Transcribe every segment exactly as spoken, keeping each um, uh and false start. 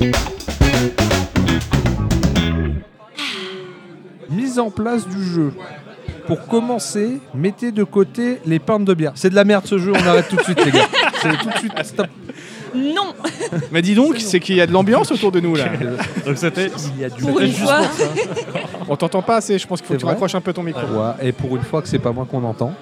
Mise en place du jeu. Pour commencer, mettez de côté les pintes de bière. C'est de la merde ce jeu, on arrête tout de suite les gars. C'est tout de suite, stop. Non. Mais dis donc, c'est qu'il y a de l'ambiance autour de nous là. Donc c'était. Il y a du Pour une fois. On t'entend pas assez, je pense qu'il faut C'est que tu vrai raccroches un peu ton micro. Ouais, et pour une fois que c'est pas moi qu'on entend.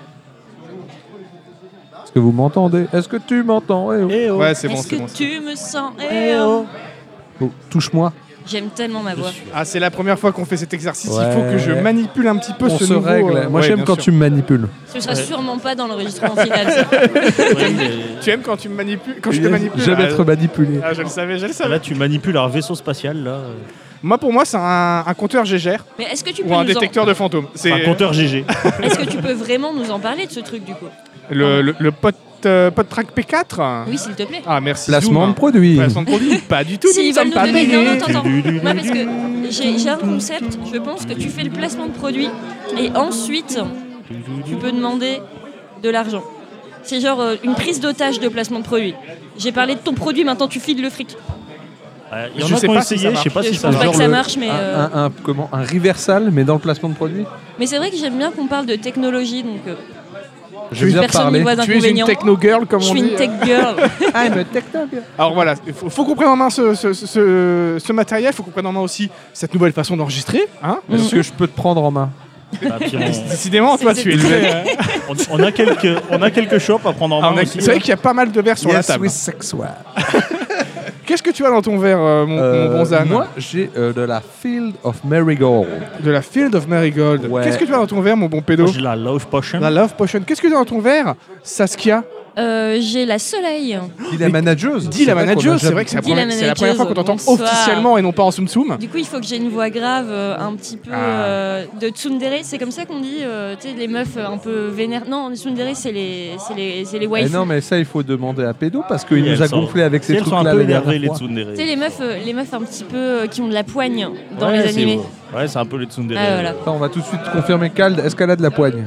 Est-ce que vous m'entendez? Est-ce que tu m'entends? Eh oh. Eh oh. Ouais, c'est bon, Est-ce c'est que bon. c'est bon. tu me sens eh oh. Oh, touche-moi. J'aime tellement ma voix. Ah, c'est la première fois qu'on fait cet exercice, Ouais. il faut que je manipule un petit peu On ce se nouveau... règle. euh, Moi ouais, j'aime bien quand sûr. tu me manipules. Ce sera Ouais. sûrement pas dans l'enregistrement final. Ça. Ouais, mais- Tu aimes quand tu me manipules, quand je te manipule? J'aime ah, être manipulé. Ah, je le savais, je le savais. Là, tu manipules un vaisseau spatial, là. Moi, pour moi, c'est un, un compteur Gégère Mais est-ce que tu peux ou un nous détecteur de fantômes. C'est Un compteur G G. en... Est-ce que tu peux vraiment nous en parler de ce truc du coup? le, le, le pod, euh, PodTrack P quatre. Oui, s'il te plaît. Ah, merci. Placement Zoom. de produit. Placement de produit. Pas du tout. Si nous ils ne sommes veulent pas nous donner, payés. non, non, attends, attends. Moi, parce que j'ai j'ai un concept. Je pense que tu fais le placement de produit et ensuite tu peux demander de l'argent. C'est genre euh, une prise d'otage de placement de produit. J'ai parlé de ton produit, maintenant tu files le fric. Euh, Il y en Je a sais qui ont pas si essayé, ça je sais pas Je si ça pense pas marche. que ça le- marche, mais, un, euh, un- un- comment, un reversal, mais dans le placement de produit. Mais c'est vrai que j'aime bien qu'on parle de technologie, donc euh, Je viens personne parler. n'y voit Tu es une d'inconvénient. techno girl, comme Je on suis dit. une tech girl. I'm a technologue. Alors voilà, il faut, faut qu'on prenne en main ce, ce, ce, ce- ce matériel, il faut qu'on prenne en main aussi cette nouvelle façon d'enregistrer. Hein. Est-ce que je peux te prendre en main? Bah, puis on- Décidément, toi, C'est- tu es c'est- très... euh, on, on a quelques, on a quelques shops à prendre en ah, main on a- aussi. C'est vrai qu'il y a pas mal de verres sur la Yes, table. with sexual. Qu'est-ce que tu as dans ton verre, euh, mon, Euh, mon bon Zan? Moi, j'ai euh, de la Field of Marigold. De la Field of Marigold. Ouais. Qu'est-ce que tu as dans ton verre, mon bon pédo? Moi, j'ai la Love Potion. La Love Potion. Qu'est-ce que tu as dans ton verre, Saskia? Euh, j'ai la Soleil. Dis la manageuse. Dis la C'est vrai qu'on a manageuse, c'est jamais- vrai que c'est la, Dis la première- c'est la première fois qu'on t'entend manageuse, bonsoir. officiellement et non pas en soum soum. Du coup, il faut que j'ai une voix grave, euh, un petit peu Ah. euh, de tsundere. C'est comme ça qu'on dit, euh, tu sais, les meufs euh, un peu vénères. Non, les tsundere, c'est les, c'est les, c'est les Eh waifus. non, mais ça, il faut demander à Pédo parce qu'il Oui, nous a elles sont- gonflé avec Si ces elles sont un trucs-là. peu la dernière énervées, les fois. tsundere. Tu sais, les meufs, euh, les meufs un petit peu euh, qui ont de la poigne dans Ouais, les c'est animés. beau. Ouais, c'est un peu les tsundere. Ah, voilà. Attends, on va tout de suite confirmer Cald. Est-ce qu'elle a de la poigne?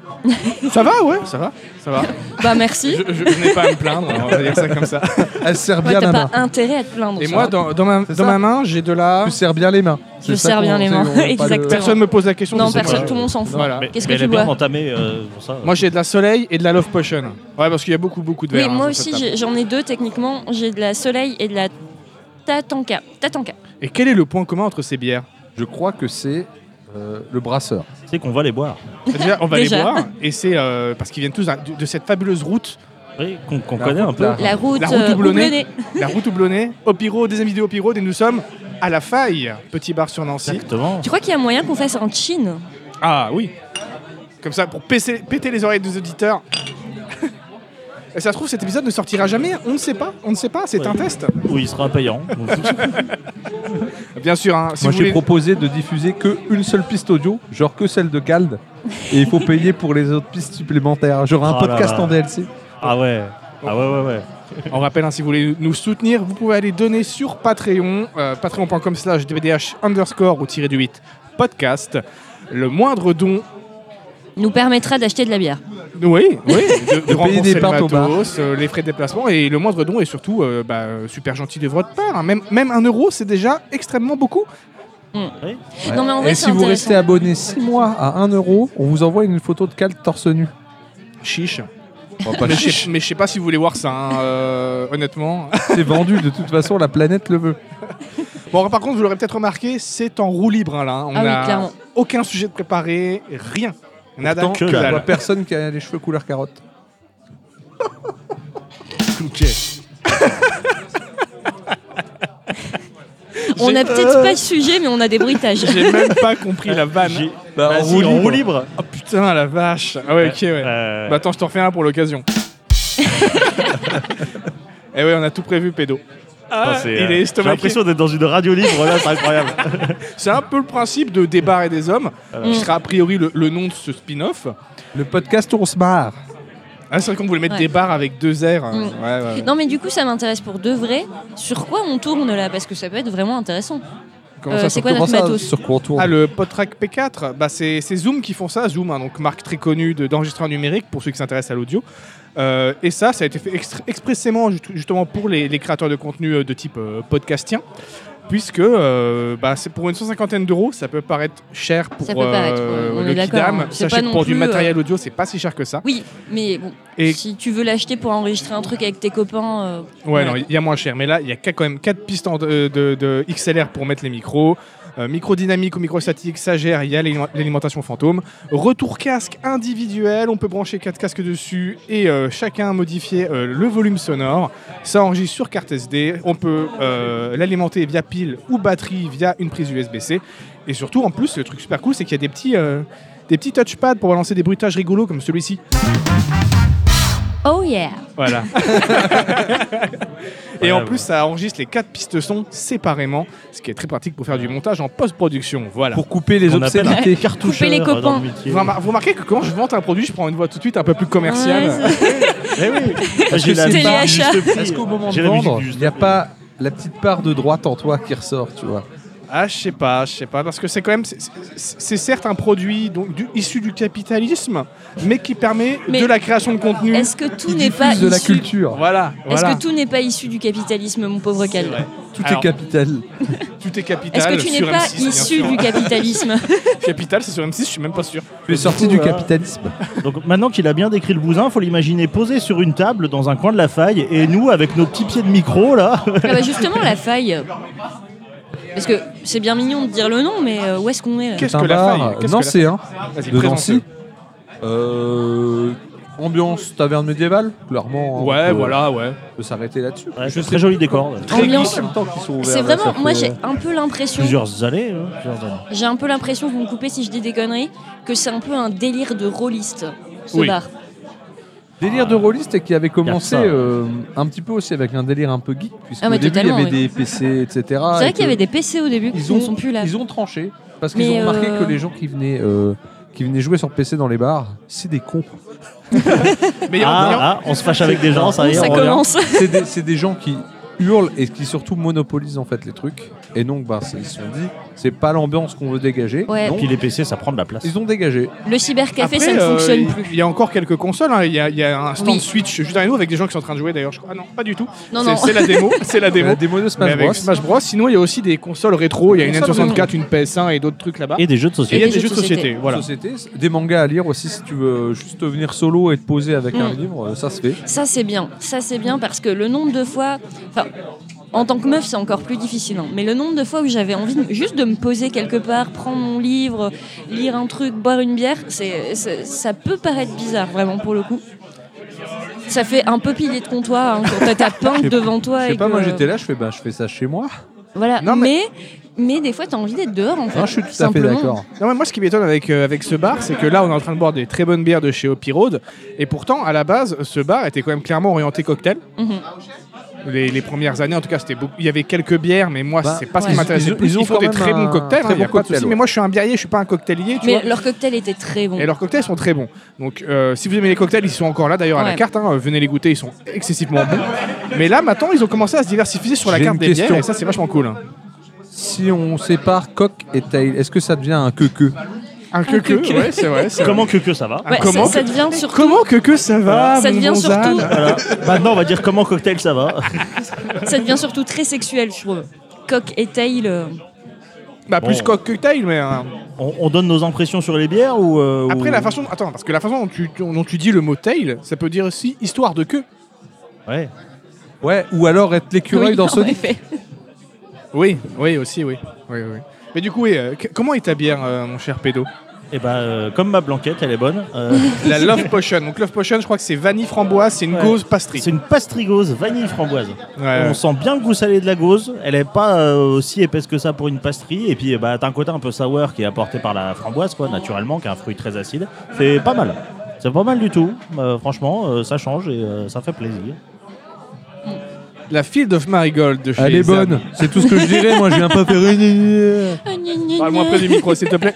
Ça va, ouais, ça va, ça va. Bah merci. Je, je- je n'ai pas à me plaindre, on va dire ça comme ça. Elle se serre Ouais, bien t'as la pas main. intérêt à te plaindre. Et ça. moi, dans, dans, ma, C'est dans ça. ma main, j'ai de la... Tu serres bien les mains. Je C'est ça serre qu'on- bien les c'est- mains. on veut pas de- Exactement. Personne me pose la question. Non, je sais personne, pas. tout le monde s'en fout. Voilà. Mais, Qu'est-ce mais que elle tu est bien bois entamée euh, pour ça. Moi, j'ai de la Soleil et de la Love Potion. Ouais, parce qu'il y a beaucoup, beaucoup de Oui, verres. hein, moi sur aussi, cette table. j'ai- j'en ai deux techniquement. J'ai de la Soleil et de la Tatanka. Tatanka. Et quel est le point commun entre ces bières? Je crois que c'est euh, le brasseur. Tu sais qu'on va les boire. Déjà, on va Déjà. les boire. Et c'est euh, parce qu'ils viennent tous de, de cette fabuleuse route, Oui, qu'on qu'on La connaît route, un peu. là. La route, La route euh, houblonnée. houblonnée. la route houblonnée, Opiro, des amis de Opiro, et nous sommes à la Faille, petit bar sur Nancy. Exactement. Tu crois qu'il y a moyen qu'on fasse un chin? Ah oui. Comme ça, pour péter, péter les oreilles des auditeurs. Et ça se trouve, cet épisode ne sortira jamais. On ne sait pas. On ne sait pas. C'est Ouais. un test. Oui, il sera payant. Donc, Bien sûr. Hein, si Moi, vous j'ai voulez... proposé de diffuser qu'une seule piste audio, genre que celle de Cald. Et il faut payer pour les autres pistes supplémentaires. Genre un Oh là podcast là. en D L C. ah ouais. Ah ouais, ouais, ouais. On rappelle, hein, si vous voulez nous soutenir, vous pouvez aller donner sur Patreon, euh, patreon.com slash dvdh underscore ou tiré du huit podcast. Le moindre don, Nous permettra d'acheter de la bière. oui, oui, de, de payer rembourser des le pintes au bar. matos, euh, les frais de déplacement, et le moindre don est surtout euh, bah, euh, super gentil de votre part. hein. Même, même un euro, c'est déjà extrêmement beaucoup. Oui. Non, mais en vrai, Et c'est si vous intéressant. restez abonné six mois à un euro, on vous envoie une photo de Cald torse nu. Chiche. Bon, pas Mais je chiche. sais- mais je sais pas si vous voulez voir ça, hein, euh, honnêtement. C'est vendu, de toute façon, la planète le veut. Bon, par contre, vous l'aurez peut-être remarqué, c'est en roue libre hein, là. hein. On Ah oui, n'a clairement. aucun sujet de préparé, rien. Nada Tant que que dalle. je vois dalle. personne qui a les cheveux couleur carotte. Ok. On n'a peut-être pas de sujet, mais on a des bruitages. J'ai même pas compris la vanne. J'ai- Bah, Bah, en si, roue en libre. roue libre. Oh putain, la vache. Ah ouais, ok, ouais. Euh, Bah attends, je t'en refais un pour l'occasion. Eh ouais, on a tout prévu, pédo. Ah, c'est, il euh, est J'ai estomaqué. l'impression d'être dans une radio libre, là, c'est incroyable. C'est un peu le principe de Des bars et des hommes, qui sera a priori le, le nom de ce spin-off. Le podcast où on se marre. Ah, c'est vrai qu'on voulait mettre Ouais. des bars avec deux R. hein. Mm. Ouais, ouais. Non, mais du coup, ça m'intéresse pour de vrai. Sur quoi on tourne là? Parce que ça peut être vraiment intéressant. Comment Euh, ça, c'est sur- quoi Comment notre ça, matos? sur quoi on tourne? Ah, le PodTrack P quatre, bah, c'est c'est Zoom qui font ça. Zoom, hein, donc marque très connue de- d'enregistrement numérique, pour ceux qui s'intéressent à l'audio. Euh, et ça, ça a été fait extra- expressément just- justement pour les, les créateurs de contenu euh, de type euh, podcastien. Puisque euh, bah, c'est pour une cent cinquantaine d'euros, ça peut paraître cher pour Ça peut paraître, euh, ouais, on le est d'accord, Kidam. hein. C'est Sachez pas que non pour du plus, matériel audio, c'est pas si cher que ça. Oui, mais bon, Et- si tu veux l'acheter pour enregistrer un truc avec tes copains, euh, Ouais, non, il y a moins cher. Mais là, il y a quand même quatre pistes en- de, de- de X L R pour mettre les micros. Euh, micro dynamique ou micro statique, ça gère, il y a l'aliment- l'alimentation fantôme. Retour casque individuel, on peut brancher quatre casques dessus et euh, chacun modifier euh, le volume sonore. Ça enregistre sur carte S D, on peut euh, l'alimenter via pile ou batterie via une prise U S B C. Et surtout, en plus, le truc super cool, c'est qu'il y a des petits, euh, des petits touchpads pour balancer des bruitages rigolos comme celui-ci. oh yeah. Voilà. Et Ouais, en ouais. plus, ça enregistre les quatre pistes son séparément, ce qui est très pratique pour faire du montage en post-production. Voilà. Pour couper les On appelle obscénités. un cartoucheur Couper les dans copains. le métier. Vous remar- vous remarquez que quand je vante un produit, je prends une voix tout de suite un peu plus commerciale. Ouais, c'est- Eh oui. Parce J'ai que la c'est musique téléachat. du juste prix. Est-ce qu'au moment de J'ai la musique vendre, du il juste n'y a prix. pas la petite part de droite en toi qui ressort, tu vois? Ah, je sais pas, je sais pas, parce que c'est quand même, c'est- c'est c'est certes un produit donc, du- issu du capitalisme, mais qui permet Mais de la création de contenu. Est-ce que tout Qui n'est pas diffuse de la issu culture. Voilà, Est-ce voilà. que tout n'est pas issu du capitalisme, mon pauvre Cal? vrai. Tout Alors, est capital. Tout est capital. Est-ce que tu n'es sur pas M six, bien issu sûr. du capitalisme? Capital, c'est sur M six, je suis même pas sûr. Tu es sorti coup, du euh, capitalisme. Donc maintenant qu'il a bien décrit le bousin, faut l'imaginer posé sur une table dans un coin de la faille et nous avec nos petits pieds de micro là. Ah bah justement, la faille. Parce que c'est bien mignon de dire le nom, mais euh, où est-ce qu'on est là? Qu'est-ce C'est que un la bar faille Qu'est-ce que nancéen Vas-y, de présente-le. Nancy. Euh, ambiance taverne médiévale, clairement. hein, Ouais, on peut- voilà, ouais. On peut s'arrêter là-dessus. Ouais, Je c'est sais très joli décor. très Ambiance. combien de temps qu'ils sont ouverts. C'est là, vraiment, ça moi fait- j'ai un peu l'impression, Plusieurs années. hein, plusieurs années. j'ai un peu l'impression, vous me coupez si je dis des conneries, que c'est un peu un délire de rôliste, ce Oui. bar. Délire de rôliste et qui avait commencé ça. euh, un petit peu aussi avec un délire un peu geek, puisqu'au Ah, mais début il y totalement, avait oui. des P C, et cetera. C'est et vrai qu'il y que avait des P C au début qui ils ne ont, sont plus là. ils ont tranché parce qu'ils Mais, ont remarqué euh, que les gens qui venaient, euh, qui venaient jouer sur P C dans les bars, c'est des cons. Mais il y a- Ah, il y a- ah, on se fâche avec des gens, ça y est, ça on revient. commence. C'est des, c'est des gens qui hurlent et qui surtout monopolisent en fait les trucs. Et donc bah, c'est- ils se sont dit, c'est pas l'ambiance qu'on veut dégager. Ouais. Donc Puis les P C, ça prend de la place. ils ont dégagé. Le cybercafé, Après, ça ne euh, fonctionne il- plus. Il y a encore quelques consoles. hein. Il y, a- il y a un stand Oui. Switch juste derrière nous avec des gens qui sont en train de jouer d'ailleurs. Je crois. Ah non, pas du tout. Non, C'est- non. C'est la démo. C'est la démo. La démo de Mais Smash avec Bros. Smash Bros. Sinon, il y a aussi des consoles rétro. Il y a une N Consoles soixante-quatre, une P S un et d'autres trucs là-bas. Et des jeux de Et il y société. a des jeux de société. Voilà. Société, des mangas à lire aussi si tu veux juste venir solo et te poser avec un Mm. livre, euh, ça se fait. Ça c'est bien, ça c'est bien parce que le nombre de fois, enfin, en tant que meuf c'est encore plus difficile, hein, mais le nombre de fois où j'avais envie de- juste de me poser quelque part, prendre mon livre, lire un truc, boire une bière, c'est, c'est- ça peut paraître bizarre vraiment pour le coup. Ça fait un peu pilier de comptoir hein, quand t'as ta Je pinte sais- devant toi. Je sais et pas, que- moi j'étais là, je fais bah je fais ça chez moi. Voilà, Non, mais- mais... mais des fois t'as envie d'être dehors en fait. Non, je suis tout à fait simplement. d'accord. Non, mais moi, ce qui m'étonne avec, euh, avec ce bar, c'est que là, on est en train de boire des très bonnes bières de chez Hopi Road. Et pourtant, à la base, ce bar était quand même clairement orienté cocktail. Mhm. Les, les premières années, en tout cas, c'était beaucoup. Il y avait quelques bières, mais moi, Bah, c'est pas ce ouais. qui m'intéressait Ils- le plus. ils ont Ils font quand des même très bons un cocktails, très il y a bon pas de cocktail, souci. ouais. Mais moi, je suis un biérier, je suis pas un cocktailier, tu Mais vois. leur cocktail était très bon. Et leurs cocktails sont très bons. Donc, euh, si vous aimez les cocktails, ils sont encore là d'ailleurs à la Ouais. carte. hein. Venez les goûter, ils sont excessivement bons. Mais là, maintenant, ils ont commencé à se diversifier sur la J'ai carte une des question. bières, et ça, c'est vachement cool. hein. Si on sépare coq et tail, est-ce que ça devient un que-que? Un que que, que-que. ouais, c'est vrai. c'est Comment vrai. que que ça va Ouais, comment ça, ça devient surtout. Comment que que ça va Ça mon devient bon surtout- Zan Voilà. Maintenant, on va dire comment cocktail ça va. Ça devient surtout très sexuel, je trouve. Coq et tail. euh, Bah, plus Bon. coq que tail, mais. hein. On, on donne nos impressions sur les bières ou euh, Après, ou- la façon. Attends, parce que la façon dont tu, dont tu dis le mot tail, ça peut dire aussi histoire de queue. Ouais. Ouais, ou alors être l'écureuil oui, dans en Sonic. effet. Oui, oui, aussi, oui. oui, oui. Mais du coup, oui, euh, que- comment est ta bière, euh, mon cher pédo Et bah, euh, comme ma blanquette, elle est bonne. euh, La Love Potion. Donc, Love Potion, je crois que c'est vanille framboise, c'est une Ouais. gauze pastry. c'est une pastry gauze, vanille framboise. Ouais, ouais. On sent bien le goût salé de la gauze. Elle est pas euh, aussi épaisse que ça pour une pastry. Et puis, bah, t'as un côté un peu sour qui est apporté par la framboise, quoi, naturellement, qui est un fruit très acide. C'est pas mal. C'est pas mal du tout. Euh, franchement, euh, ça change et euh, ça fait plaisir. La Field of Marigold de chez Elle est Zam. bonne, c'est tout ce que je dirais, moi je viens pas faire une... Ah, gna, gna, Parle-moi gna. près du micro, s'il te plaît.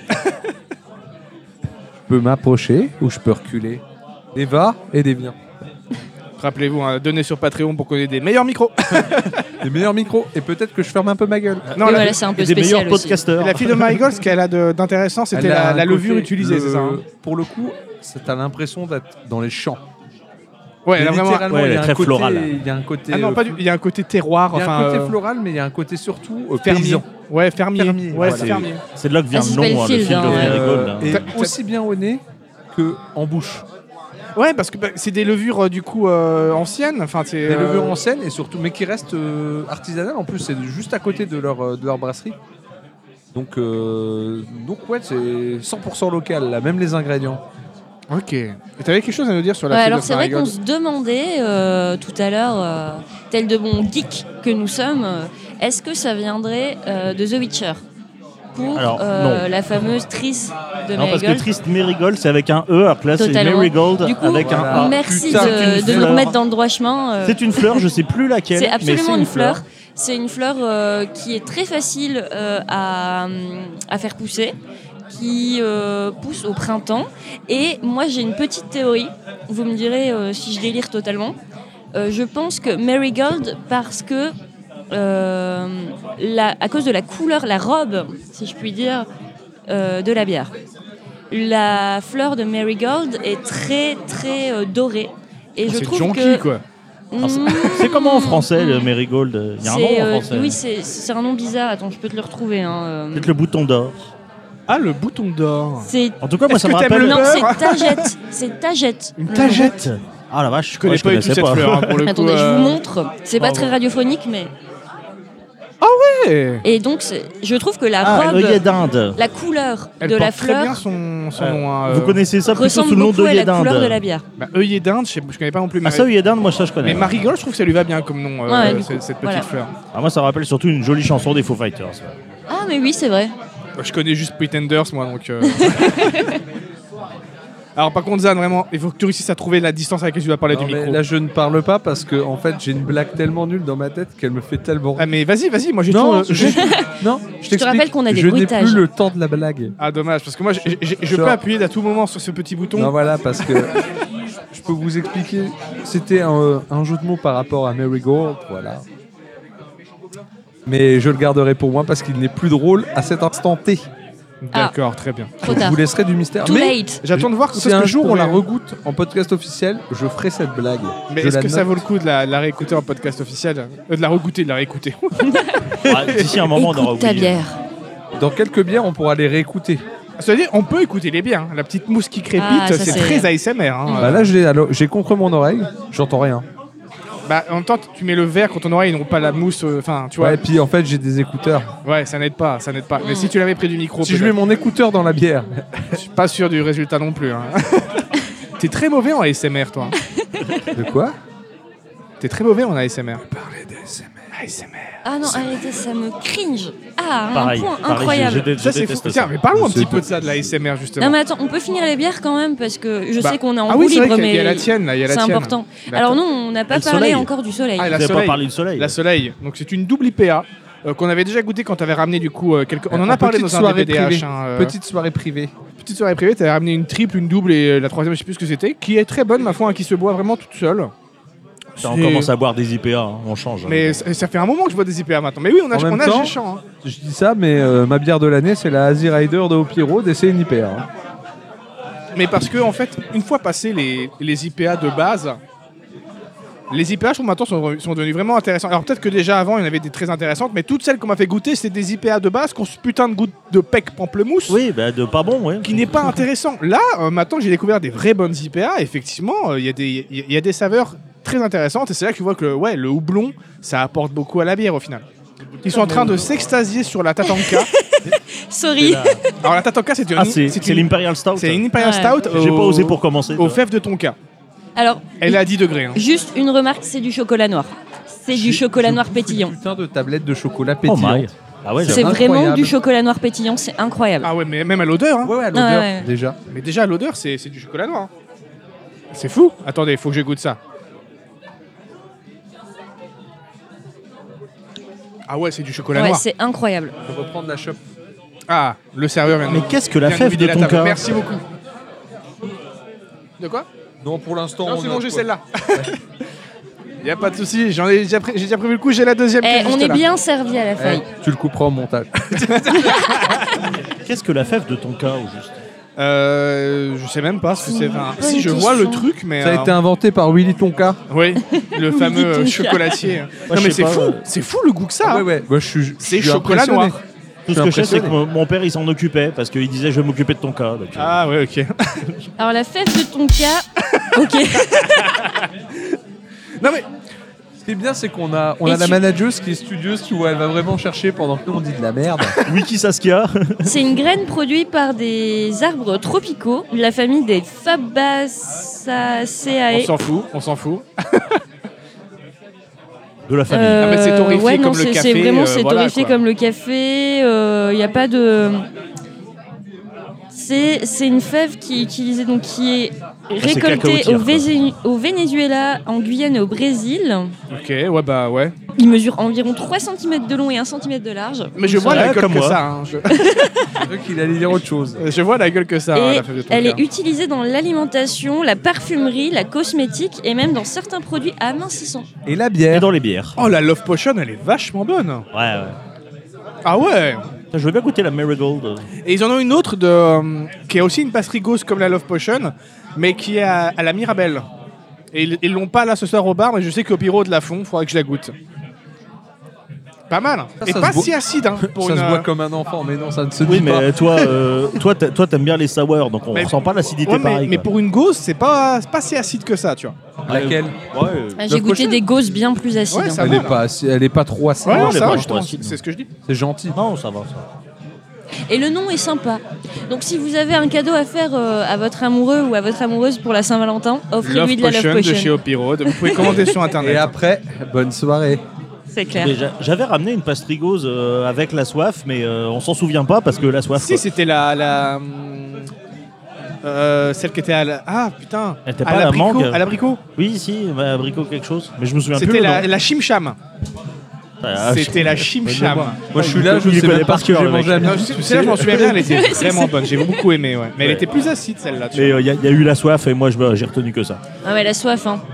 Je peux m'approcher ou je peux reculer. Des va et des viens. Rappelez-vous, hein, donnez sur Patreon pour qu'on ait des meilleurs micros. Les meilleurs micros et peut-être que je ferme un peu ma gueule. Non, Oui, la, voilà, c'est un peu Et des spécial meilleurs aussi. podcasters. la Field of Marigold, ce qu'elle a de- d'intéressant, c'était Elle a la, un la levure côté- utilisée, le- c'est ça hein Pour le coup, c'est- t'as l'impression d'être dans les champs. Ouais, Mais là, vraiment. littéralement, ouais, il y elle a est un très côté, florale. il y a un côté. Ah non, euh, pas du. Il y a un côté terroir, Il y a enfin. un côté euh, floral, mais il y a un côté surtout euh, fermier. paysan. Ouais, fermier. Fermier, Ouais, voilà. c'est fermier. C'est de là que vient Ah, le ça nom, s'appelle hein, le Field, fil de hein, ouais. Marigold. Et T'as- aussi bien au nez que en bouche. Ouais, parce que bah, c'est des levures euh, du coup euh, anciennes. Enfin, c'est. Des euh, levures anciennes et surtout, mais qui restent euh, artisanales. En plus, c'est juste à côté de leur, euh, de leur brasserie. Donc, euh, donc ouais, c'est cent pour cent local, là, même les ingrédients. Ok. Et t'avais quelque chose à nous dire sur la Ouais, Field alors of c'est vrai qu'on Marigold se demandait euh, tout à l'heure, euh, tel de bons geeks que nous sommes, euh, est-ce que ça viendrait euh, de The Witcher pour Alors, euh, non. la fameuse Triss de Non, parce que Marigold. Triste Marigold, c'est avec un E, alors que là, c'est Totalement. Marigold Du coup, avec voilà. un A. Merci putain, de, c'est une de nous fleur. remettre dans le droit chemin. euh, C'est une fleur, je sais plus laquelle. C'est mais absolument c'est une fleur. C'est une fleur euh, qui est très facile euh, à, à faire pousser, qui euh, pousse au printemps. Et moi, j'ai une petite théorie. Vous me direz euh, si je délire totalement. Euh, je pense que Marigold, parce que euh, la, à cause de la couleur, la robe, si je puis dire, euh, de la bière. La fleur de Marigold est très très euh, dorée. Et Oh, je c'est trouve junkie, que quoi. Alors, c'est- c'est comment en français, le Marigold? Il y a un C'est, nom en euh, français. oui, c'est c'est un nom bizarre. Attends, je peux te le retrouver. Hein. euh. Peut-être le bouton d'or. Ah, le bouton d'or. C'est En tout cas, moi, Est-ce ça me que t'aimes rappelle. le non, beurre c'est Tagette. C'est Tagette. Une le Tagette. Ah la vache, Je connais ouais, pas du tout connaissais cette fleur, hein, pour le nom. coup. Attendez, je euh, vous montre. C'est pas Bravo. très radiophonique, mais ouais. et donc c'est- je trouve que la Ah, robe, l'œillet d'Inde. la couleur Elle de la porte très bien fleur son, son Euh, nom. hein, Vous euh, connaissez ça plutôt ressemble sous le nom beaucoup à d'œillet la couleur de la d'Inde. bière. Bah, œillet d'Inde, je, sais- je connais pas non plus. Ah mais- ça, œillet d'Inde, moi ça je connais. Mais Marigold, je trouve que ça lui va bien comme nom, euh, Ouais, du cette, coup, cette petite voilà. fleur. Ah, moi ça me rappelle surtout une jolie chanson des Foo Fighters. Ah mais oui, c'est vrai. Je connais juste Pretenders, moi, donc. euh. Alors, par contre, Zan, vraiment, il faut que tu réussisses à trouver la distance avec laquelle tu vas parler Non, du mais micro. là, je ne parle pas parce que en fait, j'ai une blague tellement nulle dans ma tête qu'elle me fait tellement. Ah, mais vas-y, vas-y, moi j'ai non, tout. je, euh, non, je t'explique. rappelle qu'on a des Je n'ai bruitages. plus le temps de la blague. Ah, dommage, parce que moi, j'ai- j'ai- je peux Genre- appuyer à tout moment sur ce petit bouton. Non, voilà, parce que je peux vous expliquer. C'était un, un jeu de mots par rapport à Marigold, voilà. Mais je le garderai pour moi parce qu'il n'est plus drôle à cet instant T. D'accord, très bien. Trop Je tard. vous laisserai du mystère. Too Mais late. J'attends de voir si ce que un je jour on pourrais- la regoute en podcast officiel, je ferai cette blague. Mais Je est-ce la que ça note. vaut le coup de la, la réécouter en podcast officiel euh, De la regoûter, de la réécouter. Ah, D'ici un moment, on aura Écoute ta oublié. bière. Dans quelques bières, on pourra les réécouter. C'est-à-dire, on peut écouter les bières. La petite mousse qui crépite, Ah, ça, c'est c'est- très A S M R. Hein. Bah là, j'ai alors- j'ai contre mon oreille, j'entends rien. Bah, en même temps, tu mets le verre contre ton oreille, ils n'ont pas la mousse. euh, Enfin, tu vois. Ouais, et puis en fait, j'ai des écouteurs. Ouais, ça n'aide pas, ça n'aide pas. Mais si tu l'avais près du micro, Si je peut-être. mets mon écouteur dans la bière, Je suis pas sûr du résultat non plus. Hein. T'es très mauvais en A S M R, toi. de quoi T'es très mauvais en A S M R. Parler d'A S M R. A S M R. Ah non, arrêtez, ça me cringe. Ah, à un Pareil, point pareil, incroyable. je- je- je Ça, c'est fou. déteste Tiens, ça. mais parlons un C'est petit peu tout. de ça, de l'A S M R, justement. Non mais attends, on peut finir les bières quand même parce que je Bah, sais qu'on est en ah roue oui, c'est libre, vrai qu'il y a- il y a mais la tienne, là, il y a la c'est tienne. important. Mais Alors attends. non, on n'a pas le parlé soleil. encore du soleil. Ah, la Vous n'avez pas soleil. parlé du soleil. La Soleil. Donc, c'est une double I P A euh, qu'on avait déjà goûté quand tu avais ramené, du coup, euh, quelques. On en En a parlé petite dans un soirée D V D H. privée. hein, euh, Petite soirée privée. petite soirée privée, tu avais ramené une triple, une double et euh, la troisième, je sais plus ce que c'était, qui est très bonne, ma foi, hein, qui se boit vraiment toute seule. Ça, on C'est- commence à boire des I P A, hein, on change. Mais ça, ça fait un moment que je bois des I P A maintenant. Mais oui, on a, En même on a temps- Géchant, hein. Je dis ça, mais euh, ma bière de l'année, c'est la Asie Rider de Hopi Road et c'est une I P A. hein. Mais parce que, en fait, une fois passé les, les I P A de base, les I P A, je trouve maintenant, sont, sont devenus vraiment intéressants. Alors peut-être que déjà avant, il y en avait des très intéressantes, mais toutes celles qu'on m'a fait goûter, c'est des I P A de base qui ont ce putain de goût de pec pamplemousse. Oui, bah, de pas bon, oui. Qui n'est pas intéressant. Là, euh, maintenant, j'ai découvert des vraies bonnes I P A. Effectivement, euh, il y, a des- il y a des saveurs très intéressantes. Et c'est là que tu vois que le, ouais, le houblon, ça apporte beaucoup à la bière au final. Ils sont en train de s'extasier sur la Tatanka. Sorry. Alors la Tatanka, c'est une, Ah, c'est c'est c'est une, l'Imperial Stout. c'est une Imperial Ouais. Stout. J'ai au- pas osé pour commencer. Au toi. fève de tonka. Alors, Elle est à dix degrés. hein. juste une remarque, c'est du chocolat noir. C'est du chocolat Je noir bouffe pétillant. Une putain de tablette de chocolat Oh pétillant. my. Ah ouais, C'est j'avoue. vraiment incroyable. du chocolat noir pétillant, c'est incroyable. Ah ouais, mais même à l'odeur. hein. Ouais, ouais, à l'odeur, Ah ouais. déjà. Mais déjà à l'odeur, c'est c'est du chocolat noir. hein. C'est fou. Attendez, il faut que je goûte ça. Ah ouais, c'est du chocolat Ouais, noir. c'est incroyable. Je vais reprendre la shop. Ah, le serveur vient de Mais qu'est-ce que la vient fève vider de la ton table. cas Merci beaucoup. De quoi Non, pour l'instant, Non, on c'est a bon, j'ai quoi. celle-là. Y a pas de souci, j'en ai déjà, pré- j'ai déjà prévu le coup, j'ai la deuxième. qui Eh, juste on est là. bien servi à la Eh, feuille. tu le couperas au montage. Qu'est-ce que la fève de ton cas, au juste Euh, je sais même pas ce que c'est. Enfin, Bonne si je vois le question. truc, mais Ça a euh, été inventé par Willy Tonka. oui, le fameux euh, Tonka. chocolatier. Moi, non je mais sais c'est pas, fou, euh, c'est fou le goût que ça. Ah hein. ouais, ouais. Moi, je suis, C'est je suis chocolat impressionné. noir. Tout ce Je que suis je sais, c'est que impressionné. mon mon père il s'en occupait parce qu'il disait je vais m'occuper de ton cas. donc, euh, Ah ouais, ok. Alors la fève de ton cas, ok. non mais Ce qui est bien, c'est qu'on a, on Et a la tu- manageuse qui est studieuse, tu vois, elle va vraiment chercher pendant que nous on dit de la merde. Wiki Saskia. C'est une graine produite par des arbres tropicaux de la famille des on Fabaceae. s'en fout, on s'en fout. De la famille. Ah, mais c'est torréfié ouais, non, comme le c'est- café, C'est vraiment euh, c'est voilà, torréfié quoi. comme le café. Il n'y a pas de. C'est c'est une fève qui est utilisée donc qui est c'est récoltée cacaotière, au, quoi. Vési- au Venezuela, en Guyane et au Brésil. Ok, ouais bah ouais. Il mesure environ trois centimètres de long et un centimètre de large. Mais je vois Ouais, la gueule comme que moi. ça. hein. Je... Je veux qu'il allait dire autre chose. je vois la gueule que ça. hein, Et la fève de tonka. elle est utilisée dans l'alimentation, la parfumerie, la cosmétique et même dans certains produits amincissants. Et la Et bière. dans les bières. Oh la Love Potion, elle est vachement bonne. Ouais, ouais. Ah ouais. Je veux bien goûter la Marigold. Et ils en ont une autre de, euh, qui est aussi une pastry gauze comme la Love Potion, mais qui est à, à la Mirabelle. Et ils, ils l'ont pas là ce soir au bar, mais je sais qu'au Piro de la fond, faudrait que je la goûte. Pas mal. Ça, Et ça pas se boit- si acide. Hein, pour ça une, se euh, boit comme un enfant, mais non, ça ne se Oui, dit pas. mais toi, euh, toi, t'a- toi, t'aimes bien les sours, donc on Mais- ressent pas l'acidité ouais, mais, pareil. mais quoi. pour une gauze, c'est pas, c'est pas si acide que ça, tu vois. Laquelle Ouais. Ah, J'ai Love goûté Potion des gauzes bien plus acides. Ouais, hein. ça Elle va, est là. pas, assez- elle est pas trop acide. Ouais, non, non, c'est ça pas va, trop justement, acide, c'est ce que je dis. C'est gentil. Non, ça va. Ça. Et le nom est sympa. Donc si vous avez un cadeau à faire euh, à votre amoureux ou à votre amoureuse pour la Saint-Valentin, offrez-lui Love de la Potion Love de chez Potion. Opiro. Vous pouvez commander sur internet. Et après, bonne soirée. C'est clair. Mais j'a- J'avais ramené une pastrigose euh, avec la soif, mais euh, on s'en souvient pas parce que la soif. Si, quoi. c'était la. la hum, euh, celle qui était à la. Ah putain Elle était À pas à la l'abricot, mangue. À l'abricot Oui, si, bah, abricot quelque chose. Mais je me souviens plus. C'était le la, nom. la chimcham. Ah, C'était la chimcham. Moi, je suis là, je Il sais connaît même par pas ce que cœur, j'ai le mangé mec. à Non, midi. je- tu Celle-là, je m'en sais. souviens bien, elle était Ouais, c'est vraiment ça. bonne. J'ai beaucoup aimé, ouais. Mais elle Ouais. était plus acide, celle-là. tu Mais vois. il y, a- y a eu la soif et moi je- j'ai retenu que ça. Ah ouais, la soif. Hein.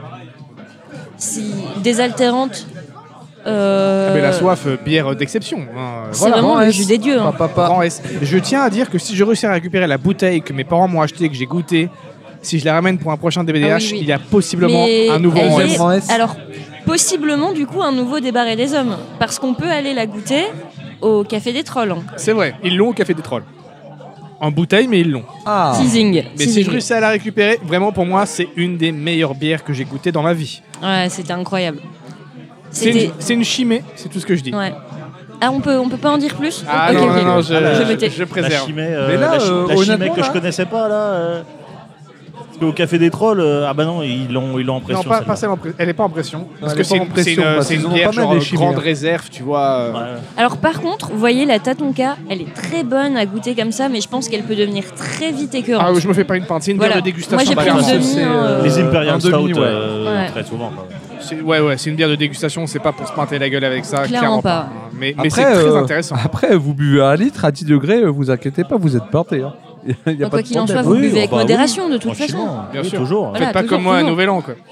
Si désaltérante. euh, Ah, mais la soif, euh, bière d'exception. hein. C'est Voilà. vraiment Grand le S. jus des dieux. hein. Papa, papa. Grand S. Je tiens à dire que si je réussis à récupérer la bouteille que mes parents m'ont achetée, que j'ai goûtée, si je la ramène pour un prochain D B D H, Ah oui, oui. il y a possiblement Mais un nouveau elle Grand est- S. Grand S. Alors, possiblement, du coup, un nouveau débarré des hommes. Parce qu'on peut aller la goûter au Café des Trolls. hein. C'est vrai, ils l'ont au Café des Trolls. En bouteille, mais ils l'ont. Ah, Teasing. Mais si Teasing. je réussis à la récupérer, vraiment pour moi, c'est une des meilleures bières que j'ai goûtées dans ma vie. Ouais, c'était incroyable. C'est C'était. une, c'est une chimée, c'est tout ce que je dis. Ouais. Ah, on peut, on peut pas en dire plus Ah Ok, non, ok. non, non, je, Ah, la- je je, me tais. je La préserve. chimée, euh, Mais là, la, chi- euh, la chimée honnêtement, que là- je connaissais pas là. euh, Parce qu'au Café des Trolls, euh, ah bah non, ils l'ont ils l'ont en Non, pression. pas, celle-là. pas celle en pré- elle est pas en pression. Parce elle que est c'est pas en une, c'est pression, une, parce c'est qu'ils une en ont bière pas mal genre des euh, grande chimères. réserve, tu vois. euh. Ouais. Alors, par contre, vous voyez, la Tatonka, elle est très bonne à goûter comme ça, mais je pense qu'elle peut devenir très vite écœurante. Ah, je me fais pas une pinte, c'est une Voilà. bière de dégustation. Moi, j'ai pris apparemment. une demi. C'est, hein, euh, euh, Les Imperial un Stout, demi, ouais. euh, Ouais. très souvent. quoi. C'est- Ouais, ouais, c'est une bière de dégustation, c'est pas pour se pinter la gueule avec ça, Clairement clairement, pas. Mais, mais Après, c'est très euh, intéressant. Après, vous buvez un litre à dix degrés, vous inquiétez pas, vous êtes peinté. Hein. Il y a Bah, pas quoi de qu'il en problème. soit, vous Oui, buvez avec bah oui. modération, de toute façon. Franchement, Bien oui, sûr. toujours. Voilà, Faites pas toujours, comme moi à toujours. Nouvel An, quoi.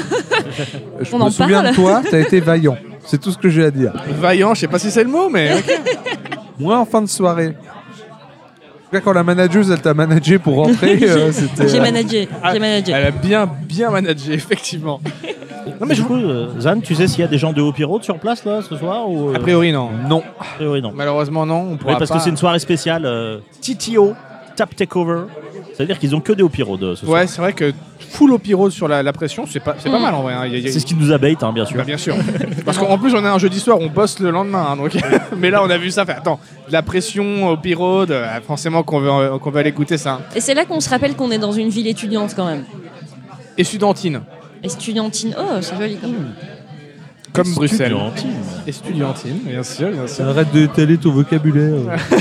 Je On me en souviens parle. de toi, t'as été vaillant. C'est tout ce que j'ai à dire. Vaillant, je sais pas si c'est le mot, mais ok. Moi, en fin de soirée. En tout cas, quand la manageuse, elle t'a managé pour rentrer, euh, c'était... J'ai euh, managé, j'ai managé. Elle a bien, bien managé, effectivement. Non, mais je du coup, euh, Zan, tu sais s'il y a des gens de Haut-Pyro sur place là ce soir ou euh, A priori, non. Non. a priori, non. Malheureusement, non. On pourra Oui, parce pas... que c'est une soirée spéciale euh, T T O, Tap Takeover. C'est-à-dire qu'ils ont que des Haut-Pyro de ce soir. Ouais, c'est vrai que full au pyro sur la, la pression, c'est pas, c'est pas Mm. mal en vrai. hein. Il y a- il y a- C'est ce qui nous abate, hein, bien sûr. Bah, bien sûr. Parce qu'en plus, on a un jeudi soir, on bosse le lendemain. hein, donc... Mais là, on a vu ça. Fait, attends, de la pression au pyro, de- ah, forcément qu'on veut, qu'on veut aller goûter ça. Et c'est là qu'on se rappelle qu'on est dans une ville étudiante quand même. Et Studentine, Estudiantine, oh, c'est joli quand même. comme Bruxelles. Estudiantine. Et Studentine, bien sûr, bien sûr. Arrête d'étaler ton vocabulaire.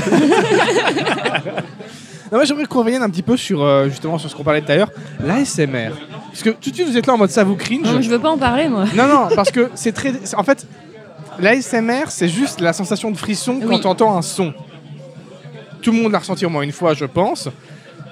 Non, moi, j'aimerais qu'on revienne un petit peu sur, euh, justement, sur ce qu'on parlait tout à l'heure, l'A S M R. Parce que tout de suite, vous êtes là en mode ça vous cringe. Non, je veux pas en parler moi. Non, non, parce que c'est très. c'est- En fait, l'A S M R, c'est juste la sensation de frisson quand Oui. tu entends un son. Tout le monde l'a ressenti au moins une fois, je pense.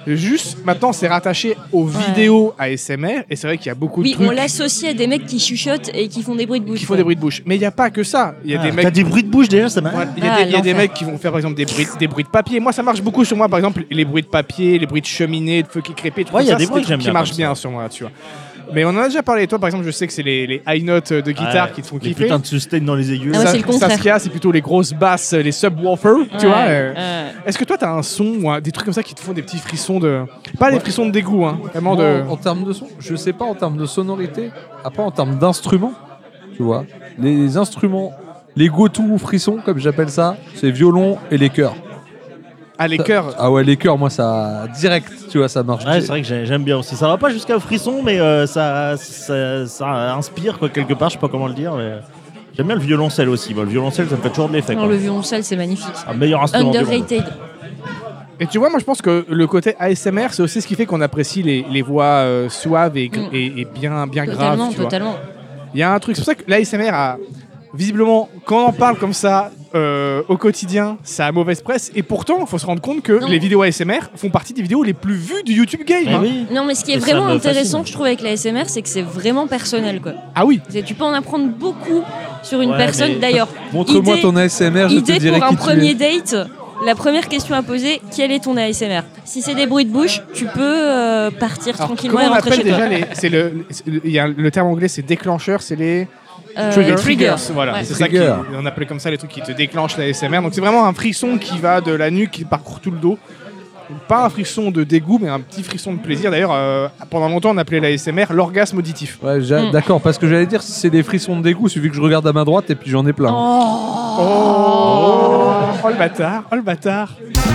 Juste, maintenant, c'est rattaché aux Ouais. vidéos A S M R, et c'est vrai qu'il y a beaucoup Oui, de trucs on l'associe à des mecs qui chuchotent et qui font des bruits de bouche. qui font des bruits de bouche. Mais il n'y a pas que ça. Il y a Ah, des T'as mecs... des bruits de bouche déjà, ça m'a. Ouais, Il y a, Ah, des, il y a des l'enfer. mecs qui vont faire par exemple des bruits, des bruits de papier. Moi, ça marche beaucoup sur moi, par exemple, les bruits de papier, les bruits de cheminée, de feu qui crépit. tout Ouais, il y a ça, des c'est bruits que trucs j'aime qui bien marchent comme bien sur moi, tu vois. Mais on en a déjà parlé. Toi, par exemple, je sais que c'est les, les high notes de guitare Ouais, qui te font les kiffer. putains de sustain dans les aiguilles. Ah ouais, Sa- c'est le contraire. Saskia, c'est plutôt les grosses basses, les subwoofers, tu Ouais, vois. euh. ouais. Est-ce que toi, t'as un son ou un- des trucs comme ça qui te font des petits frissons de. Pas des frissons de dégoût, hein. Vraiment Moi, de. en, en termes de son, je sais pas en termes de sonorité. Après, en termes d'instruments, tu vois, les instruments, les go-to frissons, comme j'appelle ça, c'est violon et les chœurs. Ah, les Ça- chœurs. Ah ouais, les chœurs, moi, ça direct, tu vois, ça marche. Ouais, c'est vrai que j'ai- j'aime bien aussi. Ça va pas jusqu'à frisson, mais euh, ça, ça, ça inspire quoi quelque part. Je sais pas comment le dire. Mais... J'aime bien le violoncelle aussi. Bon, le violoncelle, ça me fait toujours de l'effet. Non, quoi. le violoncelle, c'est magnifique. Un meilleur instrument. violon. Underrated. Et tu vois, moi, je pense que le côté A S M R, c'est aussi ce qui fait qu'on apprécie les, les voix euh, suaves et, gr- Mm. et, et bien, bien Totalement, graves. Tu vois. totalement. Il y a un truc, c'est pour ça que l'A S M R a visiblement, quand on en parle comme ça euh, au quotidien, ça a mauvaise presse. Et pourtant, il faut se rendre compte que Non. les vidéos A S M R font partie des vidéos les plus vues du YouTube Game. Eh hein. oui. Non, mais ce qui est Et ça vraiment me intéressant, fascine. je trouve, avec la A S M R, c'est que c'est vraiment personnel, quoi. Ah oui. C'est- Tu peux en apprendre beaucoup sur une Ouais, personne. mais- D'ailleurs, Montre-moi idée- ton A S M R, je te idée dirai pour un qui tu premier es. date. La première question à poser, quel est ton A S M R? Si c'est des bruits de bouche, tu peux euh, partir Alors, tranquillement comment et on rentrer appelle chez toi. déjà les. C'est le, c'est le- il y a le terme anglais, c'est déclencheur, c'est les. Euh, Trigger. triggers. Voilà, Ouais. c'est ça Trigger. qu'on appelle comme ça les trucs qui te déclenchent la A S M R. Donc c'est vraiment un frisson qui va de la nuque, qui parcourt tout le dos. Pas un frisson de dégoût, mais un petit frisson de plaisir. D'ailleurs, euh, pendant longtemps, on appelait la A S M R l'orgasme auditif. Ouais, j'ai- Mm. d'accord, parce que j'allais dire si c'est des frissons de dégoût, il suffit que je regarde à ma droite et puis j'en ai plein. Oh. Oh, oh le bâtard, oh le bâtard.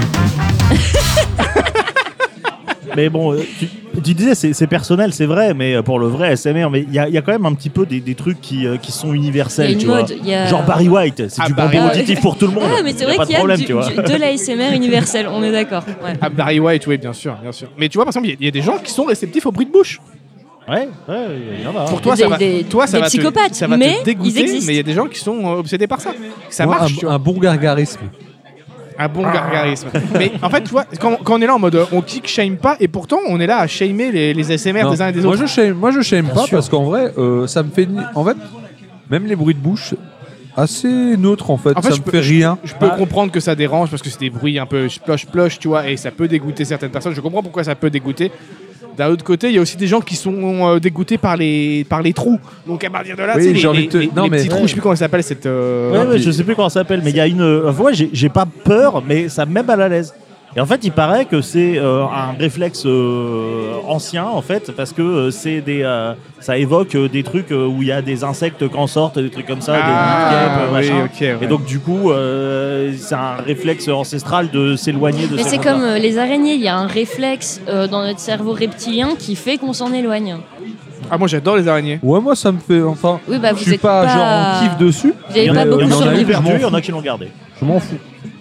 Mais bon, euh, tu, tu disais c'est c'est personnel, c'est vrai, mais euh, pour le vrai S M R, mais il y, a- il y a quand même un petit peu des, des trucs qui, euh, qui sont Il y a universels, une tu mode, vois. il y a- Genre Barry White, c'est Ah, du Barry bonbon White. auditif pour tout le monde. Ah, mais c'est Y a vrai pas qu'il de y a problème, du- tu vois. du- de l'A S M R universel, on est d'accord. Ouais. Ah, Barry White, oui, bien sûr, bien sûr. Mais tu vois, par exemple, il y a- il y, a des gens qui sont réceptifs au bruit de bouche. Ouais, ouais, il y en a. Pour toi, Des- ça va, des- toi, ça des va te- psychopathes, ça va mais te dégoûter, ils existent. mais il y a des gens qui sont euh, obsédés par ça. Ça Moi, marche, un, tu vois. un bon gargarisme. Un bon gargarisme. Mais en fait, tu vois, quand, quand on est là en mode euh, on kick shame pas, et pourtant on est là à shamer les, les A S M R Non. des uns et des moi, autres. je shame, moi je shame pas sûr. parce qu'en vrai, euh, ça me fait. ni- En fait, même les bruits de bouche, assez neutre en fait. En fait, ça je me peux- fait rien. Je peux Ah. comprendre que ça dérange parce que c'est des bruits un peu splosh-plosh, tu vois, et ça peut dégoûter certaines personnes. Je comprends pourquoi ça peut dégoûter. D'un autre côté, il y a aussi des gens qui sont euh, dégoûtés par les, par les trous. Donc à partir de là, Oui, tu sais, j'ai les, envie les- de te- les- non, les mais- petits trous, je sais plus comment ça s'appelle cette. euh, Ouais, ouais, puis- je sais plus comment ça s'appelle, mais il y a une. euh, ouais, j'ai j'ai pas peur, mais ça me met mal à l'aise. Et en fait, il paraît que c'est euh, un réflexe euh, ancien, en fait, parce que euh, c'est des, euh, ça évoque euh, des trucs euh, où il y a des insectes qui en sortent, des trucs comme ça, des Ah, guêpes, euh, oui, machin. ok, ouais. Et donc, du coup, euh, c'est un réflexe ancestral de s'éloigner de Mais ces c'est mondes-là. comme euh, les araignées, il y a un réflexe euh, dans notre cerveau reptilien qui fait qu'on s'en éloigne. Ah, moi j'adore les araignées. Ouais, moi ça me fait. Enfin, Oui, bah vous je suis êtes pas, pas- genre en kiff dessus. Vous avez Il y en pas a, beaucoup il y en sur a le survécu. livre, perdu, je m'en il y en a fous. qui l'ont gardé. Je m'en fous.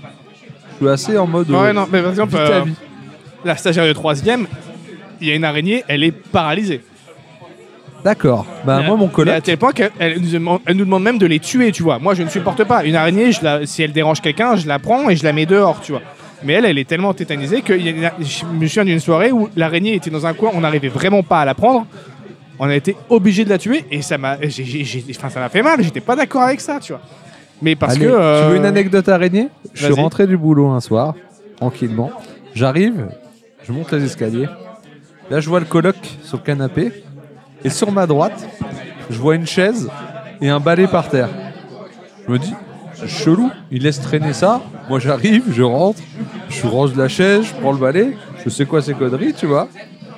Je suis assez en mode. Ouais, euh, non, mais par exemple, vis ta euh, vie. la stagiaire de troisième, il y a une araignée, elle est paralysée. D'accord. Bah, Mais moi, à- mon mais collègue. à tel point qu'elle elle nous, demande, elle nous demande même de les tuer, tu vois. Moi, je ne supporte pas. Une araignée, je la, si elle dérange quelqu'un, je la prends et je la mets dehors, tu vois. Mais elle, elle est tellement tétanisée que il y a- je me souviens d'une soirée où l'araignée était dans un coin, on n'arrivait vraiment pas à la prendre. On a été obligé de la tuer et ça m'a, j'ai- j'ai- j'ai- enfin, ça m'a fait mal. J'étais pas d'accord avec ça, tu vois. Mais parce Allez, que. euh, Tu veux une anecdote araignée? Je suis vas-y. rentré du boulot un soir, tranquillement. J'arrive, je monte les escaliers. Là, je vois le coloc sur le canapé. Et sur ma droite, je vois une chaise et un balai par terre. Je me dis, c'est chelou, il laisse traîner ça. Moi, j'arrive, je rentre, je range la chaise, je prends le balai. Je sais quoi ces conneries, tu vois.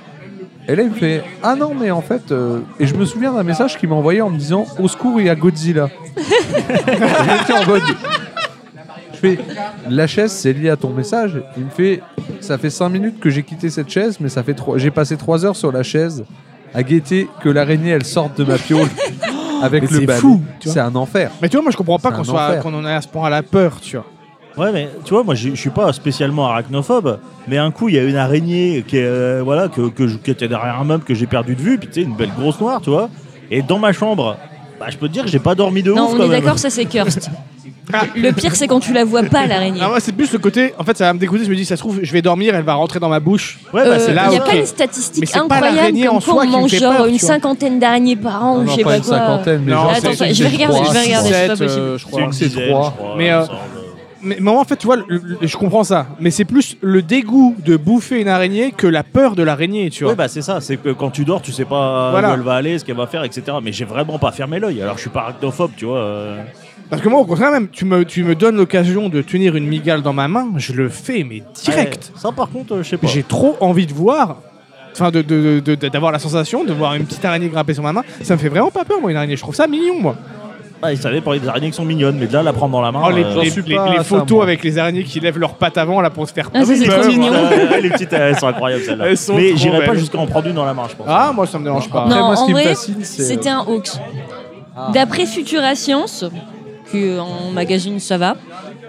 Et là, il me fait, ah non, mais en fait... euh, Et je me souviens d'un message qu'il m'a envoyé en me disant, au secours, il y a Godzilla. J'étais en mode... Je fais, la chaise, c'est lié à ton message. Il me fait, ça fait cinq minutes que j'ai quitté cette chaise, mais ça fait trois... j'ai passé trois heures sur la chaise à guetter que l'araignée, elle sorte de ma piole avec Mais le c'est balai. fou, tu vois. C'est un enfer. Mais tu vois, moi, je comprends pas C'est qu'on un soit, enfer. qu'on en ait à ce point à la peur, tu vois. Ouais, mais tu vois, moi, je je suis pas spécialement arachnophobe, mais un coup, il y a une araignée qui, est, euh, voilà, que, que je- qui était derrière un meuble que j'ai perdu de vue, puis tu sais, une belle grosse noire, tu vois. Et dans ma chambre, bah, je peux te dire que j'ai pas dormi de Non, ouf on quand est même. d'accord, ça c'est cursed. Le pire, c'est quand tu la vois pas, l'araignée. Ah, moi, c'est plus le côté. En fait, ça va me dégoûter. Je me dis, ça se trouve, je vais dormir, elle va rentrer dans ma bouche. Ouais, bah, c'est Il là, n'y a ok. pas une Mais statistique c'est pas incroyable l'araignée en comme soi quoi on qui me mange fait genre peur, une tu vois. cinquantaine d'araignées par an Non, ou non, je sais pas pas une quoi. cinquantaine, mais Non, genre, attends, c'est- je vais c'est regarder, trois, je vais regarder, c'est pas sept, possible. euh, je C'est crois. une c'est dizaine, trois. je crois, Mais, il me euh, semble. Mais moi, en fait, tu vois, le- le- je comprends ça. Mais c'est plus le dégoût de bouffer une araignée que la peur de l'araignée, tu vois. Oui, bah c'est ça, c'est que quand tu dors, tu sais pas Voilà. où elle va aller, ce qu'elle va faire, et cetera. Mais j'ai vraiment pas fermé l'œil, alors je suis pas arachnophobe, tu vois. euh. Parce que moi, au contraire, même, tu me, tu me donnes l'occasion de tenir une migale dans ma main, je le fais, mais direct. Ouais, ça, par contre, euh, je sais pas. J'ai trop envie de voir, enfin, de, de- de- de- d'avoir la sensation de voir une petite araignée grimper sur ma main. Ça me fait vraiment pas peur, moi, une araignée. Je trouve ça mignon, moi. Ah, ils savaient parler des araignées qui sont mignonnes, mais de là, la prendre dans la main. Oh, les, euh, j'en les- suis les- pas les à ça, photos moi. avec les araignées qui lèvent leurs pattes avant là pour se faire Ah, ça, c'est peur. trop mignon. Ouais, les petites, elles sont incroyables celles-là. Elles sont Mais trop j'irai pas belles. jusqu'à en prendre une dans la main, je pense. Ah, moi, ça me dérange pas. Après, Non, moi, ce en qui me vrai, fascine, c'est- c'était un hoax. Ah. D'après Futura Science, qui en magazine ça va,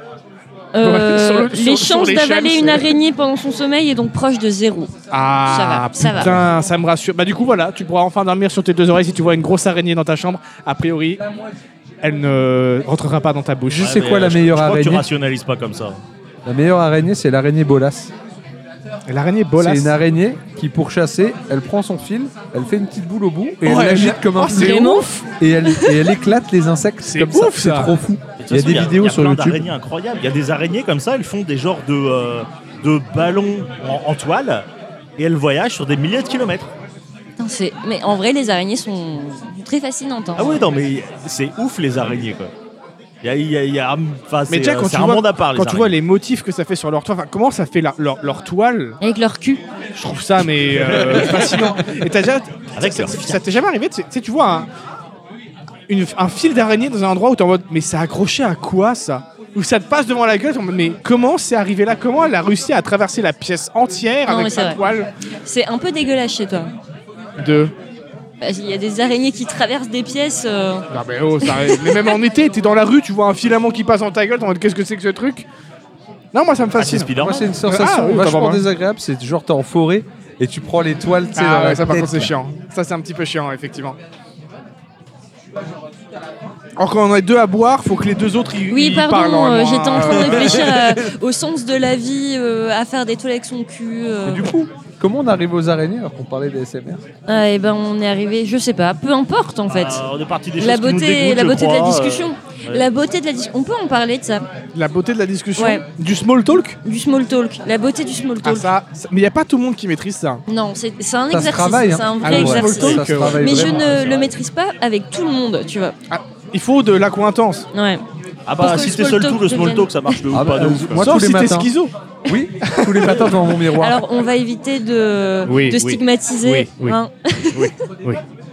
euh, Ouais, sur le- les sur- sur chances l'échelle, d'avaler c'est- une araignée pendant son sommeil est donc proche de zéro. Ah, Ça va, ça va. putain, ça me rassure. Bah, du coup, voilà, tu pourras enfin dormir sur tes deux oreilles si tu vois une grosse araignée dans ta chambre. A priori, elle ne rentrera pas dans ta bouche. Je sais mais, quoi euh, la je- meilleure je crois que tu araignée rationalises pas comme ça. La meilleure araignée, c'est l'araignée bolas. Et l'araignée bolas. C'est une araignée qui, pour chasser, elle prend son fil, elle fait une petite boule au bout et Oh, elle elle- l'agite comme un oh, c'est fil. Vraiment ouf. Et elle, et elle éclate les insectes C'est comme ouf, ça. ça. C'est trop fou. De toute Il y a façon, des vidéos y a sur plein YouTube. d'araignées incroyables. Il y a des araignées comme ça, elles font des genres de, euh, de ballons en, en toile et elles voyagent sur des milliers de kilomètres. Putain, c'est- Mais en vrai, les araignées sont très fascinantes. hein. Ah oui, non, mais c'est ouf les araignées quoi. Il y a, il y a- il y a- enfin, Mais c'est déjà, euh, quand, c'est tu un vois, monde à part. Les quand tu vois araignées. les motifs que ça fait sur leur toile, enfin, comment ça fait la- leur, leur toile, Avec leur cul. je trouve ça mais euh, fascinant. Et t'as déjà, Avec ça, leur ça- fier. ça t'est jamais arrivé, tu sais- tu sais, tu vois un, une- un fil d'araignée dans un endroit où t'es en mode, mais c'est accroché à quoi ça? Ou ça te passe devant la gueule, t'es en mode, mais comment c'est arrivé là? Comment elle a réussi à traverser la pièce entière Non, mais avec c'est sa vrai. toile C'est un peu dégueulasse chez toi. de. Parce qu'il y a des araignées qui traversent des pièces. euh, Non mais oh, ça arrive. Mais même en été, t'es dans la rue, tu vois un filament qui passe dans ta gueule, t'es en mode, qu'est-ce que c'est que ce truc? Non, moi ça me Ah, c'est fascine. Spider-Man. Moi, c'est une sensation Ah, oui, vachement t'as pas- désagréable. C'est genre, t'es en forêt et tu prends les toiles, tu sais, Ah dans ouais, la ça par tête, contre c'est là. chiant. Ça c'est un petit peu chiant effectivement. Alors quand on est deux à boire, faut que les deux autres ils, Oui, ils parlent pardon, euh, normalement, j'étais en hein. train de réfléchir à- au sens de la vie, euh, à faire des toilettes avec son cul. euh. Et du coup, comment on arrive aux araignées alors qu'on parlait des S M R? Ah, et ben on est arrivé, je sais pas, peu importe en fait. Ah, on est parti des La choses qui nous beauté, dégoûtent, la je beauté de la crois, euh, discussion. ouais. La beauté de la discussion. On peut en parler de ça, La beauté de la discussion, Ouais. du small talk. du small talk. La beauté du small Ah talk. ça, ça- mais il y a pas tout le monde qui maîtrise ça. Non, c'est c'est un Ça se exercice, travaille, hein. c'est un Ah, vrai le small exercice. talk, Ça se travaille Mais je vraiment. ne le maîtrise pas avec tout le monde, tu vois. Ah, il faut de l'accointance. Ouais. Ah Pour bah que si le t'es small seul talk tout, le small devienne- talk ça marche de ouf, Ah pas bah, de euh, ouf. quoi. moi, Sauf tous les si t'es matins. schizo. Oui, tous les matins devant mon miroir. Alors on va éviter de, Oui, de oui. stigmatiser. Oui, oui. hein. Oui, oui.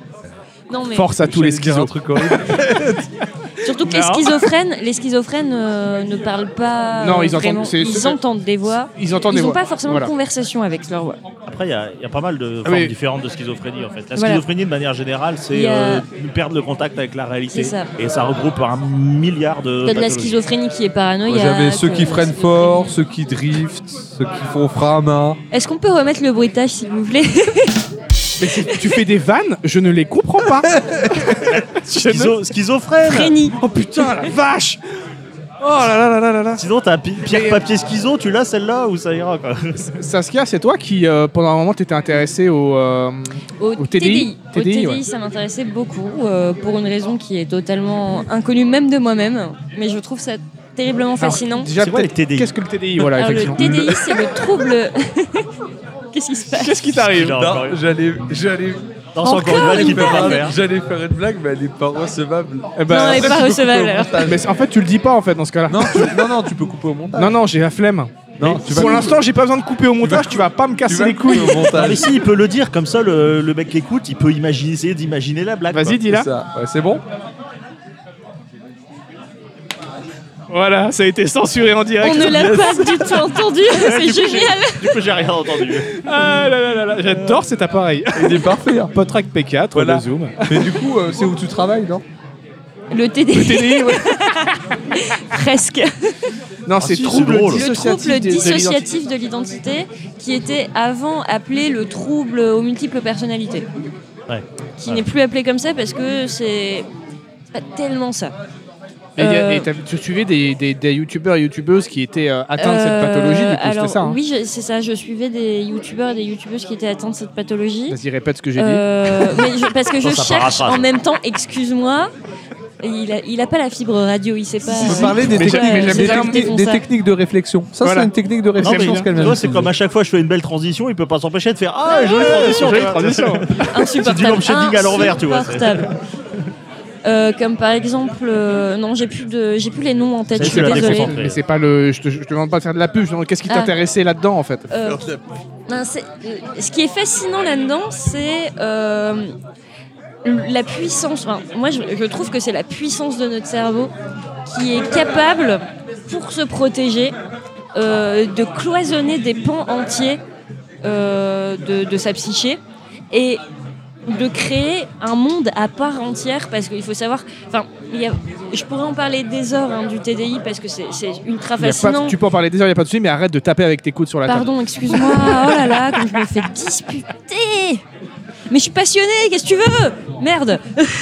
Non mais Force à tous les J'allais dire schizos. un truc horrible. surtout que les Non. schizophrènes, les schizophrènes euh, ne parlent pas. Non, euh, ils entendent- vraiment. c'est- Ils c'est- entendent des voix. Ils entendent Ils des n'ont voix. pas forcément Voilà. de conversation avec leur voix. Après, il y, a- il y a pas mal de Ah formes oui. différentes de schizophrénie en fait. La Voilà. schizophrénie de manière générale, c'est Il y a- euh, perdre le contact avec la réalité. C'est ça. Et ça regroupe un milliard de. T'as de la pathologies. schizophrénie qui est Moi, paranoïaque. J'avais ceux qui euh, freinent schizophrénie. fort, ceux qui driftent, ceux qui font frein à main. Est-ce qu'on peut remettre le bruitage s'il vous plaît? Mais tu, tu fais des vannes, je ne les comprends pas. Je ne- Schizo- schizophrène. Frénie. Oh putain, la vache. Oh là là là là là là. Sinon, t'as pi- pierre papier schizo, tu l'as celle-là ou ça ira quoi. Saskia, c'est toi qui, euh, pendant un moment, t'étais intéressé au, euh, Au, Au T D I. T D I, Au T D I, ouais. ça m'intéressait beaucoup euh, pour une raison qui est totalement inconnue même de moi-même, mais je trouve ça terriblement fascinant. Alors, déjà, C'est quoi peut-être, les T D I? Qu'est-ce que le T D I? Voilà, Alors, le effectivement. T D I, c'est le trouble. Qu'est-ce qui se passe? Qu'est-ce qui t'arrive? Non, Non, encore une- j'allais, j'allais, Non, c'est encore une Encore vanne une qu'il peut pas vanne. faire. j'allais faire une blague, mais elle est pas recevable. Eh ben, Non, elle est après, pas tu peux recevable, couper au alors. montage. Mais en fait, tu le dis pas en fait dans ce cas-là. Non, tu, non, non, tu peux couper au montage. Non, non, j'ai la flemme. non, tu vas Pour l'instant, j'ai pas besoin de couper au montage, tu vas pas me tu casser vas les couilles. couper au Ah, mais montage. si, il peut le dire, comme ça le, le mec qui écoute, il peut imaginer, essayer d'imaginer la blague. Vas-y, quoi. dis-la. C'est ça. Ouais, c'est bon. Voilà, ça a été censuré en direct. On ne l'a pas du tout entendu, c'est génial. Du coup, j'ai rien entendu. Ah là là là là, j'adore cet appareil. Il est parfait. hein. Potrac P quatre, Voilà. le zoom. Mais du coup, euh, c'est où tu travailles, non? Le T D I, Le T D I, ouais. presque. Non, c'est si, trouble c'est drôle. Le dissociatif. trouble des- de l'identité. dissociatif de l'identité, qui était avant appelé le trouble aux multiples personnalités. Ouais. Qui n'est plus appelé comme ça parce que c'est c'est pas tellement ça. Et, y a- Euh, et t'as- tu suivais des, des, des youtubeurs et youtubeuses qui étaient euh, atteints de cette Euh, pathologie, du coup, alors, c'était ça. Hein. Oui, je- c'est ça. Je suivais des youtubeurs et des youtubeuses qui étaient atteints de cette pathologie. Vas-y, répète ce que j'ai Euh, mais je- parce que je Attends, ça cherche paraphrase. en même temps, excuse-moi. Il a, il a pas la fibre radio, il sait pas. On peut parler des, Mais techniques- j'aime- mais j'aime des bien. techniques- des techniques de réflexion. Ça, Voilà. c'est une technique de Non, mais réflexion. ce qu'elle tu vient vois, de c'est dire. comme à chaque fois je fais une belle transition, il peut pas s'empêcher de faire ah jolie transition. Jolie tu vois. transition. Insupportable. C'est du lamp shading à l'envers, tu vois, c'est- Insupportable. Euh, comme par exemple, euh, non, j'ai plus de, j'ai plus les noms en tête. Ça, Je tu suis l'as désolée. déconcentré. Mais c'est pas le. Je te, je te demande pas de faire de la pub. je te demande Qu'est-ce qui Ah. t'intéressait là-dedans, en fait Euh, non, c'est- euh, ce qui est fascinant là-dedans, c'est euh, la puissance. Enfin, moi, je, je trouve que c'est la puissance de notre cerveau qui est capable, pour se protéger, euh, de cloisonner des pans entiers euh, de, de sa psyché et de créer un monde à part entière, parce qu'il faut savoir, enfin, il y a- je pourrais en parler des heures hein, du T D I parce que c'est c'est ultra Y a pas- fascinant. Tu peux en parler des heures, il n'y a pas de souci, mais arrête de taper avec tes coudes sur la table. Pardon, excuse-moi. Oh là là, comme je me fais disputer. Mais je suis passionnée, qu'est-ce que tu veux? Merde.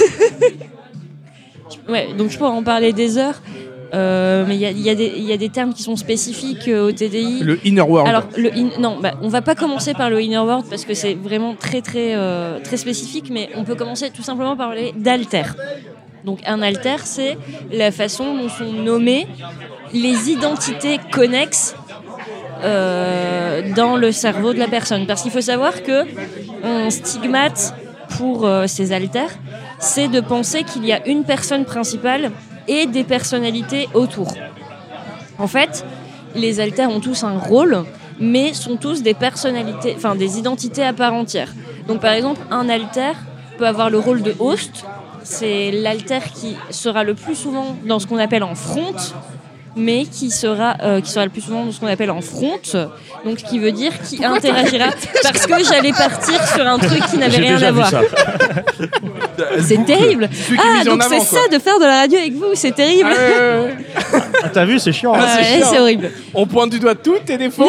Ouais, donc je pourrais en parler des heures. Euh, mais il y a, il y a des- il y a des termes qui sont spécifiques euh, au T D I. Le inner world. Alors, le in- non, bah, on va pas commencer par le inner world parce que c'est vraiment très très euh, très spécifique, mais on peut commencer tout simplement par parler d'alter. Donc, un alter, c'est la façon dont sont nommées les identités connexes euh, dans le cerveau de la personne. Parce qu'il faut savoir que un stigmate pour euh, ces alters, c'est de penser qu'il y a une personne principale et des personnalités autour. En fait, les alters ont tous un rôle, mais sont tous des personnalités, enfin des identités à part entière. Donc par exemple, un alter peut avoir le rôle de host. C'est l'alter qui sera le plus souvent dans ce qu'on appelle en front, mais qui sera, euh, qui sera le plus souvent dans ce qu'on appelle en front, donc ce qui veut dire qui interagira, parce que j'allais partir sur un truc qui n'avait J'ai rien déjà à vu voir. ça. C'est terrible. celui qui est Ah, mis en donc avant, c'est quoi. ça de faire de la radio avec vous, c'est terrible. Ah, ouais, ouais, ouais. Ah, t'as vu, c'est chiant. hein. c'est Ouais, chiant. c'est horrible. On pointe du doigt tous tes défauts.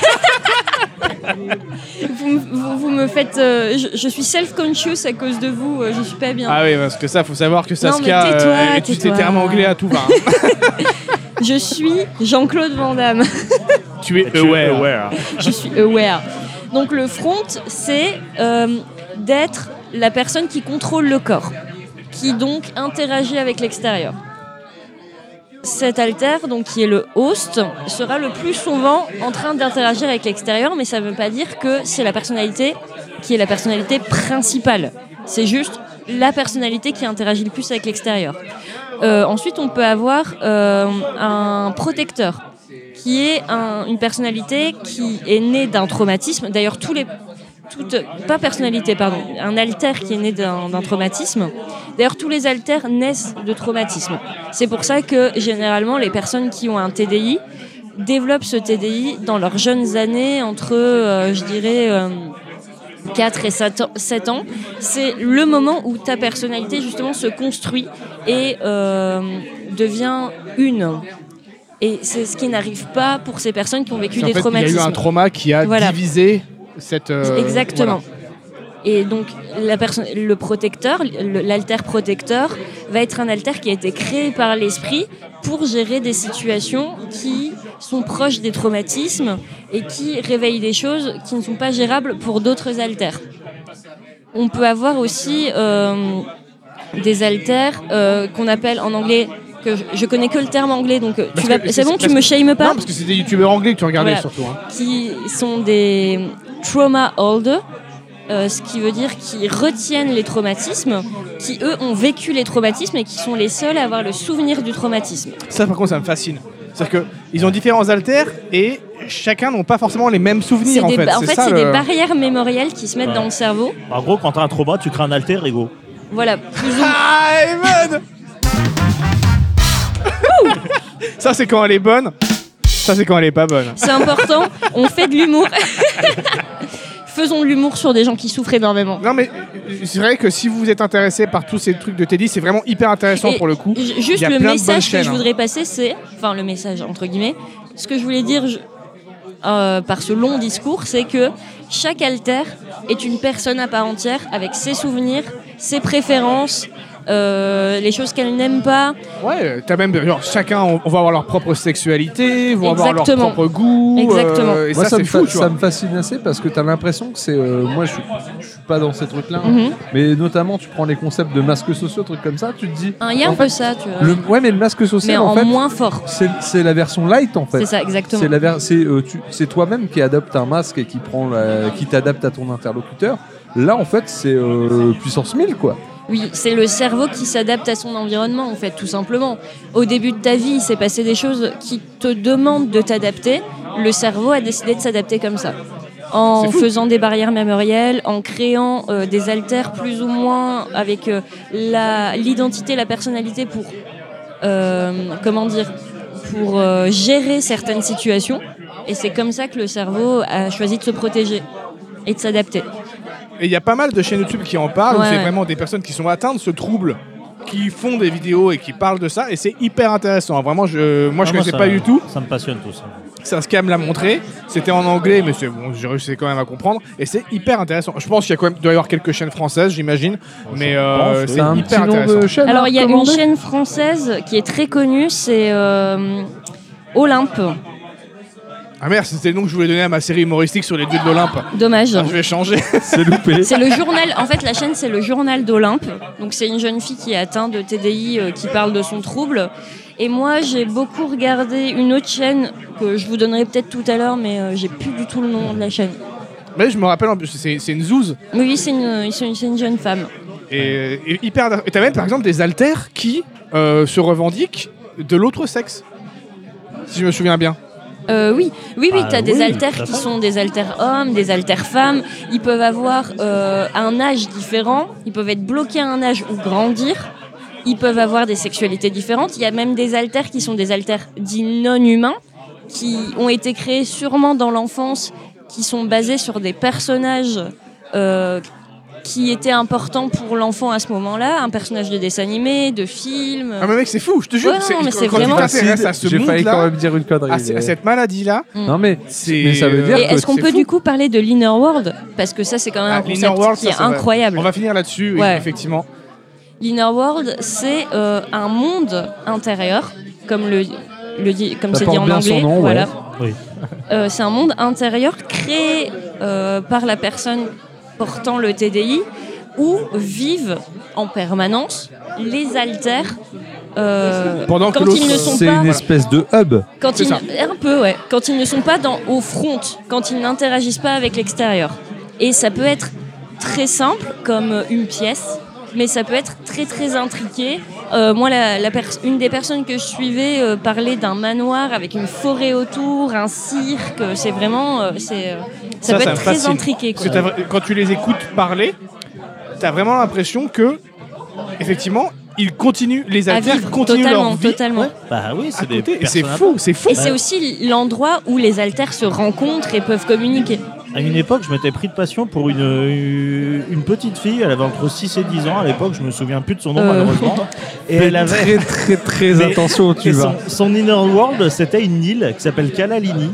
Vous, me- vous, vous me faites. euh, je, je suis self-conscious à cause de vous, euh, je suis pas bien. Ah oui, parce que ça, faut savoir que Saskia, Non, mais tais-toi, euh, tu t'es tais-toi. terme anglais à tout va. hein. Je suis Jean-Claude Van Damme. tu es Tu es aware. aware. Je suis aware. Donc le front, c'est euh, d'être la personne qui contrôle le corps, qui donc interagit avec l'extérieur. Cet alter, donc qui est le host, sera le plus souvent en train d'interagir avec l'extérieur, mais ça ne veut pas dire que c'est la personnalité qui est la personnalité principale. C'est juste la personnalité qui interagit le plus avec l'extérieur. Euh, ensuite, on peut avoir euh, un protecteur, qui est un- une personnalité qui est née d'un traumatisme. D'ailleurs, tous les toute, pas personnalité, pardon, un alter qui est né d'un d'un traumatisme. D'ailleurs, tous les alters naissent de traumatisme. C'est pour ça que, généralement, les personnes qui ont un T D I développent ce T D I dans leurs jeunes années, entre, euh, je dirais, euh, quatre et sept ans. C'est le moment où ta personnalité, justement, se construit et euh, devient une. Et c'est ce qui n'arrive pas pour ces personnes qui ont vécu En des fait, il y a traumatismes. eu un trauma qui a Voilà. divisé cette. euh, Exactement. Et donc, la personne, le protecteur, le- l'alter protecteur, va être un alter qui a été créé par l'esprit pour gérer des situations qui sont proches des traumatismes et qui réveillent des choses qui ne sont pas gérables pour d'autres alters. On peut avoir aussi euh, des alters euh, qu'on appelle en anglais, que je, je connais que le terme anglais, donc euh, tu Parce vas, que c'est bon, c'est- tu parce me que- shames pas, Non, parce que c'est des youtubeurs anglais que tu regardais Voilà. surtout. hein. qui sont des trauma holders. Euh, ce qui veut dire qu'ils retiennent les traumatismes, qui eux ont vécu les traumatismes et qui sont les seuls à avoir le souvenir du traumatisme. Ça, par contre, ça me fascine. C'est-à-dire qu'ils ont différents alters et chacun n'ont pas forcément les mêmes C'est souvenirs en des, fait. ba- en C'est fait, ça, c'est le- des barrières mémorielles qui se mettent Ouais. dans le cerveau. En gros, quand t'as un trauma, tu crées un alter ego. Voilà, plus ou moins. Ah, Evan Ça, c'est quand elle est bonne. Ça, c'est quand elle est pas bonne. C'est important, on fait de l'humour. Faisons de l'humour sur des gens qui souffrent énormément. Non, mais euh, c'est vrai que si vous êtes intéressé par tous ces trucs de Teddy, c'est vraiment hyper intéressant Et pour le coup. j- Il Juste y a le plein de bonnes message que chaînes, je hein. voudrais passer, c'est, enfin le message entre guillemets, ce que je voulais dire je- euh, par ce long discours, c'est que chaque alter est une personne à part entière avec ses souvenirs, ses préférences, euh, les choses qu'elle n'aime pas. Ouais, t'as même genre, chacun, on, on va avoir leur propre sexualité, vont avoir leur Exactement. propre goût. Exactement. euh, et Moi, ça, ça, c'est me fou, fa- tu vois. ça me fascine assez parce que tu as l'impression que c'est. euh, moi, je suis, je suis pas dans ces trucs-là, hein. Mhm. mais notamment, tu prends les concepts de masques sociaux, trucs comme ça, tu te dis. Hein, Il y a en un fait, peu ça, tu vois. le, ouais, mais le masque social, mais en, en fait, moins fort. c'est c'est la version light, en fait. C'est ça, exactement. C'est la ver- c'est, euh, tu- c'est toi-même qui adopte un masque et qui prend la- qui t'adapte à ton interlocuteur. Là, en fait, c'est euh, puissance mille, quoi. Oui, c'est le cerveau qui s'adapte à son environnement, en fait, tout simplement. Au début de ta vie, il s'est passé des choses qui te demandent de t'adapter. Le cerveau a décidé de s'adapter comme ça. En faisant des barrières mémorielles, en créant euh, des haltères plus ou moins avec euh, la, l'identité, la personnalité pour, euh, comment dire, pour euh, gérer certaines situations. Et c'est comme ça que le cerveau a choisi de se protéger et de s'adapter. Et il y a pas mal de chaînes YouTube qui en parlent, où Ouais, c'est ouais. vraiment des personnes qui sont atteintes de ce trouble, qui font des vidéos et qui parlent de ça, et c'est hyper intéressant. Vraiment, je, moi je Ah, connaissais ça- pas du tout. Ça me passionne tout ça. C'est un scam l'a montré. C'était en anglais, mais c'est bon, j'ai réussi quand même à comprendre. Et c'est hyper intéressant. Je pense qu'il y a quand même, doit y avoir quelques chaînes françaises, j'imagine, mais euh, pense, c'est C'est un hyper petit nom intéressant. de chaîne. Alors, à il y a une recommander chaîne française qui est très connue, c'est euh, Olympe. Ah merde, c'était le nom que je voulais donner à ma série humoristique sur les dieux de l'Olympe. Dommage. Ah, je vais changer. C'est loupé. C'est le journal, en fait la chaîne c'est le journal d'Olympe, donc c'est une jeune fille qui est atteinte de T D I euh, qui parle de son trouble. Et moi j'ai beaucoup regardé une autre chaîne que je vous donnerai peut-être tout à l'heure mais euh, j'ai plus du tout le nom de la chaîne. Mais je me rappelle, en plus, c'est c'est une zouze. Mais oui c'est une, c'est une, c'est une jeune femme. Et, et hyper intéressant. Et t'as même par exemple des haltères qui euh, se revendiquent de l'autre sexe. Si je me souviens bien. Euh, oui, oui, oui, Ah tu as des oui, haltères tout à qui fait. sont des haltères hommes, des haltères femmes. Ils peuvent avoir euh, un âge différent, ils peuvent être bloqués à un âge ou grandir. Ils peuvent avoir des sexualités différentes. Il y a même des haltères qui sont des haltères dits non humains, qui ont été créés sûrement dans l'enfance, qui sont basés sur des personnages euh, qui étaient importants pour l'enfant à ce moment-là, un personnage de dessin animé, de film. Ah mais mec, c'est fou, je te jure. Ouais, non, mais c'est quand vraiment- tu t'intéresses à ce J'ai failli quand monde-là, même dire une connerie. à, ce- à mais- cette maladie-là, Non, mais, c'est. mais ça veut dire Et que est-ce qu'on c'est peut fou. du coup parler de l'Inner World? Parce que ça, c'est quand même Ah, un l'Inner concept World, qui ça, est c'est vrai. incroyable. On va finir là-dessus, oui, Ouais. effectivement. L'Inner World, c'est euh, un monde intérieur, comme le, le dit, comme Ça c'est dit porte en bien son anglais. nom, ouais. voilà. Oui. Euh, c'est un monde intérieur créé euh, par la personne portant le T D I, où vivent en permanence les haltères. euh, Pendant que quand l'autre- ils ne sont c'est pas une espèce de hub. quand C'est ils ça. un peu ouais quand ils ne sont pas dans au front, quand ils n'interagissent pas avec l'extérieur. Et ça peut être très simple comme une pièce, mais ça peut être très très intriqué. Euh, moi, la, la pers- une des personnes que je suivais euh, parlait d'un manoir avec une forêt autour, un cirque. C'est vraiment, euh, c'est, euh, ça, Ça, peut ça être me très fascine. intriqué. Parce Quoi. que t'as vra- quand tu les écoutes parler, t'as vraiment l'impression que, effectivement, ils continuent, les À haltères vivre continuent totalement, leur vie totalement. Ouais, bah oui, à c'est des côté. Et c'est personnes fou, c'est fou. Et c'est aussi l'endroit où les haltères se rencontrent et peuvent communiquer. À une époque, je m'étais pris de passion pour une, une petite fille. Elle avait entre six et dix ans à l'époque. Je me souviens plus de son nom, Euh. malheureusement. Et elle avait. Très, très, très Mais- attention où tu et vas. son, son inner world, c'était une île qui s'appelle Kalalini.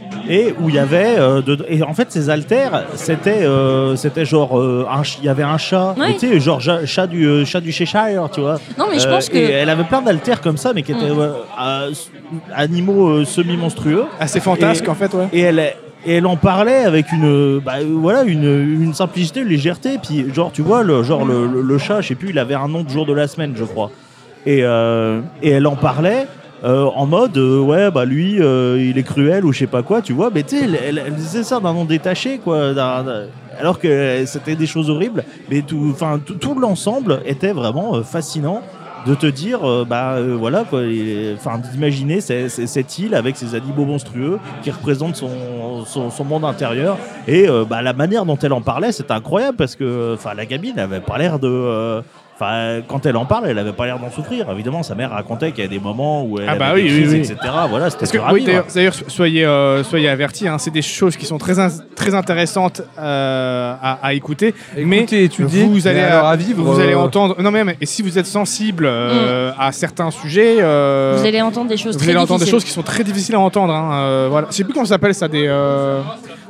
Et où il y avait. euh, de- et en fait, ces haltères, c'était euh, c'était genre. euh, un ch- Il y avait un chat. Ouais. mais Tu sais, genre ja- chat du, euh, chat du Cheshire, tu vois. Non, mais je Euh, pense que. Et elle avait plein d'haltères comme ça, mais qui étaient Mm. euh, euh, animaux euh, semi-monstrueux. Assez fantasque, Et- en fait, ouais. Et elle, et elle en parlait avec une, bah, euh, voilà, une, une simplicité, une légèreté. Puis, genre, tu vois, le, genre, le, le- le chat, je sais plus, il avait un nom de jour de la semaine, je crois. Et, euh, et elle en parlait euh, en mode, euh, ouais, bah lui, euh, il est cruel ou je sais pas quoi, tu vois. Mais tu sais, elle, elle- elle disait ça d'un nom détaché, quoi. d'un- d'un- alors que euh, c'était des choses horribles. Mais tout, enfin, tout, tout l'ensemble était vraiment euh, fascinant. De te dire, euh, bah euh, voilà, quoi, et- enfin d'imaginer ces- ces- cette île avec ces animaux monstrueux qui représentent son, son, son monde intérieur. Et euh, bah, la manière dont elle en parlait, c'était incroyable parce que enfin la gamine avait pas l'air de. euh, Enfin, quand elle en parle, elle avait pas l'air d'en souffrir. Évidemment, sa mère racontait qu'il y a des moments où elle Ah bah avait oui, des oui, crises, oui. et cetera. Voilà, c'était Parce que, dur à oui, vivre. d'ailleurs, d'ailleurs, soyez, euh, soyez avertis, hein, c'est des choses qui sont très, in- très intéressantes euh, à, à écouter. mais Écoutez, étudiez, vous mais allez, alors à vivre, vous euh, allez entendre. Non, même, et si vous êtes sensible euh, à certains sujets, euh, Vous allez entendre des choses vous très allez entendre des difficiles. choses qui sont très difficiles à entendre. Hein, euh, voilà. Je sais plus comment ça s'appelle ça, des. Euh... Tu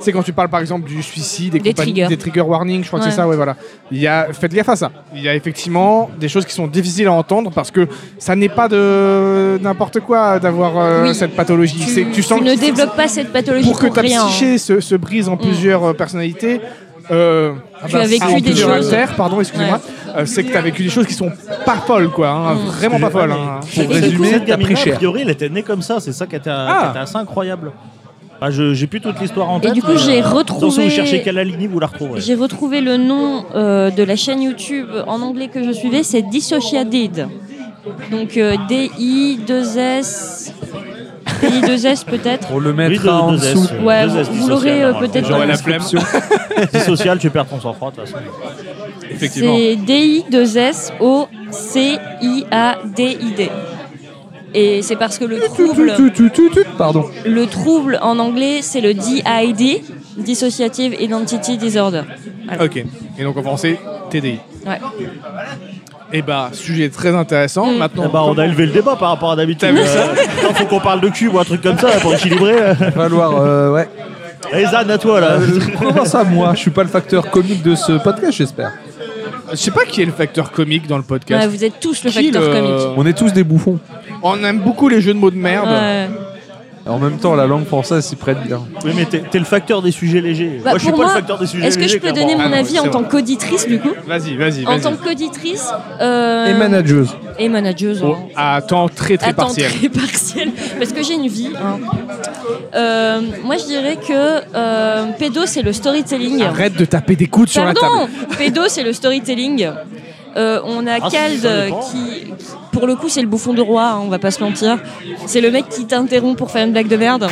C'est quand tu parles par exemple du suicide et Des compagnie, triggers. des trigger warnings, je crois que Ouais. c'est ça, ouais, voilà. Il y a, faites gaffe à ça. Il y a effectivement des choses qui sont difficiles à entendre parce que ça n'est pas de n'importe quoi d'avoir euh, Oui. cette pathologie. Tu, C'est que tu sens tu ne que- développes pas cette pathologie pour que pour ta rien. psyché se, se brise en plusieurs euh, personnalités. Euh, Tu as vécu en des plusieurs choses. alters, pardon, excusez-moi. Euh, c'est que tu as vécu des choses qui sont pas folles, quoi. Hein, Mm. Vraiment pas folles. Hein. Pour Et du résumer, coup, cette t'as gamine, pris cher. A priori, elle était née comme ça. C'est ça qui était, Ah. qui était assez incroyable. Bah, je, j'ai plus toute l'histoire en tête. du coup, mais, j'ai euh, retrouvé- Si vous cherchez Kalalini, vous la retrouverez. J'ai retrouvé le nom euh, de la chaîne YouTube en anglais que je suivais, c'est Dissociated. Donc euh, D I deux S D I deux S peut-être. On le Oui, mettra deux- en deux dessous. S, euh, Ouais, deux S vous l'aurez, euh, dissocial, peut-être J'aurais normalement. la flemme. Dissocial, tu perds ton sang-froid de toute façon. Effectivement. C'est D I deux S O C I A D I D. Et c'est parce que le trouble, Tu, tu, tu, tu, pardon. le trouble en anglais, c'est le D I D, Dissociative Identity Disorder. Voilà. Ok. Et donc en français, T D I. Ouais. Et bah, sujet très intéressant. Mm. Maintenant, Eh ben, on a élevé le débat par rapport à d'habitude. T'as vu ça Euh, non, faut qu'on parle de cul ou un truc comme ça pour équilibrer. Va falloir, euh, ouais. Allez, Zan, à toi là. Comment ça, moi Je suis pas le facteur comique de ce podcast, j'espère. je sais pas qui est le facteur comique dans le podcast. Ouais, vous êtes tous le Qui facteur le- comique. On est tous des bouffons. On aime beaucoup les jeux de mots de merde. Ouais. En même temps, la langue française s'y prête bien. Oui, mais t'es, t'es le facteur des sujets légers. Bah, moi, je suis pour pas moi, le facteur des sujets Est-ce que légers. je peux clairement. donner Ah mon non, avis c'est en vrai. tant qu'auditrice du coup? Vas-y, vas-y, En vas-y. tant qu'auditrice euh, Et manageuse. et manageuse. Oh, hein. à temps très très À temps partiel. très partiel, parce que j'ai une vie. hein. Euh, moi, je dirais que euh, pédo, c'est le storytelling. Arrête de taper des coudes sur la Pardon, table. pédo, c'est le storytelling. Euh, on a Ah, Kald ça euh, dépend. qui, pour le coup, c'est le bouffon de roi, hein, on va pas se mentir. C'est le mec qui t'interrompt pour faire une blague de merde.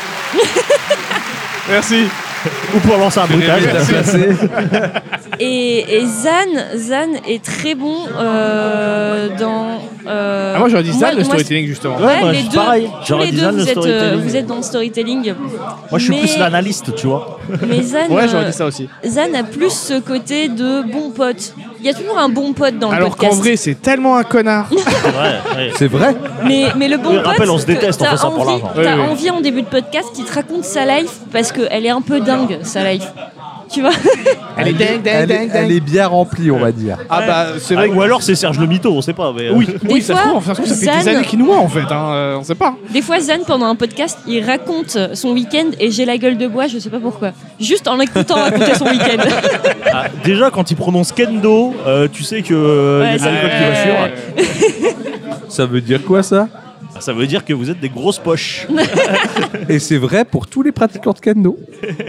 Merci. Ou pour lancer un bruitage. T'as placé. Et, et Zan, Zan est très bon euh, dans. euh, Ah, moi j'aurais dit ça, moi- le moi, storytelling justement. Ouais, Ouais, moi, les je- deux, pareil. tous J'aurais les dit deux, Zan, le vous êtes, euh, storytelling. vous êtes dans le storytelling. Moi, je suis Mais- plus l'analyste, tu vois. Mais Zan, Ouais, j'aurais euh, dit ça aussi. Zan a plus ce côté de bon pote. Il y a toujours un bon pote dans le Alors qu'en podcast. vrai, c'est tellement un connard. Ouais, ouais. C'est vrai. Mais, mais le bon Oui, pote, rappelle, on se que déteste, on t'as fait ça pour envie- l'argent. T'as Oui, oui. envie en début de podcast qu'il te raconte sa life parce qu'elle est un peu dingue, sa life. Tu vois? Elle est dingue, dingue, elle, est- dingue, elle dingue. est bien remplie, on va dire. Ah bah, c'est Ah, vrai. ou alors c'est Serge le Mytho, on sait pas. Mais, euh, Oui, oui, Des ça se fois, trouve, ça se trouve, ça fait Zan- des années qu'il nous ment en fait. Hein. euh, On sait pas. Des fois, Zan, pendant un podcast, il raconte son week-end et j'ai la gueule de bois, je sais pas pourquoi. Juste en l'écoutant raconter son week-end. ah, déjà, quand il prononce Kendo, euh, tu sais qu'il euh, y a Ouais, de l'alcool qui va suivre. Ça veut dire quoi, ça Ça veut dire que vous êtes des grosses poches. Et c'est vrai pour tous les pratiquants de kendo.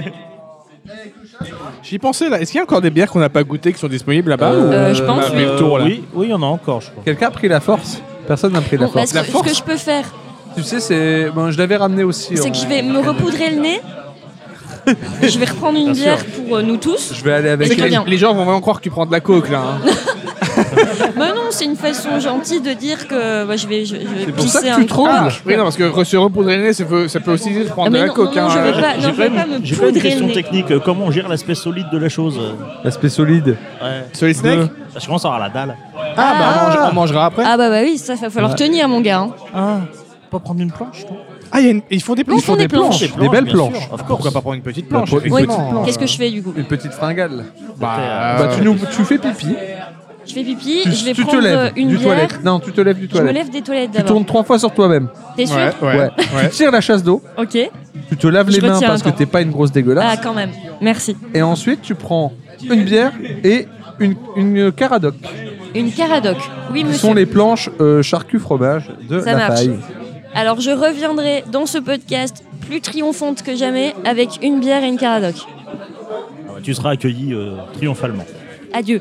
J'y pensais là. Est-ce qu'il y a encore des bières qu'on n'a pas goûtées qui sont disponibles là-bas Euh, ou- Euh, je pense, on a fait oui. le tour là. oui, oui, il y en a encore, je crois. Quelqu'un a pris la force Personne n'a pris la Bon, bah, force. ce, La que, ce force. que je peux faire, Tu sais, c'est. Bon, je l'avais ramené aussi. c'est en- que je vais me repoudrer le nez. Je vais reprendre une Bien bière sûr. pour euh, nous tous. Je vais aller Et avec je Les- reviens. Les gens vont vraiment croire que tu prends de la coke là. hein. Bah non, c'est une façon gentille de dire que bah, je vais, je, je vais C'est pour ça pisser que tu un trembles. coup. Ah, oui, non, parce que re- se repoudrer le nez, ça peut, ça peut aussi dire prendre Ah, de mais la non, coke. non, non, hein. je veux pas- J'ai non, je vais quand pas même- me j'ai pas une poudrer le question nez. technique. euh, Comment on gère l'aspect solide de la chose euh L'aspect solide. Ouais. Sur les snacks. Je commence à avoir la dalle. Ah, bah on, mange- on mangera après. Ah bah bah oui, ça va falloir Ouais. tenir mon gars. hein. Ah, pas prendre une planche, toi Ah, il y a une- ils font des planches. Ils font des planches. Des belles bien planches. sûr. Of course. Pourquoi pas prendre une petite planche Bah, pour- une Oui, effectivement. planche. qu'est-ce que je fais du coup? Une petite fringale. Bah, Bah, tu, nous, tu fais pipi. Je fais pipi, Tu, je vais tu te prendre lèves une du bière. toilette. Non, tu te lèves du Je me toilette. lève des toilettes Tu d'abord. tournes trois fois sur toi-même. T'es sûr? Ouais, ouais, Ouais. ouais. Tu tires la chasse d'eau. Ok. Tu te laves Je les mains retiens, parce que attends. t'es pas une grosse Ah dégueulasse. quand même. Merci. Et ensuite, tu prends une bière et une, une caradoc. Une caradoc. Oui Ce monsieur. sont les planches euh, charcu fromage de Ça la marche. paille. Alors je reviendrai dans ce podcast plus triomphante que jamais avec une bière et une caradoc. Ah, Tu seras accueilli euh, triomphalement. Adieu.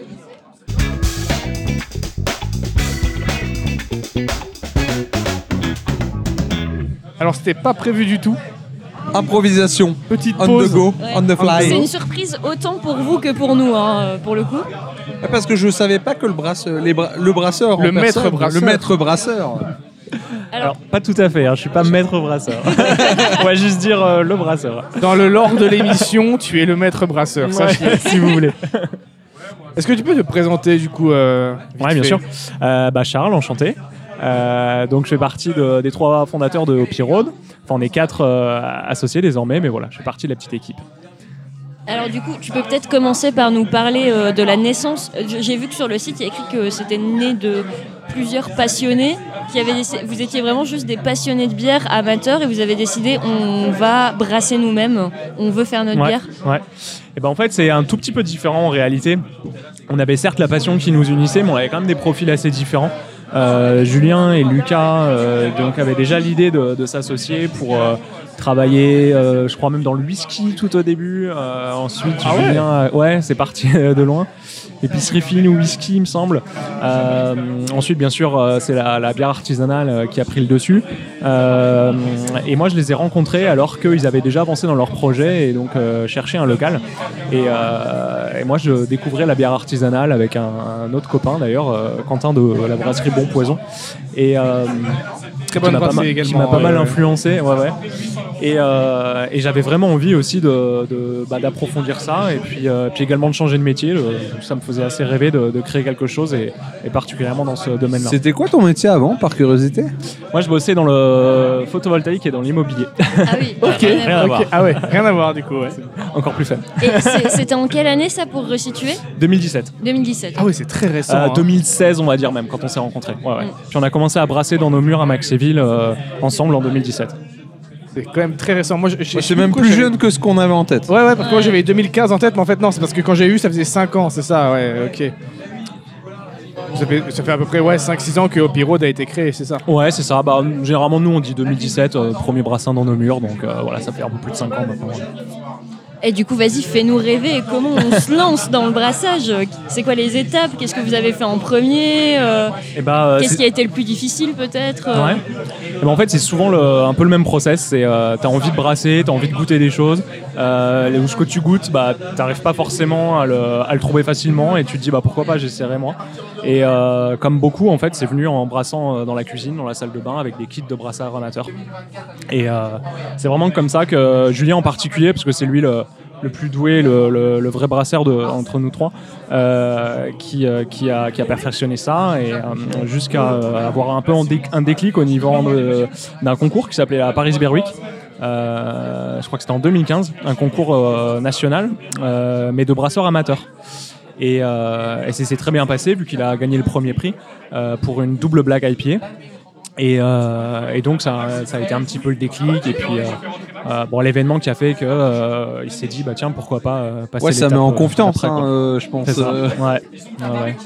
Alors, c'était pas prévu du tout. Improvisation. Petite On pause. the go, Ouais. on the C'est fly. une surprise autant pour vous que pour nous, hein, euh, pour le coup. Parce que je savais pas que le brasseur, les bra- le brasseur, en Le maître personne, brasseur. le maître brasseur. Alors, Pas tout à fait, hein, je suis pas maître brasseur. On va juste dire euh, le brasseur. Dans le lore de l'émission, tu es le maître brasseur. Ouais, sache-le. si vous voulez. Est-ce que tu peux te présenter du coup euh, vite Ouais, bien fait sûr. Euh, bah, Charles, enchanté. Euh, donc je fais partie de- des trois fondateurs de Hopi Road. Enfin, on est quatre euh, associés désormais, mais voilà, je fais partie de la petite équipe. Alors du coup, tu peux peut-être commencer par nous parler euh, de la naissance. J'ai vu que sur le site, il y a écrit que c'était né de plusieurs passionnés. Qui avaient décidé, vous étiez vraiment juste des passionnés de bière amateurs et vous avez décidé on va brasser nous-mêmes, on veut faire notre ouais, bière. Ouais. Et ben en fait, c'est un tout petit peu différent en réalité. On avait certes la passion qui nous unissait, mais on avait quand même des profils assez différents. Euh, Julien et Lucas euh, donc avaient déjà l'idée de, de s'associer pour euh, travailler, euh, je crois même dans le whisky tout au début. Euh, ensuite, Ah ouais. Julien, euh, ouais, c'est parti de loin. Épicerie fine ou whisky, il me semble. Euh, ensuite, bien sûr, euh, c'est la, la bière artisanale euh, qui a pris le dessus. Euh, et moi, je les ai rencontrés alors qu'ils avaient déjà avancé dans leur projet et donc euh, cherché un local. Et, euh, et moi, je découvrais la bière artisanale avec un, un autre copain d'ailleurs, euh, Quentin de la brasserie Bon Poison. Et euh, Très qui bonne m'a pas, brasserie mal- également. qui m'a pas ouais, mal ouais. influencé. Ouais, ouais. Et, euh, et j'avais vraiment envie aussi de, de, bah, d'approfondir ça et puis, euh, puis également de changer de métier. Le- ça me faisait assez rêver de, de créer quelque chose et, et particulièrement dans ce domaine-là. C'était quoi ton métier avant, par curiosité? Moi, je bossais dans le photovoltaïque et dans l'immobilier. Ah oui, Ok, rien à rien à voir. ok. Ah ouais, rien à voir du coup. Ouais. Encore plus fun. Et c'est- c'était en quelle année ça pour resituer? deux mille dix-sept. deux mille dix-sept. Ah ouais, c'est très récent. Euh, hein. deux mille seize, on va dire même, quand on s'est rencontrés. Ouais, ouais. Mm. Puis on a commencé à brasser dans nos murs à Maxéville euh, ensemble en deux mille dix-sept. C'est quand même très récent. Moi, je- je- Moi, je c'est sais même pourquoi plus j'avais- jeune que ce qu'on avait en tête. Ouais, ouais, parce que moi Ouais. j'avais deux mille quinze en tête, mais en fait, non, c'est parce que quand j'ai eu, ça faisait cinq ans, c'est ça, ouais, ok. Ça fait, ça fait à peu près ouais, cinq six ans que Hoppy Road a été créé, c'est ça. Ouais, c'est ça. Bah, généralement, nous, on dit deux mille dix-sept, euh, premier brassin dans nos murs. Donc euh, voilà, ça fait un peu plus de cinq ans maintenant. Et du coup, vas-y, fais-nous rêver. Comment on se lance dans le brassage? C'est quoi les étapes? Qu'est-ce que vous avez fait en premier? Euh, Et bah, euh, Qu'est-ce c'est- qui a été le plus difficile peut-être? euh Ouais. Et ben en fait, c'est souvent le, un peu le même process. C'est euh, t'as envie de brasser, t'as envie de goûter des choses. Euh, ou ce que tu goûtes, bah t'arrives pas forcément à le, à le trouver facilement et tu te dis bah pourquoi pas, j'essaierai moi. Et euh, comme beaucoup, en fait, c'est venu en brassant euh, dans la cuisine, dans la salle de bain, avec des kits de brassage amateur. Et euh, c'est vraiment comme ça que Julien en particulier, parce que c'est lui le le plus doué, le, le, le vrai brasseur de, entre nous trois, euh, qui, euh, qui, a, qui a perfectionné ça et euh, jusqu'à euh, avoir un peu un, dé- un déclic au niveau de- d'un concours qui s'appelait la Paris Beer Week. Euh, je crois que c'était en deux mille quinze, un concours euh, national, euh, mais de brasseurs amateurs. Et, euh, et ça s'est très bien passé vu qu'il a gagné le premier prix euh, pour une double black I P A. Et, euh, et donc ça, ça a été un petit peu le déclic et puis euh, euh, bon, l'événement qui a fait que euh, il s'est dit bah tiens pourquoi pas euh, passer Ouais, ça met l'étape, en euh, confiance, après, hein, quoi. euh, je pense. C'est ça. euh. Ouais. Ouais, ouais.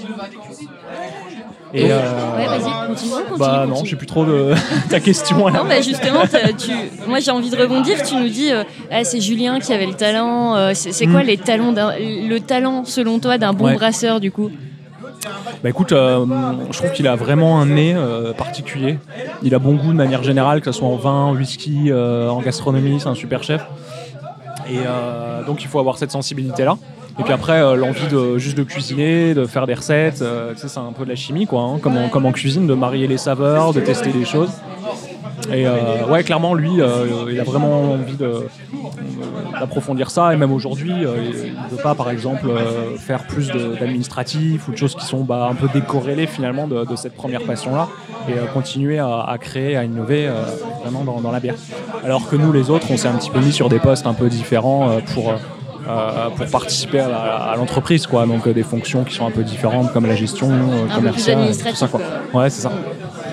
Et euh, Ouais, vas-y, continue, continue. bah non, continue. je sais plus trop de ta question là. Non, bah justement, t'as- tu... moi j'ai envie de rebondir. Tu nous dis, euh, ah, c'est Julien qui avait le talent. euh, c'est c'est quoi Mm. les talents d'un- le talent selon toi d'un bon Ouais. brasseur du coup? Bah écoute, euh, je trouve qu'il a vraiment un nez euh, particulier. Il a bon goût de manière générale, que ce soit en vin, en whisky, euh, en gastronomie, c'est un super chef. Et euh, donc il faut avoir cette sensibilité-là. Et puis après, euh, l'envie de juste de cuisiner, de faire des recettes, euh, tu sais, c'est un peu de la chimie, quoi, hein, comme, en, comme en cuisine, de marier les saveurs, de tester des choses. Et euh, ouais, clairement, lui, euh, il a vraiment envie de, euh, d'approfondir ça. Et même aujourd'hui, euh, il ne veut pas, par exemple, euh, faire plus de- d'administratifs ou de choses qui sont bah, un peu décorrélées finalement de, de cette première passion-là. Et euh, continuer à, à créer, à innover euh, vraiment dans, dans la bière. Alors que nous, les autres, on s'est un petit peu mis sur des postes un peu différents euh, pour... Euh, pour participer à, la- à l'entreprise, quoi. Donc euh, des fonctions qui sont un peu différentes comme la gestion euh, Un peu plus commerciale, administratif, tout ça, quoi. quoi. Ouais, c'est ça.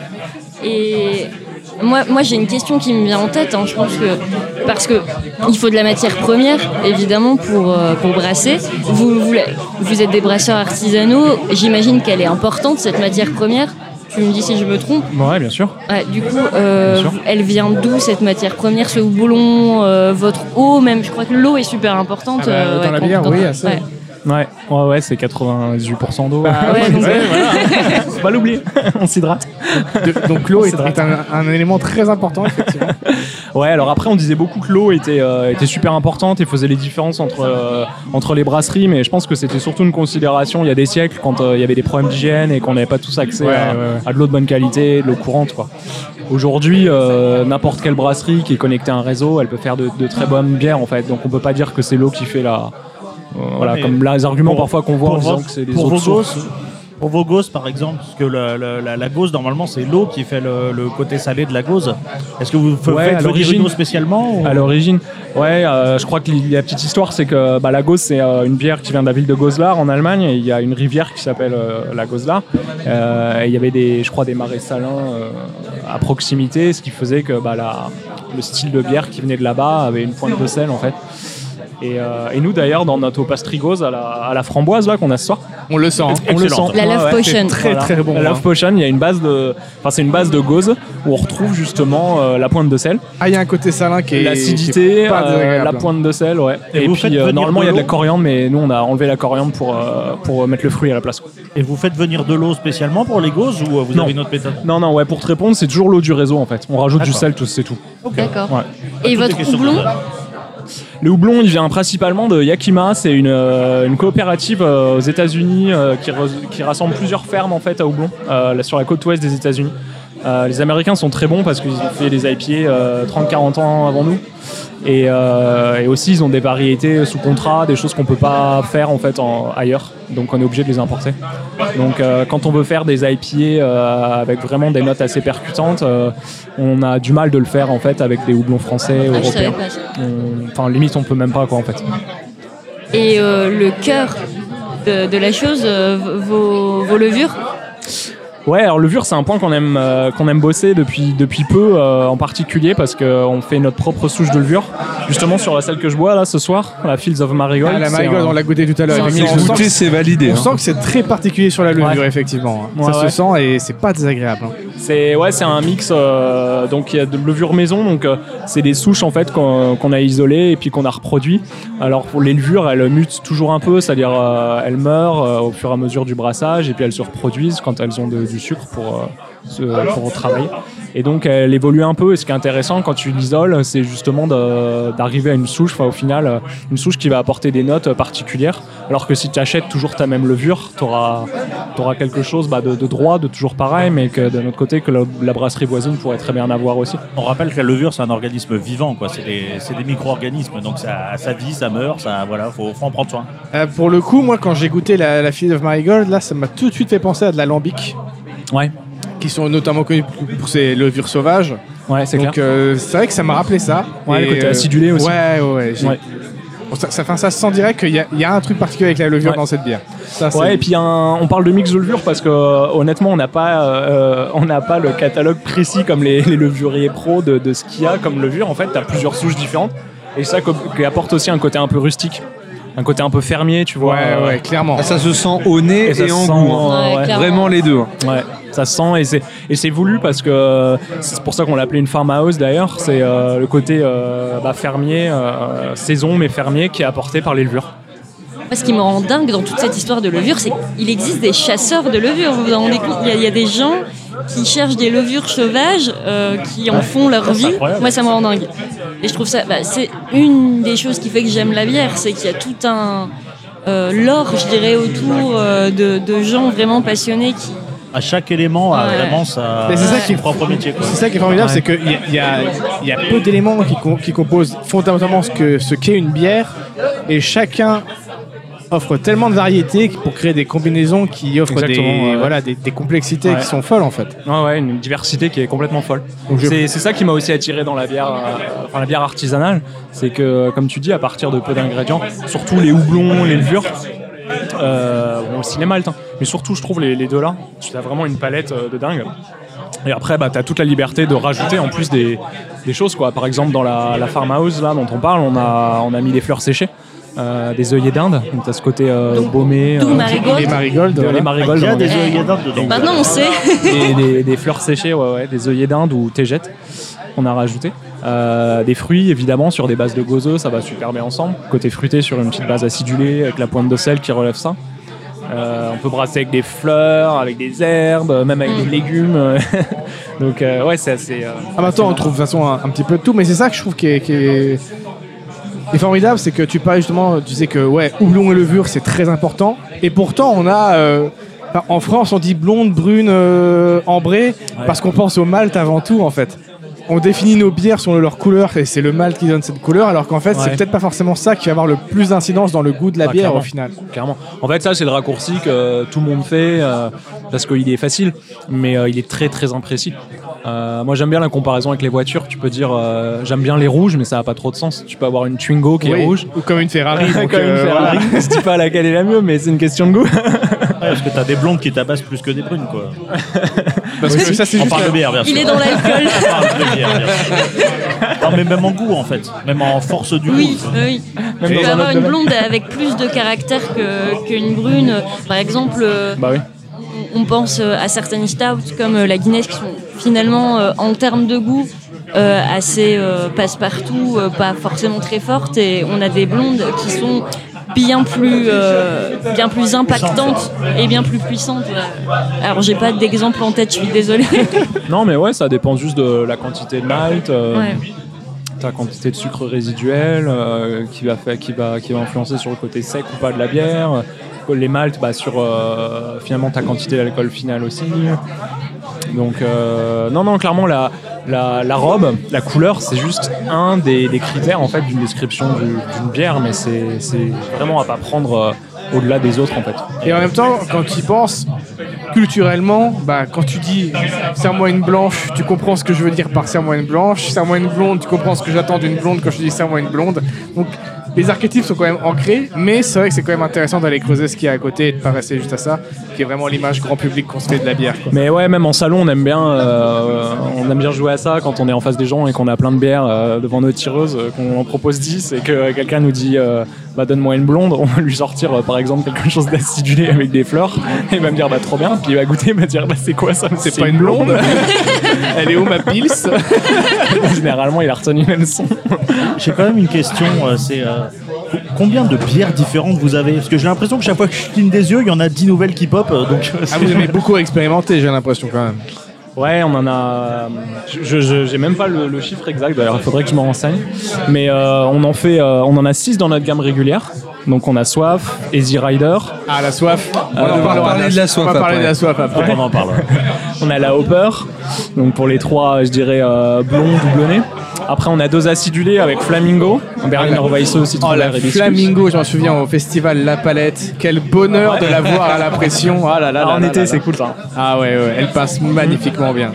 Et moi, moi j'ai une question qui me vient en tête. Hein, je pense que parce que il faut de la matière première, évidemment, pour euh, pour brasser. Vous, vous vous êtes des brasseurs artisanaux. J'imagine qu'elle est importante cette matière première. Tu me dis si je me trompe. Ouais, bien sûr. Ouais, du coup, euh, Bien sûr. vous- elle vient d'où cette matière première, ce houblon, euh, votre eau même? Je crois que l'eau est super importante. Ah bah, euh, dans la quand- bière, quand- oui, assez. ouais. Ouais, ouais, ouais, c'est quatre-vingt-dix-huit pour cent d'eau. Bah, Ouais, ouais, donc- ouais, voilà. Faut pas l'oublier, on s'hydrate. De- donc l'eau est, C'est vrai. est un, un élément très important, effectivement. Ouais, alors après, on disait beaucoup que l'eau était, euh, était super importante et faisait les différences entre, euh, entre les brasseries, mais je pense que c'était surtout une considération il y a des siècles quand euh, il y avait des problèmes d'hygiène et qu'on n'avait pas tous accès Ouais, à, ouais, ouais. à de l'eau de bonne qualité, de l'eau courante, quoi. Aujourd'hui, euh, n'importe quelle brasserie qui est connectée à un réseau, elle peut faire de, de très bonnes bières, en fait. Donc on peut pas dire que c'est l'eau qui fait la... euh, voilà, mais comme les arguments pour- parfois qu'on voit en pour disant vos- que c'est les pour autres vos sources. gosses, Pour vos gauzes, par exemple, parce que le, le, la, la gauze, normalement, c'est l'eau qui fait le, le côté salé de la gauze. Est-ce que vous f- Ouais, à faites venir l'origine. une eau spécialement ou... À l'origine, ouais, euh, je crois que la petite histoire, c'est que bah, la Gose, c'est euh, une bière qui vient de la ville de Goslar en Allemagne, et il y a une rivière qui s'appelle euh, la Goslar. Euh, et il y avait des, je crois, des marais salins euh, à proximité, ce qui faisait que bah, la, le style de bière qui venait de là-bas avait une pointe de sel en fait. Et, euh, et nous d'ailleurs dans notre pastrigose à la, à la framboise là qu'on a ce soir, On le sent. hein. on le Excellente. sent. La Love Ouais, ouais. Potion. Très Voilà. très bon. La Love hein. Potion, il y a une base de, enfin c'est une base de gauze où on retrouve justement euh, la pointe de sel, Ah, il y a un côté salin qui est. l'acidité, qui est pas euh, désagréable. la pointe de sel, ouais. Et Et, vous puis faites euh, venir normalement de il y a de la l'eau coriandre, mais nous on a enlevé la coriandre pour euh, pour mettre le fruit à la place. quoi. Et vous faites venir de l'eau spécialement pour les gauzes ou euh, vous Non. avez une autre méthode? Non non ouais, pour te répondre, c'est toujours l'eau du réseau en fait. On rajoute du D'accord. sel, tout- c'est tout. D'accord. Ouais. Et Toutes les votre questions houblon que vous avez. Le houblon, il vient principalement de Yakima. C'est une, euh, une coopérative euh, aux États-Unis euh, qui, re- qui rassemble plusieurs fermes en fait à houblon euh, là, sur la côte ouest des États-Unis. Euh, les Américains sont très bons parce qu'ils ont fait des I P A euh, trente à quarante ans avant nous. Et, euh, et aussi, ils ont des variétés sous contrat, des choses qu'on peut pas faire en fait en, ailleurs. Donc, on est obligé de les importer. Donc, euh, quand on veut faire des I P A euh, avec vraiment des notes assez percutantes, euh, on a du mal de le faire en fait avec des houblons français, Ah, je savais européens. pas ça. On- Enfin, limite, on peut même pas quoi en fait. Et euh, le cœur de, de la chose, euh, vos, vos levures. Ouais, alors levure, c'est un point qu'on aime, euh, qu'on aime bosser depuis, depuis peu, euh, en particulier parce qu'on fait notre propre souche de levure. Justement, sur la celle que je bois là ce soir, la Fields of Marigold. Ah, la c'est Marigold, un- on l'a goûté tout à l'heure. Sans- effectivement. sans- On sent Goûter, que- c'est validé. On hein. sent que c'est très particulier sur la levure, Ouais. effectivement. Ouais, ça ouais. se sent et c'est pas désagréable. hein. C'est ouais, c'est un mix. euh, donc il y a de levure maison, donc euh, c'est des souches en fait qu'on, qu'on a isolées et puis qu'on a reproduit. Alors pour les levures, elles mutent toujours un peu, c'est-à-dire euh, elles meurent euh, au fur et à mesure du brassage et puis elles se reproduisent quand elles ont de- du sucre pour euh, se, pour travailler. Et donc elles évoluent un peu. Et ce qui est intéressant quand tu l'isoles, c'est justement de- d'arriver à une souche, enfin, au final, euh, une souche qui va apporter des notes particulières. Alors que si tu achètes toujours ta même levure, tu auras quelque chose bah, de, de droit, de toujours pareil, mais que de notre côté, que la, la brasserie voisine pourrait très bien en avoir aussi. On rappelle que la levure, c'est un organisme vivant, quoi. C'est des, c'est des micro-organismes, donc ça, ça vit, ça meurt, ça, voilà, faut, faut en prendre soin. Euh, pour le coup, moi, quand j'ai goûté la, la Field of Marigold, là, ça m'a tout de suite fait penser à de l'alambic, Ouais, qui sont notamment connus pour ces levures sauvages. ouais, c'est clair. Donc, euh, c'est vrai que ça m'a rappelé ça. Ouais, Et, le côté euh, acidulé aussi. Ouais, ouais, ouais. j'ai- Ouais. Bon, ça, ça, enfin, ça se sent direct qu'il y, a- il y a un truc particulier avec la levure Ouais. dans cette bière. Ça, c'est- Ouais, et puis un- on parle de mix de levure parce que euh, honnêtement, on n'a pas, euh, on n'a pas le catalogue précis comme les, les levuriers pros de, de ce qu'il y a comme levure. En fait, tu as plusieurs souches différentes et ça co- qui apporte aussi un côté un peu rustique, un côté un peu fermier, tu vois. Ouais, euh, ouais, clairement. Ah, ça se sent au nez Et et, ça se en sent, goût. hein. euh, Ouais, ouais. clairement. Vraiment les deux. hein. Ouais, ça se sent et c'est et c'est voulu parce que euh, c'est pour ça qu'on l'appelait une farmhouse d'ailleurs. C'est euh, le côté euh, bah, fermier, euh, saison mais fermier qui est apporté par les levures. Moi, ce qui me rend dingue dans toute cette histoire de levure, c'est qu'il existe des chasseurs de levure. Vous vous en rendez compte ? Il y, a- il y a des gens qui cherchent des levures sauvages, euh, qui en font leur c'est vie. incroyable. Moi, ça me rend dingue. Et je trouve ça, bah, c'est une des choses qui fait que j'aime la bière, c'est qu'il y a tout un euh, lore, je dirais, autour euh, de, de gens vraiment passionnés qui. À chaque élément a Ouais. vraiment sa, Mais c'est ça son qui est- propre métier, quoi. C'est ça qui est formidable, Ouais. c'est qu'il y a, il y, a, il y a peu d'éléments qui, com- qui composent fondamentalement ce que ce qu'est une bière, et chacun offre tellement de variétés pour créer des combinaisons qui offrent des, Exactement, ouais. voilà, des, des complexités Ouais. qui sont folles en fait. Ouais, ouais, une diversité qui est complètement folle. Donc je- C'est c'est ça qui m'a aussi attiré dans la bière, euh, enfin la bière artisanale, c'est que comme tu dis, à partir de peu d'ingrédients, surtout les houblons, les levures, euh, bon, aussi les maltes, hein, mais surtout je trouve les, les deux là, tu as vraiment une palette euh, de dingue. Et après, bah, tu as toute la liberté de rajouter en plus des, des choses, quoi. Par exemple, dans la, la farmhouse là, dont on parle, on a, on a mis des fleurs séchées, euh, des œillets d'Inde, donc tu as ce côté euh, Donc, baumé, d'où euh, Marigold. Les marigoldes, de- voilà. les marigoldes, Il y a on- des Eh, œillets d'Inde dedans. Maintenant, on sait. et des, des fleurs séchées, ouais, ouais, des œillets d'Inde ou tégètes qu'on a rajouté. Euh, des fruits, évidemment, sur des bases de gozeux, ça va super bien ensemble. Côté fruité, sur une petite base acidulée, avec la pointe de sel qui relève ça. Euh, on peut brasser avec des fleurs, avec des herbes, même avec Mm. des légumes. Donc, euh, ouais, c'est assez. euh, Ah, maintenant on trouve de toute façon un, un petit peu de tout, mais c'est ça que je trouve qui est, qui est- qui est formidable, c'est que tu parlais justement, tu disais que ouais, houblon et levure c'est très important, et pourtant on a, euh, enfin, en France on dit blonde, brune, euh, ambrée, parce qu'on pense au malt avant tout en fait. on définit nos bières selon leur couleur et c'est le malt qui donne cette couleur, alors qu'en fait, Ouais. c'est peut-être pas forcément ça qui va avoir le plus d'incidence dans le goût de la Ah, bière clairement. au final. Clairement. En fait, ça, c'est le raccourci que tout le monde fait euh, parce qu'il est facile, mais euh, il est très très imprécis. Euh, moi, j'aime bien la comparaison avec les voitures. Tu peux dire, euh, j'aime bien les rouges, mais ça n'a pas trop de sens. Tu peux avoir une Twingo qui Oui, est rouge. ou comme une Ferrari. donc, Comme une euh, Ferrari. Je dis pas laquelle est la mieux, mais c'est une question de goût. Ouais, parce que t'as des blondes qui tabassent plus que des brunes, quoi. voilà. Parce que ça, c'est On juste parle la- de bière, bien sûr. Il est dans l'alcool. On parle de bière, bien sûr. Non, mais même en goût, en fait. Même en force du Oui, goût. oui. Même Tu dans peux un avoir autre une domaine. blonde avec plus de caractère que- qu'une brune. Par exemple, euh, Bah oui. on pense euh, à certaines stouts comme euh, la Guinness qui sont finalement, euh, en termes de goût, euh, assez euh, passe-partout, euh, pas forcément très fortes. Et on a des blondes qui sont bien plus, euh, bien plus impactantes et bien plus puissantes. ouais. Alors, j'ai pas d'exemple en tête, je suis désolée. Non, mais ouais, ça dépend juste de la quantité de malt, euh, Ouais. ta quantité de sucre résiduel, euh, qui, va faire, qui, va, qui va influencer sur le côté sec ou pas de la bière. Les maltes, bah, sur euh, finalement ta quantité d'alcool final aussi. Donc, euh, non, non, clairement, la, la, la robe, la couleur, c'est juste un des, des critères en fait d'une description du- d'une bière, mais c'est c'est vraiment à pas prendre euh, au-delà des autres en fait. Et en même temps, quand tu y penses, culturellement, bah, quand tu dis serre-moi une blanche, tu comprends ce que je veux dire par serre-moi une blanche. Serre-moi une blonde, tu comprends ce que j'attends d'une blonde quand je dis serre-moi une blonde. Donc les archétypes sont quand même ancrés, mais c'est vrai que c'est quand même intéressant d'aller creuser ce qu'il y a à côté et de pas rester juste à ça, qui est vraiment l'image grand public qu'on se fait de la bière, quoi. Mais ouais, même en salon, on aime bien, euh, on aime bien jouer à ça quand on est en face des gens et qu'on a plein de bières euh, devant nos tireuses, euh, qu'on en propose dix et que quelqu'un nous dit euh, bah donne-moi une blonde, on va lui sortir euh, par exemple quelque chose d'acidulé avec des fleurs et il va me dire bah trop bien, puis il va goûter, il va dire bah c'est quoi ça, C'est pas une blonde. Elle est où ma pils? Généralement, il a retenu la leçon. J'ai quand même une question, euh, c'est euh, co- combien de bières différentes vous avez? Parce que j'ai l'impression que chaque fois que je cligne des yeux, il y en a dix nouvelles qui pop, euh, donc euh, Ah, vous avez beaucoup expérimenté, j'ai l'impression quand même. Ouais, on en a. Je, je- j'ai même pas le, le chiffre exact. D'ailleurs, il faudrait que je m'en renseigne. Mais euh, on en fait, euh, on en a six dans notre gamme régulière. Donc on a Soif, Easy Rider, Ah, la soif. on va parlera parler de la soif On va parler après. de la soif après. on en parle. on a la Hopper. Donc pour les trois, je dirais euh, blond, doublonné. Après, on a deux acidulés avec Flamingo, Berliner Weisse, citron Oh, la vert et biscuit. Flamingo, je m'en souviens au festival La Palette. Quel bonheur de la voir à la pression. Ah là là Ah, là en là été, là c'est là. cool ça. Ah ouais, ouais, elle passe magnifiquement bien.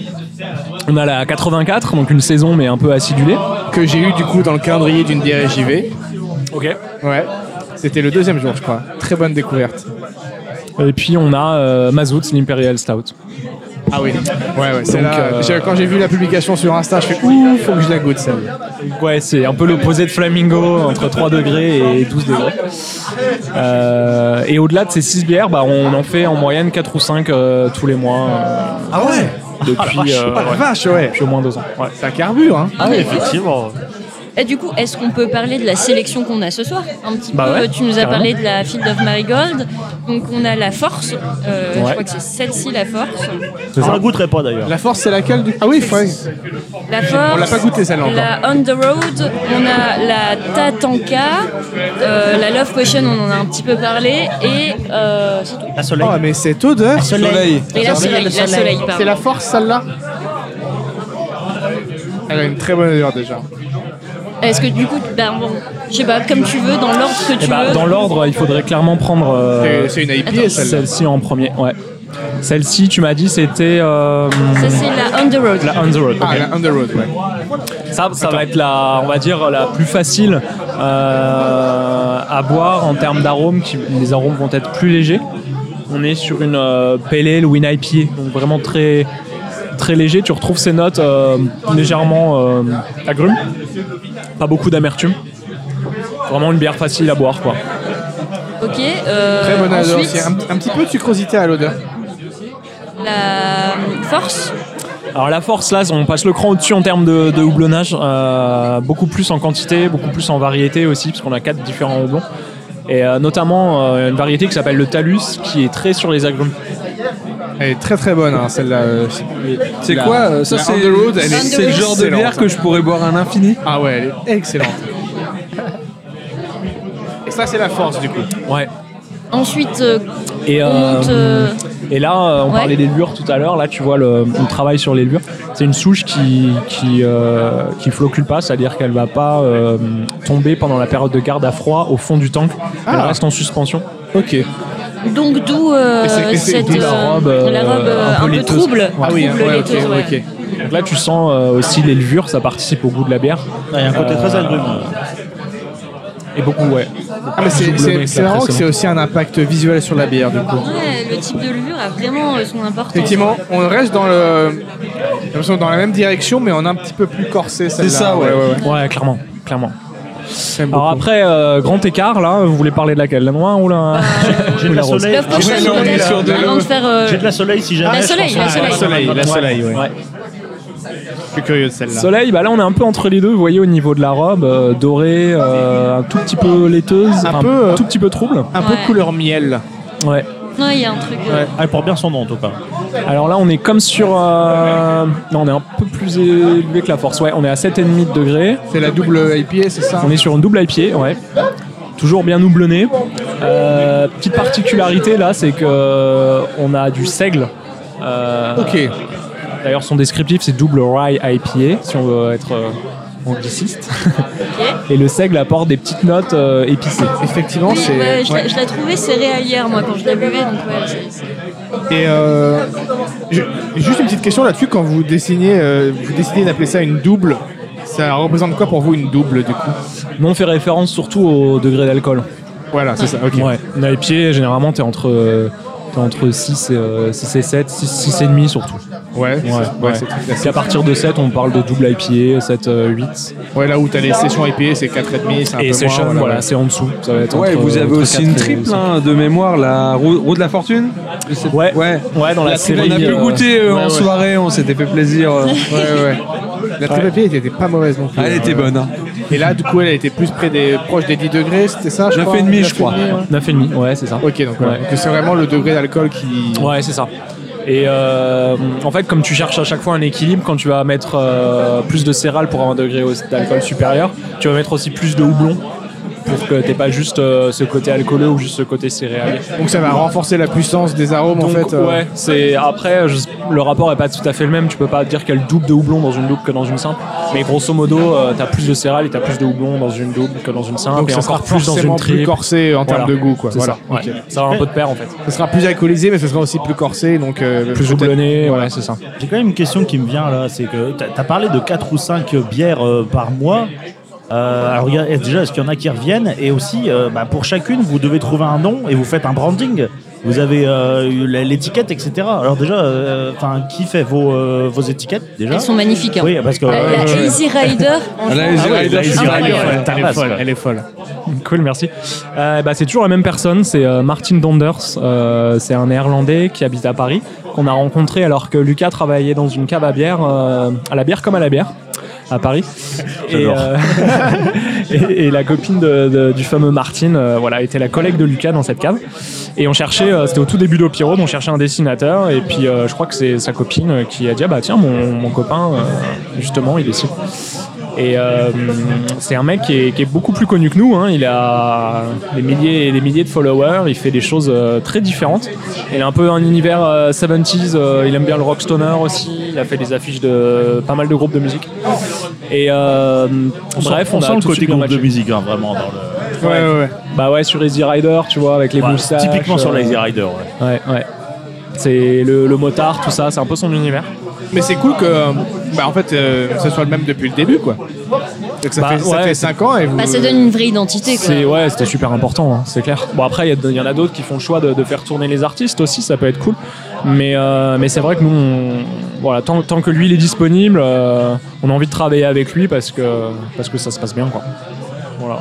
On a la quatre-vingt-quatre, donc une saison mais un peu acidulée. Que j'ai eu du coup dans le calendrier d'une bière J V. Ok. Ouais. C'était le deuxième jour, je crois. Très bonne découverte. Et puis on a euh, Mazout, l'Imperial Stout. Ah oui. Ouais, ouais. C'est Donc, là, euh, j'ai- Quand j'ai vu la publication sur Insta, je fais ouh, faut que je la goûte celle-là. Ouais, c'est un peu l'opposé de Flamingo, entre trois degrés et douze degrés. Euh, et au-delà de ces six bières, bah, on en fait en moyenne quatre ou cinq euh, tous les mois. euh, Ah ouais. depuis, euh, Ah la ouais, vache, ouais. depuis au moins deux ans. Ouais. Ça carbure, hein. Ah oui, effectivement. Et du coup, est-ce qu'on peut parler de la sélection qu'on a ce soir un petit Bah peu ouais, Tu nous as carrément. parlé de la Field of Marigold. Donc, on a la Force. Euh, Ouais. Je crois que c'est celle-ci, la Force. C'est On ça. la goûterait pas d'ailleurs. La force, c'est laquelle du Ah oui, faut... La Force. On l'a pas goûté, celle-là, encore. La On the Road. On a la Tatanka. euh, la Love Potion, on en a un petit peu parlé. Et euh, c'est tout. La soleil. Oh, mais cette odeur. Soleil. Et la Soleil, la Soleil, pardon. C'est la force, celle-là. Elle a une très bonne odeur déjà. Est-ce que du coup, ben, bon, je sais pas, comme tu veux, dans l'ordre que tu Et bah, veux. dans l'ordre, il faudrait clairement prendre euh, C'est- C'est une I P A, attends. celle-là. celle-ci en premier. Ouais. Celle-ci, tu m'as dit, c'était euh, Ça, c'est la On the Road. la On the Road. Ah, ok. la Underwood, ouais. Ça, ça va être la, on va dire, la plus facile euh, à boire en termes d'arômes. qui- Les arômes vont être plus légers. On est sur une euh, Pale Ale ou une I P A, donc vraiment très, très léger. Tu retrouves ces notes euh, légèrement euh, agrumes, pas beaucoup d'amertume. Vraiment une bière facile à boire, quoi. Ok. euh, Très bonne odeur ensuite, aussi. Un, un petit peu de sucrosité à l'odeur. la Force. Alors la force là, on passe le cran au-dessus en termes de, de houblonnage, euh, beaucoup plus en quantité, beaucoup plus en variété aussi, parce qu'on a quatre différents houblons. Et euh, notamment euh, une variété qui s'appelle le Talus, qui est très sur les agrumes. Elle est très très bonne, hein, celle-là. euh, C'est la- quoi euh, Ça, la c'est Underwood, elle est c'est le genre de excellente. bière que je pourrais boire à l'infini. Ah ouais, elle est excellente. Et ça, c'est la force du coup. Ouais. Ensuite, euh, Et, On euh, monte, euh, et là, euh, on Ouais. parlait des levures tout à l'heure. Là, tu vois, le, on travaille sur les levures. C'est une souche qui qui euh, qui floccule pas, c'est-à-dire qu'elle va pas euh, tomber pendant la période de garde à froid au fond du tank. Elle Ah. reste en suspension. Ok. Donc d'où euh, Et c'est- et c'est- cette d'où la euh, robe, euh, la robe euh, un peu un peu laiteuse. trouble, Ah oui, trouble ouais, ok, laiteuse, ouais. ok. Donc là, tu sens euh, aussi les levures, ça participe au goût de la bière. Il y a un côté très agrume. Et beaucoup, ouais. Ah, mais c'est- Double c'est mix, c'est là, marrant que c'est précédemment. aussi un impact visuel sur la bière, du coup. Ouais, le type de levure a vraiment euh, son importance. Effectivement, on reste dans le. j'ai l'impression dans la même direction, mais en un petit peu plus corsé. celle-là. ça, ouais. Ouais, clairement, clairement. J'aime Alors beaucoup. après, euh, grand écart, là, vous voulez parler de laquelle? La noire ou la... J'ai de ou la la rose? soleil. Love Potion, Ah ouais, on est peut-être, sur de avant l'eau. de faire... euh, J'ai de la soleil si jamais. La je soleil, pense. la Ah, soleil. La soleil, la Ouais. soleil, ouais. Ouais. Je suis curieux de celle-là. Soleil, bah là on est un peu entre les deux, vous voyez au niveau de la robe, euh, dorée, euh, un tout petit peu laiteuse, Un enfin, peu, euh, tout petit peu trouble. Un peu Ouais. couleur miel. Ouais. Non, il y a un truc... euh, Ouais. Ah, elle porte bien son nom en tout cas. Alors là on est comme sur... euh, Non, on est un peu plus élevé que la force, ouais, on est à sept virgule cinq degrés, C'est la double I P A, c'est ça? on est sur une double I P A, ouais. Toujours bien houblonné. Euh, petite particularité là, c'est que euh, on a du seigle. Euh, Ok. D'ailleurs son descriptif c'est double rye I P A, si on veut être euh, angliciste. Et le seigle apporte des petites notes euh, épicées. Effectivement, Oui, c'est. ouais, je l'ai- ouais. je l'ai trouvé céréalière, moi, quand je la buvais, donc ouais, c'est- c'est- Et euh, je- juste une petite question là-dessus, quand vous dessinez, euh, vous décidez d'appeler ça une double, ça représente quoi pour vous une double du coup? Nous on fait référence surtout au degré d'alcool. Voilà, c'est ça, ok. Ouais. Une I P A généralement t'es entre, euh, t'es entre six et, euh, six et sept, six, six et demi surtout. Ouais, Ouais, c'est- ouais. c'est très classique. Puis à partir de sept on parle de double I P A, sept, euh, huit. Ouais, là où t'as les sessions I P A, c'est quatre virgule cinq, c'est un Et peu session, moins. voilà, ouais. c'est en dessous. Ça va être Ouais, entre- vous avez entre aussi quatre une et triple cinq. hein, de mémoire, la roue, roue de la fortune. Je sais- Ouais. ouais. Ouais, dans la, La triple, série. on a pu euh, goûter euh, ouais, en ouais. soirée, on s'était fait plaisir. euh. Ouais, ouais. La triple I P A était, était pas mauvaise non plus. Ah, elle était Ouais. bonne. Hein. Et là, du coup, elle était plus près des, proche des dix degrés, c'était ça je neuf crois, virgule cinq, neuf je crois. virgule cinq, ouais. neuf virgule cinq, ouais, c'est ça. Ok, donc ouais. Ouais. Donc c'est vraiment le degré d'alcool qui. Ouais, c'est ça. Et euh, en fait, comme tu cherches à chaque fois un équilibre, quand tu vas mettre euh, plus de céréales pour avoir un degré d'alcool supérieur, tu vas mettre aussi plus de houblon pour que t'aies pas juste euh, ce côté alcooleux ou juste ce côté céréalier. Donc ça va renforcer la puissance des arômes Donc en fait. euh. ouais, c'est après je- le rapport est pas tout à fait le même. Tu peux pas dire qu'il y a le double de houblon dans une double que dans une simple. Mais grosso modo, euh, t'as plus de céréales et t'as plus de houblon dans une double que dans une simple. Donc et ça encore sera plus dans une forcément plus triple. corsé en termes Voilà. de goût quoi. C'est Voilà. ça. Ouais. Ok. Ça va un peu de pair en fait. Ça sera plus alcoolisé, mais ça sera aussi plus corsé, donc euh, Plus peut-être- houblonné, ouais, c'est ça. J'ai quand même une question qui me vient là, c'est que t'as as parlé de quatre ou cinq bières euh, par mois. Euh, alors il y a- déjà, est-ce qu'il y en a qui reviennent? Et aussi, euh, bah, pour chacune, vous devez trouver un nom et vous faites un branding. Vous avez euh, l'étiquette, et cetera. Alors déjà, euh, enfin, qui fait vos, euh, vos étiquettes déjà? Elles sont magnifiques. hein. Oui, parce que La, la ouais, ouais. Easy Rider, Ah, la Easy franchement, Rider, la Easy incroyable. Rider, ouais. Elle est Tabasse, folle, quoi. elle est folle. Cool, merci. Euh, bah, c'est toujours la même personne, c'est euh, Martin Donders. Euh, c'est un néerlandais qui habite à Paris, qu'on a rencontré alors que Lucas travaillait dans une cave à bière, euh, à la bière comme à la bière, à Paris. Et, J'adore. euh, et, et la copine de- de- du fameux Martin euh, voilà, était la collègue de Lucas dans cette cave. Et on cherchait, euh, c'était au tout début d'Opirode, on cherchait un dessinateur. Et puis euh, je crois que c'est sa copine euh, qui a dit ah bah tiens, mon, mon copain, euh, justement, il dessine. Et euh, c'est un mec qui est, qui est beaucoup plus connu que nous. Hein. Il a des milliers et des milliers de followers. Il fait des choses euh, très différentes. Il a un peu un univers euh, soixante-dix. euh, il aime bien le rock stoner aussi. Il a fait des affiches de pas mal de groupes de musique. Et euh, On sent- bref, on, on, sent a le tout de côté suite bien groupe de matché. musique, hein, vraiment. Dans le... Ouais, ouais, ouais. Bah ouais, sur Easy Rider, tu vois, avec les Ouais, moustaches. typiquement sur euh, Lazy Rider. Ouais. Ouais, ouais. C'est le, le motard, tout ça. C'est un peu son univers. Mais c'est cool que euh, bah, en fait, euh, ce soit le même depuis le début quoi. Donc ça Bah, fait, ça ouais, fait c'est- cinq ans et vous. Bah, ça donne une vraie identité. Quoi. C'est ouais, c'était super important, hein, c'est clair. Bon après, il y a de- il y, en a d'autres qui font le choix de, de faire tourner les artistes aussi, ça peut être cool. Mais euh, mais c'est vrai que nous, on- voilà, tant, tant que lui il est disponible, euh, on a envie de travailler avec lui parce que parce que ça se passe bien, quoi. Voilà.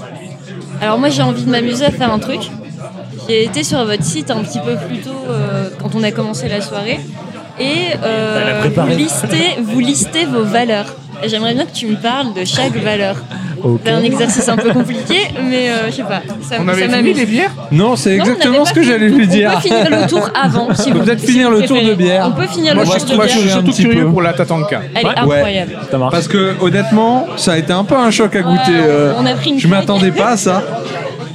Alors moi j'ai envie de m'amuser à faire un truc. J'ai été sur votre site un petit peu plus tôt euh, quand on a commencé la soirée et euh, Elle a préparé. vous, listez, vous listez vos valeurs. Et j'aimerais bien que tu me parles de chaque valeur. Ok. C'est un exercice un peu compliqué, mais euh, je sais pas, ça, On ça avait fini m'amuse. les bières. Non, c'est Non, on exactement n'avait ce pas que fini. j'allais lui On dire. peut finir le tour avant, si On peut vous peut-être si finir vous le tour de préférez. bière. On peut finir Moi, le je, tour de moi, je bière. suis un surtout petit curieux peu. pour la Tatanka. Elle Ouais. est incroyable. Ça marche. Parce que honnêtement, ça a été un peu un choc à goûter. Ouais, euh, on a pris une je claque. m'attendais pas à ça.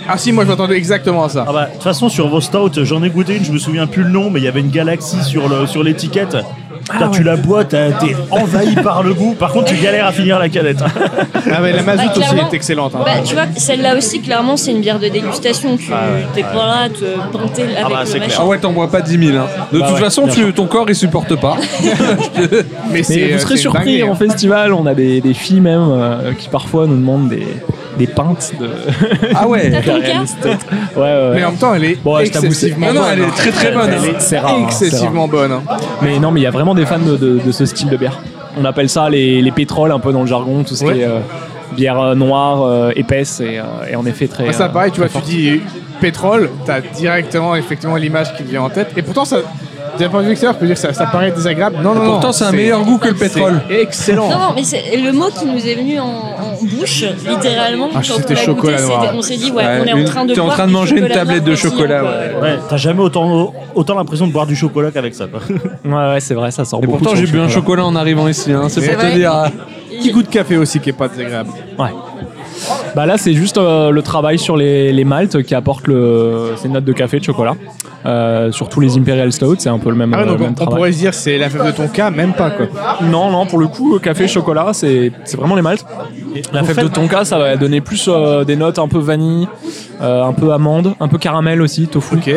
Ah si, moi je m'attendais exactement à ça. Ah bah, de toute façon, sur vos stouts, j'en ai goûté une, je me souviens plus le nom, mais il y avait une galaxie sur, le, sur l'étiquette. Quand tu la bois, t'as- t'es envahi par le goût. Par contre, tu galères à finir la canette. Ah mais la mazout Bah, aussi clairement. est excellente. hein. Bah, tu vois, celle-là aussi, clairement, c'est une bière de dégustation. Tu t'es pas là à te planter avec bah, c'est le clair. machin. Ah ouais, t'en bois pas dix mille. Hein. De Bah toute ouais, façon, bien tu, sûr. ton corps il supporte pas. Mais Mais c'est, euh, vous serez c'est une surpris dinguerie, en hein. festival, on a des, des filles même euh, qui parfois nous demandent des, des pintes de. Ah ouais. T'as ton cas Imperial Stout. Ouais, ouais. Mais en même temps, elle est Bon, je t'avoue, c'est- excessivement Non, non, bonne. elle est hein. très très bonne. Elle hein. est- C'est rare. hein, c'est rare. Excessivement bonne. hein. Mais non, mais il y a vraiment des fans de, de- de ce style de bière. On appelle ça les, les pétroles, un peu dans le jargon, tout ce Ouais. qui est euh, bière euh, noire, euh, épaisse et, euh, et en effet très. Ouais, ça euh, pareil, tu vois, très tu dis pétrole, t'as directement effectivement l'image qui te vient en tête. Et pourtant, ça, d'un point de vue extérieur, je peux dire que ça, ça paraît désagréable. Non, non, non. Pourtant, c'est un meilleur goût que le pétrole. C'est excellent. Non, non, mais c'est le mot qui nous est venu en, en bouche, littéralement, Ah, quand c'était on l'a chocolat goûté, noir. c'était- on s'est dit, ouais, Ouais, on est une- en train de t'es en boire train de du manger une chocolat tablette noir de chocolat, pétillant, ouais. quoi. Ouais, t'as jamais autant, autant l'impression de boire du chocolat qu'avec ça, quoi. Ouais, ouais, c'est vrai, ça sort Et beaucoup. pourtant, sur j'ai le bu un chocolat en arrivant ici. Hein. C'est C'est pour te vrai. dire. hein. Petit goût de café aussi qui est pas désagréable. Ouais. Bah là, c'est juste euh, le travail sur les, les maltes qui apportent le, ces notes de café, de chocolat. Euh, sur tous les Imperial Stout, c'est un peu le même, Ah ouais, euh, donc même on, on travail. pourrait se dire c'est la fève de ton cas, même pas quoi. Non, non, pour le coup, café, chocolat, c'est c'est vraiment les maltes. La Vous fève de faites- tonka, ça va donner plus euh, des notes un peu vanille, euh, un peu amande, un peu caramel aussi, tofu. Ok.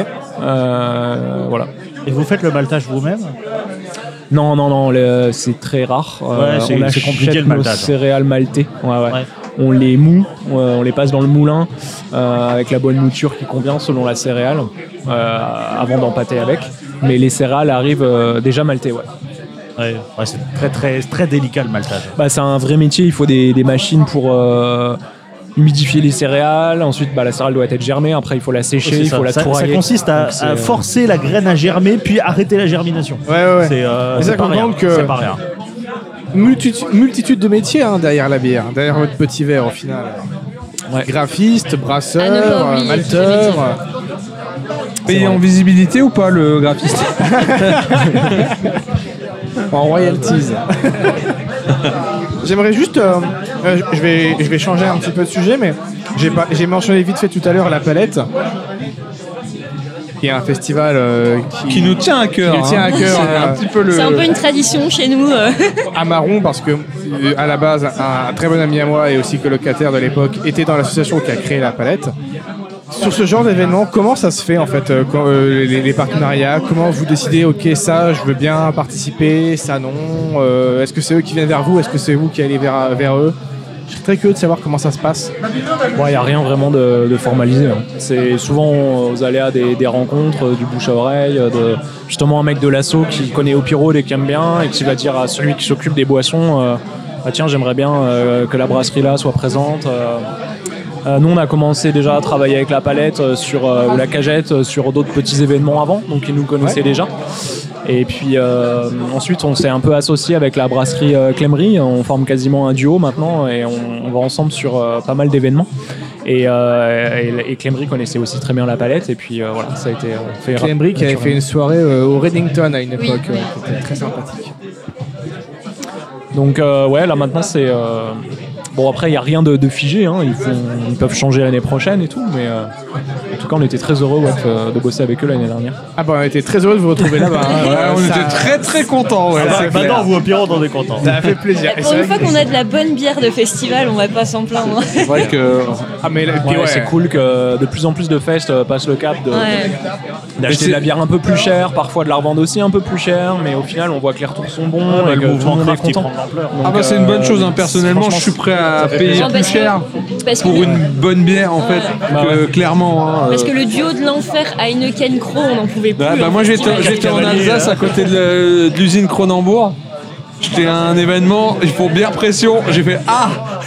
Euh, voilà. Et vous faites le maltage vous-même? Non, non, non, le- c'est très rare. Euh, Ouais, c'est- on c'est achète compliqué, le nos maltage. céréales maltais. Ouais, ouais. Ouais. On les moue, euh, on les passe dans le moulin euh, avec la bonne mouture qui convient selon la céréale euh, avant d'empâter avec. Mais les céréales arrivent euh, déjà maltées, ouais. Ouais, ouais, c'est très, très, très délicat le maltage. Bah, c'est un vrai métier, il faut des, des machines pour euh, humidifier les céréales. Ensuite, bah, la céréale doit être germée, après il faut la sécher, C'est il ça. faut la ça, ça tourrailler. consiste à, Donc, c'est, à euh, forcer la graine à germer, puis arrêter la germination. Ouais, ouais, ouais. C'est euh, Mais c'est ça pas rien. comprendre que- C'est pas rien. Multitude, multitude de métiers hein, derrière la bière, derrière votre petit verre au final. Ouais. Graphiste, brasseur, À ne pas euh, oublier malteur. ce euh, Payé en visibilité ou pas le graphiste? en royalties. J'aimerais juste, euh, euh, je vais, je vais changer un petit peu de sujet, mais j'ai pas- j'ai mentionné vite fait tout à l'heure la Palette, qui est un festival euh, qui, Qui nous tient à cœur. Qui nous tient à hein. cœur, C'est euh, un petit peu le. C'est un peu une tradition chez nous. euh. à Marron parce que euh, à la base un, un très bon ami à moi et aussi colocataire de l'époque était dans l'association qui a créé la Palette. Sur ce genre d'événement, comment ça se fait en fait euh, quand, euh, les, les partenariats? Comment vous décidez, ok, ça, je veux bien participer, ça non euh, Est-ce que c'est eux qui viennent vers vous? Est-ce que c'est vous qui allez vers, vers eux? Je serais très curieux de savoir comment ça se passe. Il n'y a rien vraiment de, de formalisé. hein. C'est souvent aux aléas des, des rencontres, euh, du bouche à oreille, euh, de, justement un mec de l'asso qui connaît Opiro et qui aime bien et qui va dire à celui qui s'occupe des boissons euh, ah, tiens, j'aimerais bien euh, que la brasserie là soit présente. Euh, euh, nous, on a commencé déjà à travailler avec la Palette euh, sur, euh, ou la Cagette euh, sur d'autres petits événements avant, donc ils nous connaissaient Ouais. déjà. Et puis euh, ensuite, on s'est un peu associé avec la brasserie euh, Clémery. On forme quasiment un duo maintenant et on, on va ensemble sur euh, pas mal d'événements. Et, euh, et, et Clémery connaissait aussi très bien la Palette. Et puis euh, voilà, ça a été euh, fait. Clémery qui avait fait une soirée euh, au Reddington à une époque, Oui. ouais, qui était très sympathique. Donc euh, ouais, là maintenant c'est euh, bon, après il y a rien de, de figé. Hein. Ils, font- ils peuvent changer l'année prochaine et tout, mais euh, en tout cas on était très heureux ouais, de, de bosser avec eux l'année dernière. Ah bah on était très heureux de vous retrouver là-bas. hein. Ouais, on Ça- était très très contents. Ouais, Ah bah, c'est clair. maintenant, vous au Piro, on est content. Ça a fait plaisir. Et Pour c'est une vrai fois que- qu'on a de la bonne bière de festival, on va pas s'en plaindre. C'est vrai que. Ah mais là, puis Ouais, ouais. c'est cool que de plus en plus de fests euh, passent le cap de, Ouais. d'acheter de la bière un peu plus chère, parfois de la revendre aussi un peu plus cher, mais au final on voit que les retours sont bons Ouais, bah, et que le tout le mouvement monde est craft, il content. prend de l'ampleur. Ah bah c'est une bonne chose. Hein. Euh, Personnellement, je franchement, suis prêt à payer plaisir. plus Parce que- cher Parce que, pour une bonne bière en fait. Bah que, ouais. Clairement. Hein, parce euh. que le duo de l'enfer à Heineken Cro, on n'en pouvait plus. Ouais, bah en moi j'étais festival. j'étais en Cavalier, Alsace là. à côté de le- de l'usine Cronenbourg. J'étais à un événement, il faut bière pression. J'ai fait ah.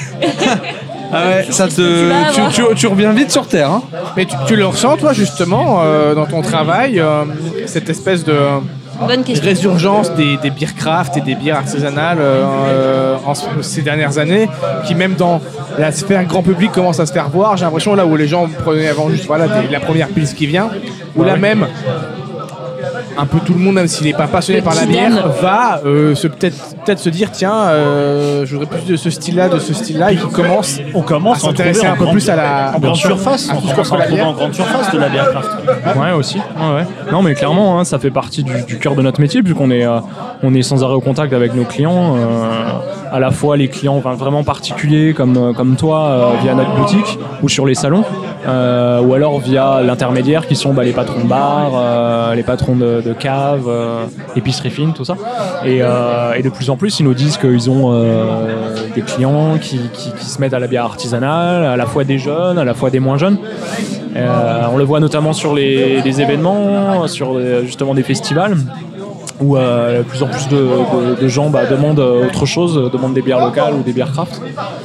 Ah ouais, ça Tu vas te, avoir. tu, tu- tu reviens vite sur terre. Hein. Mais tu, tu le ressens toi justement euh, dans ton travail, euh, cette espèce de Bonne question. résurgence des, des bières craft et des bières artisanales euh, euh, en ce- ces dernières années, qui même dans la sphère grand public commence à se faire voir. J'ai l'impression là où les gens prenaient avant juste voilà des- la première pils qui vient, ou là même un peu tout le monde, même s'il n'est pas passionné Le par la petit bière, dame. va euh, se peut-être peut-être se dire tiens, euh, je voudrais plus de ce style-là, de ce style-là, et qui commence On commence à à en trouver s'intéresser en un peu grande- plus à la en grande surface. à On tout ce commence à qu'offre en la trouver bière. en grande surface de la bière craft. Ouais, aussi. Ouais, ouais. Non, mais clairement, hein, ça fait partie du, du cœur de notre métier, vu qu'on est, euh, on est sans arrêt au contact avec nos clients. euh, à la fois les clients enfin, vraiment particuliers comme, euh, comme toi, euh, via notre boutique ou sur les salons, euh, ou alors via l'intermédiaire qui sont bah, les patrons de bar, euh, les patrons de, de cave, euh, épicerie fine, tout ça. Et, euh, et de plus en plus, ils nous disent qu'ils ont euh, des clients qui, qui, qui se mettent à la bière artisanale, à la fois des jeunes, à la fois des moins jeunes. Euh, on le voit notamment sur les, les événements, sur euh, justement des festivals, où euh, de plus en plus de, de- de gens bah, demandent autre chose, euh, demandent des bières locales ou des bières craft.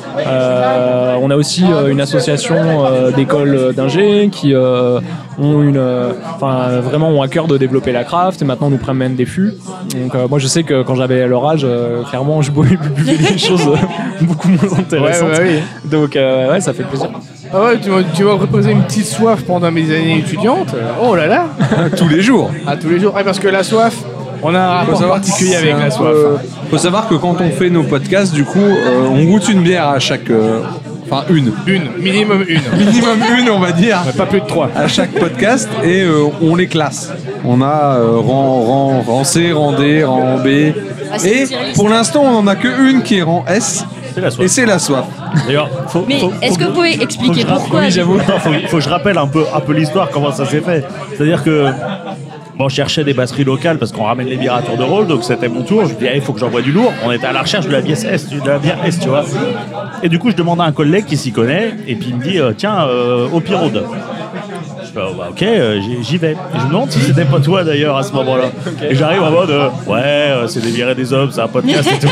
Euh, on a aussi euh, une association euh, d'écoles d'ingé qui euh, ont une, euh, enfin vraiment ont à cœur de développer la craft et maintenant nous prennent des fûts. Donc euh, moi je sais que quand j'avais leur âge, euh, clairement je buvais buvais des choses euh, beaucoup moins intéressantes. Ouais, ouais, oui. Donc euh, ouais, ça fait plaisir. Ah ouais, tu m'as tu m'as reposé une petite soif pendant mes années étudiantes. Oh là là, Tous les jours. à tous les jours. Ouais, parce que la soif, on a un Faut rapport savoir particulier que avec c'est la un soif. peu- Faut savoir que quand on fait nos podcasts, du coup, euh, on goûte une bière à chaque. euh, Enfin, une. Une, minimum une. Minimum une, on va dire. Pas plus de trois. À chaque podcast et euh, on les classe. On a euh, rang, rang, rang C, rang D, rang B. Ah, c'est Et une tier list. pour l'instant, on en a que une qui est rang S. C'est la soif. Et c'est la soif. D'ailleurs, faut, Mais faut- est-ce faut que vous pouvez faut expliquer que je pourquoi rappe- du coup Attends, faut, faut que je rappelle un peu, un peu l'histoire, comment ça s'est fait. C'est-à-dire que bon, on cherchait des brasseries locales parce qu'on ramène les bières à tour de rôle, donc c'était mon tour. Je me dis, il faut que j'envoie du lourd. On était à la recherche de la bière S, de la bière S, tu vois. Et du coup, je demande à un collègue qui s'y connaît, et puis il me dit, euh, tiens, euh, au Pirode. Je fais, oh, bah, ok, euh, j'y- j'y vais. Et je me demande si c'était pas toi d'ailleurs à ce moment-là. Et j'arrive en mode, euh, ouais, euh, c'est des bières et des hommes, c'est un podcast et tout.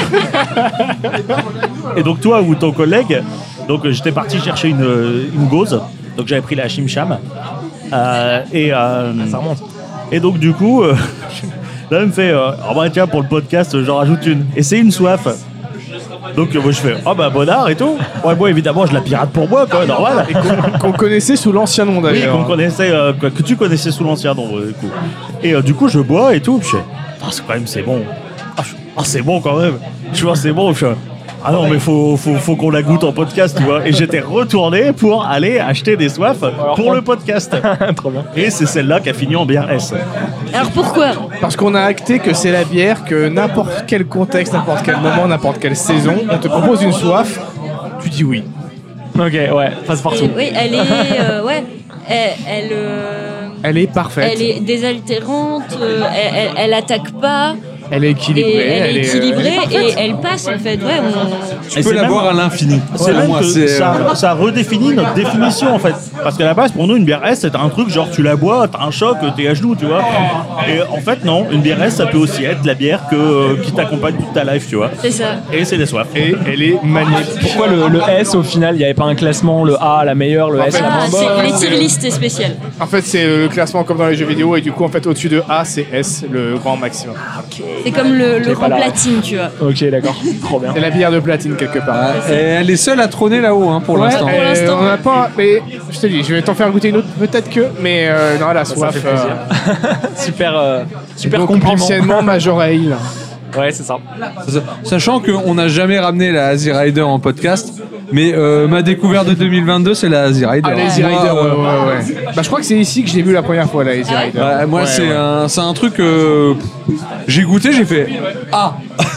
Et donc toi ou ton collègue, donc euh, j'étais parti chercher une, une gauze, donc j'avais pris la Chimcham. Euh, et, euh, Ça remonte. et donc du coup, euh, là il me fait, euh, oh bah tiens pour le podcast j'en rajoute une. Et c'est une soif. Donc euh, moi je fais, oh bah bonnard et tout. Ouais, moi évidemment je la pirate pour moi quoi, normal. Et qu'on qu'on connaissait sous l'ancien nom Oui, d'ailleurs. qu'on connaissait, euh, que, que tu connaissais sous l'ancien nom euh, du coup. Et euh, du coup je bois et tout, puis je fais, ah c'est quand même c'est bon. Ah, je- ah, c'est bon quand même. Tu vois c'est bon. Je fais, ah non mais faut, faut, faut qu'on la goûte en podcast tu vois. Et j'étais retourné pour aller acheter des soifs pour le podcast. Trop bien. Et c'est celle-là qui a fini en bière S. Alors pourquoi Parce qu'on a acté que c'est la bière que n'importe quel contexte, n'importe quel moment, n'importe quelle saison, on te propose une soif, tu dis oui. Ok, ouais, passe partout. Et oui, elle est, euh, ouais, elle, elle, euh, Elle est parfaite. elle est désaltérante, euh, elle, elle, elle attaque pas, Elle est équilibrée. et elle est équilibrée elle est et parfaite. elle passe en fait. Ouais, on- Tu Et peux c'est la même- boire à l'infini. C'est Selon même moi, que c'est, ça, euh, ça redéfinit notre définition en fait. Parce qu'à la base, pour nous, une bière S, c'est un truc genre tu la bois, t'as un choc, t'es à genoux, tu vois. Et en fait, non, une bière S, ça peut aussi être la bière que, qui t'accompagne toute ta life, tu vois. c'est ça. Et c'est des soifs. Et elle est magnifique. Pourquoi le, le S au final, il n'y avait pas un classement, le A la meilleure, le S la Ah, moins c'est, bonne les tier list c'est spécial. En fait, c'est le classement comme dans les jeux vidéo, et du coup, en fait, au-dessus de A, c'est S, le grand maximum. C'est comme le, le J'ai pas rang la- platine, tu vois. Ok, d'accord, trop bien. C'est la bière de platine quelque part. ouais, et elle est seule à trôner là-haut hein, pour Ouais, l'instant. euh, l'instant. on n'a pas. Mais je te dis, je vais t'en faire goûter une autre, peut-être que. Mais euh, non, la soif. fait plaisir. Super, euh, euh, super donc, compliment. anciennement Major Ale. Ouais, c'est ça. Sachant qu'on n'a jamais ramené la Easy Rider en podcast, mais euh, ma découverte de deux mille vingt-deux, c'est la Easy Rider. Ah, la Easy Moi, Rider, ouais, euh, ouais, ouais. Bah, je crois que c'est ici que je l'ai vu la première fois, la Easy Ah ouais Rider. Ouais, moi, Ouais, c'est ouais. un, c'est un truc. euh, j'ai goûté, j'ai fait ah,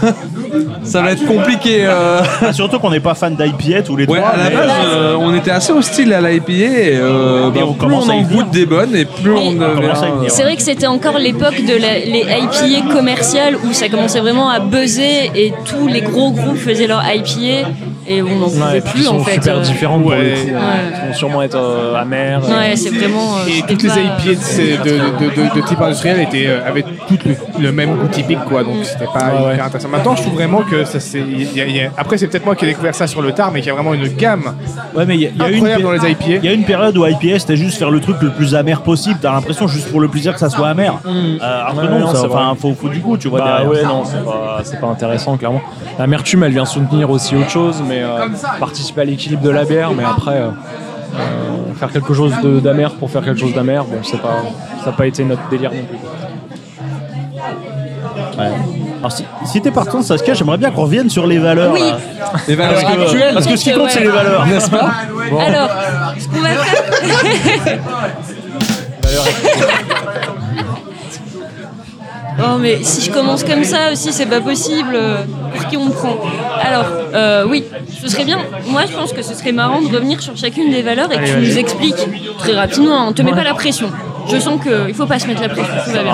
ça va être compliqué. euh. Ah, surtout qu'on n'est pas fan d'I P A tous les Ouais, trois. à la mais- base, euh, on était assez hostile à l'I P A. Et, euh, Mais bah, on plus commence on à y en venir. goûte des bonnes et plus Mais- on On devient. commence à y venir. C'est vrai que c'était encore l'époque de la- les I P A commerciales où ça commençait vraiment à buzzer et tous les gros groupes faisaient leur I P A et on n'en pouvait Ouais, et puis plus ils sont en fait. super euh. différents pour Ouais. le coup. Ils vont sûrement être euh, amers. Ouais, c'est vraiment. euh, Et c'était toutes les pas- I P A de, ces- de, de, de, de type industriel étaient, euh, avaient toutes le, le même goût typique, quoi. Donc c'était pas Ouais, hyper ouais. intéressant. Maintenant, je trouve vraiment que ça c'est. il y a- il y a- Après, c'est peut-être moi qui ai découvert ça sur le tard, mais qu'il y a vraiment une gamme Ouais, mais il y a, il y a une incroyable péri- dans les I P A. il y a une période où I P A c'était juste faire le truc le plus amer possible. T'as l'impression juste pour le plaisir que ça soit amer. Euh, alors que Ouais, non, non, ça, c'est enfin, vrai. faut, faut du goût, tu vois. Bah derrière. ouais, non, c'est pas, c'est pas intéressant, clairement. L'amertume, elle vient soutenir aussi autre chose, mais euh, participer à l'équilibre de la bière, mais après, euh, euh, faire quelque chose de- d'amer pour faire quelque chose d'amer, bon, c'est pas, ça n'a pas été notre délire non plus. Ouais. Alors si, si t'es partant, Saskia, j'aimerais bien qu'on revienne sur les valeurs. Oui. là. Les valeurs Parce que, actuelles, parce que ce qui compte, Ouais. c'est les valeurs. n'est-ce pas? Bon. Alors, ce qu'on va faire. Oh mais si je commence comme ça aussi c'est pas possible. Pour qui on me prend? Alors euh, oui, ce serait bien. Moi je pense que ce serait marrant de revenir sur chacune des valeurs et que tu nous expliques très rapidement. On te met pas la pression. Je sens qu'il faut pas se mettre la pression. Tout va bien.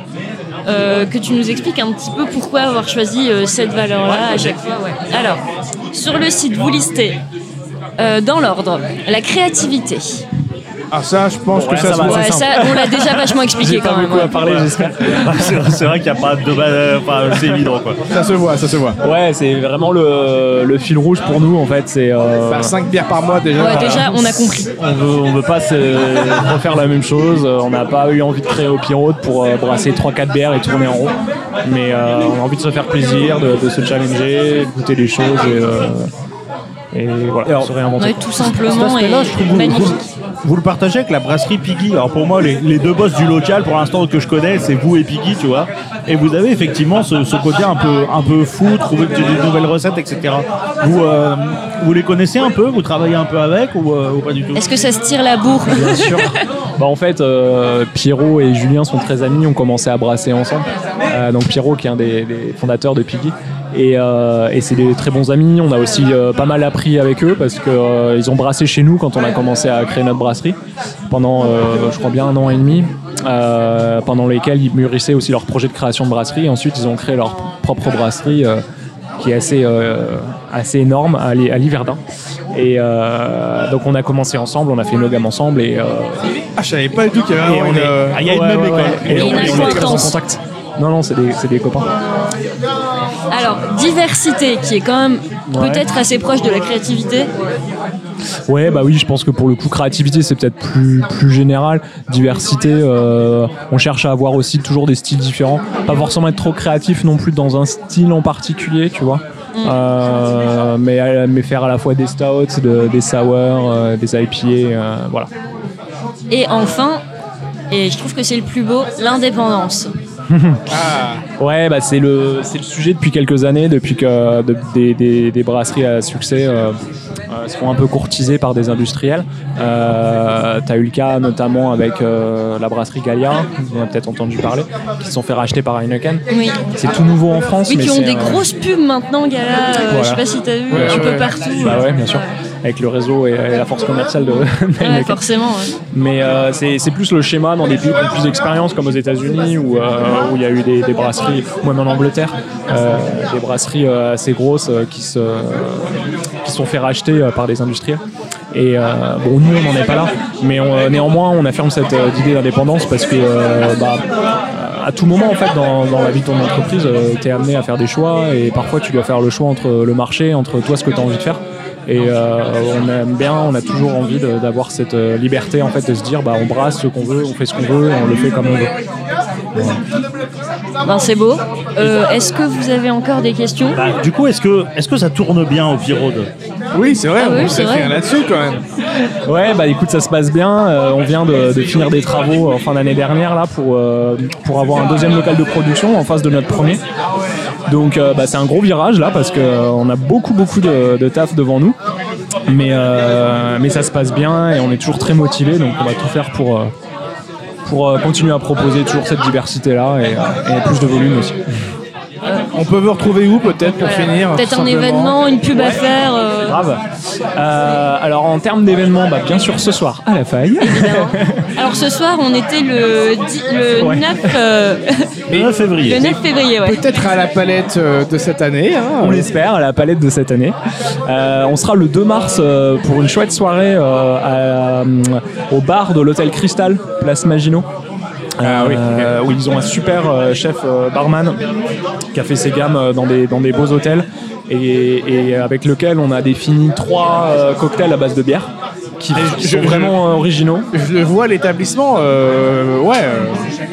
Euh, que tu nous expliques un petit peu pourquoi avoir choisi euh, cette valeur-là à chaque fois. Ouais. Alors sur le site vous listez euh, dans l'ordre la créativité. Ah ça, je pense Ouais, que ça, ça se va, voit. Ouais, c'est ça on l'a déjà vachement expliqué J'ai pas quand même. beaucoup à Ouais. parler, j'espère. c'est, c'est vrai qu'il n'y a pas de mal. Enfin, c'est évident, quoi. Ça se voit, ça se voit. Ouais, c'est vraiment le, le fil rouge pour nous en fait. C'est euh, Bah, cinq bières par mois déjà. Ouais, déjà on a compris. on veut, on veut pas se refaire la même chose. On n'a pas eu envie de créer au Pyro pour euh, brasser trois quatre bières et tourner en rond. Mais euh, on a envie de se faire plaisir, de, de se challenger, de goûter des choses et, euh, et voilà, Alors, se réinventer. Ouais, tout Cet simplement et aspect-là, je trouve vous, magnifique. vous, vous le partagez avec la brasserie Piggy. Alors pour moi, les, les deux boss du local, pour l'instant que je connais, c'est vous et Piggy, tu vois. Et vous avez effectivement ce, ce côté un peu, un peu fou, trouver des nouvelles recettes, et cetera. Vous, euh, vous les connaissez un peu, vous travaillez un peu avec ou, euh, ou pas du tout? Est-ce que ça se tire la bourre? Bien sûr. Bah en fait, euh, Pierrot et Julien sont très amis, ont commencé à brasser ensemble. Euh, donc Pierrot qui est un des, des fondateurs de Piggy. Et, euh, et c'est des très bons amis. On a aussi euh, pas mal appris avec eux parce qu'ils euh, ont brassé chez nous quand on a commencé à créer notre brasserie pendant, euh, je crois bien un an et demi, euh, pendant lesquels ils mûrissaient aussi leur projet de création de brasserie. Et ensuite, ils ont créé leur propre brasserie euh, qui est assez, euh, assez énorme à, Li- à Liverdun. Et euh, donc on a commencé ensemble, on a fait une gamme ensemble et, euh, Ah, je savais pas du tout qu'il y avait et vraiment on une. est, euh, Ah, il y a une ouais, même ouais, école. ouais. Et, Et on, une et on est très en acquaintance. contact. Non, non, c'est des, c'est des copains. Alors, diversité, qui est quand même Ouais. peut-être assez proche de la créativité. Ouais, bah oui, je pense que pour le coup, créativité, c'est peut-être plus, plus général. Diversité, euh, on cherche à avoir aussi toujours des styles différents. Pas forcément être trop créatif non plus dans un style en particulier, tu vois. Euh, mais, mais faire à la fois des stouts, de- des sours, euh, des I P A, euh, voilà. Et enfin, et je trouve que c'est le plus beau, l'indépendance. Ouais, bah c'est le, c'est le sujet depuis quelques années, depuis que de- des, des- des brasseries à succès euh, euh, se font un peu courtiser par des industriels. Euh, T'as eu le cas notamment avec euh, la brasserie Gallia, on a peut-être entendu parler, qui se sont fait racheter par Heineken. Oui. C'est tout nouveau en France. Oui, mais qui ont c'est, des euh, grosses pubs maintenant, Gala. euh, Voilà. Je sais pas si t'as vu, Ouais, un ouais, peu ouais. partout. Bah euh, ouais, bien sûr. Avec le réseau et, et la force commerciale de Ouais, Heineken. forcément. ouais. Mais euh, c'est c'est plus le schéma dans des pays qui ont plus d'expérience, comme aux États-Unis, où euh, où il y a eu des, des brasseries, ou même en Angleterre, euh, des brasseries euh, assez grosses euh, qui se qui sont fait racheter euh, par des industriels. Et euh, bon, nous, on n'en est pas là, mais on- néanmoins, on affirme cette euh, idée d'indépendance parce que euh, bah, à tout moment, en fait, dans, dans la vie de ton entreprise, tu es amené à faire des choix et parfois, tu dois faire le choix entre le marché, entre toi, ce que tu as envie de faire. Et euh, on aime bien, on a toujours envie de- d'avoir cette euh, liberté en fait de se dire bah on brasse ce qu'on veut, on fait ce qu'on veut, on le fait comme on veut. Ben, c'est beau. Euh, Est-ce que vous avez encore des questions? Bah, du coup, est-ce que, est-ce que ça tourne bien au Pyro de... Oui, c'est vrai, Ah oui, on c'est s'est vrai. fait là-dessus quand même. Ouais, bah écoute, ça se passe bien. Euh, on vient de, de finir des travaux en fin d'année dernière là pour euh, pour avoir un deuxième local de production en face de notre premier. Donc euh, bah, c'est un gros virage là parce que euh, on a beaucoup beaucoup de, de taf devant nous. Mais euh, mais ça se passe bien et on est toujours très motivés. Donc on va tout faire pour euh, pour euh, continuer à proposer toujours cette diversité là et, et plus de volume aussi. On peut vous retrouver où peut-être pour finir Peut-être tout un simplement événement, une pub à faire. euh, Grave. Euh, alors en termes d'événements, bah, bien sûr ce soir à la faille. évidemment. Alors ce soir, on était le, dix- le Ouais. neuf, euh, Le neuf février. le neuf févriévrier. Ouais. Peut-être à la palette euh, de cette année. hein. On l'espère, à la palette de cette année. Euh, on sera le deux mars euh, pour une chouette soirée euh, à- euh, au bar de l'hôtel Cristal, place Maginot. Ah oui, Euh, où ils ont un super euh, chef euh, barman qui a fait ses gammes euh, dans des, dans des beaux hôtels et, et avec lequel on a défini trois euh, cocktails à base de bière qui je- sont je- vraiment euh, originaux. Je le vois l'établissement, euh, ouais. euh,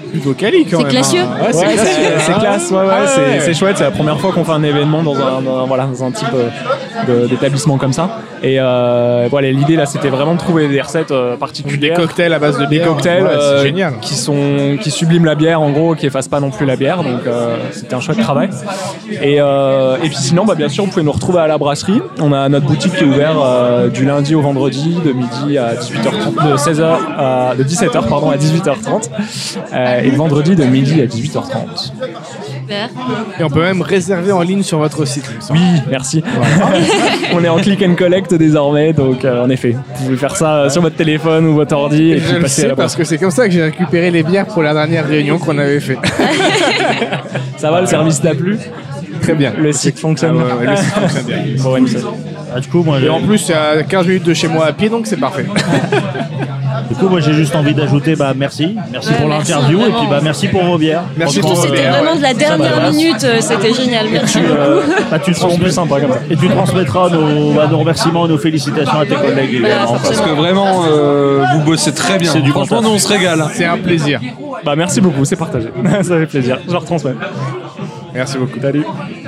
Plutôt quali quand C'est même. classieux. hein. Ouais, c'est Ouais, classe, c'est- c'est hein. classe, ouais, ouais, Ah c'est- ouais. c'est chouette, c'est la première fois qu'on fait un événement dans un, dans, voilà, dans un type euh, de- d'établissement comme ça. Et euh, voilà, l'idée là, c'était vraiment de trouver des recettes euh, Des particulières. cocktails à base de Des bière. cocktails Ouais, euh, c'est génial. qui sont qui subliment la bière en gros, qui effacent pas non plus la bière, donc euh, c'était un chouette travail. Et, euh, et puis sinon, bah, bien sûr, vous pouvez nous retrouver à la brasserie. On a notre boutique qui est ouverte euh, du lundi au vendredi de midi à dix-huit heures trente, de seize heures à, de dix-sept heures pardon à dix-huit heures trente, euh, et le vendredi de midi à dix-huit heures trente. Super. Et on peut même réserver en ligne sur votre site. il me semble. Oui, merci. On est en click and collect désormais, donc euh, en effet, vous pouvez faire ça euh, sur votre téléphone ou votre ordi et Je puis le passer à sais la parce brasserie. que c'est comme ça que j'ai récupéré les bières pour la dernière réunion qu'on avait fait. Ça va, le service t'a plu? Très bien. Le site fonctionne. Ah ouais, ouais, le site fonctionne bien. Bon, ouais, nickel. Ah, du coup, moi, Et j'ai- en plus, c'est à quinze minutes de chez moi à pied, donc c'est parfait. du coup, moi, j'ai juste envie d'ajouter, bah, merci, merci Ouais, pour merci, l'interview et vraiment. puis bah, merci pour vos bières. Merci Franchement, pour vos C'était bières. vraiment de la dernière m'agace. minute, euh, c'était génial. Merci tu, beaucoup. euh, bah, tu Ils seront transmets- plus sympas comme ça. Et tu transmettras nos, bah, nos remerciements et nos félicitations à tes collègues également. Voilà, Parce que vraiment, euh, vous bossez très bien. C'est du Franchement, bon nous, on se régale. hein. C'est un plaisir. Bah, merci beaucoup, c'est partagé. Ça fait plaisir. Je retransmets. Merci beaucoup. Salut.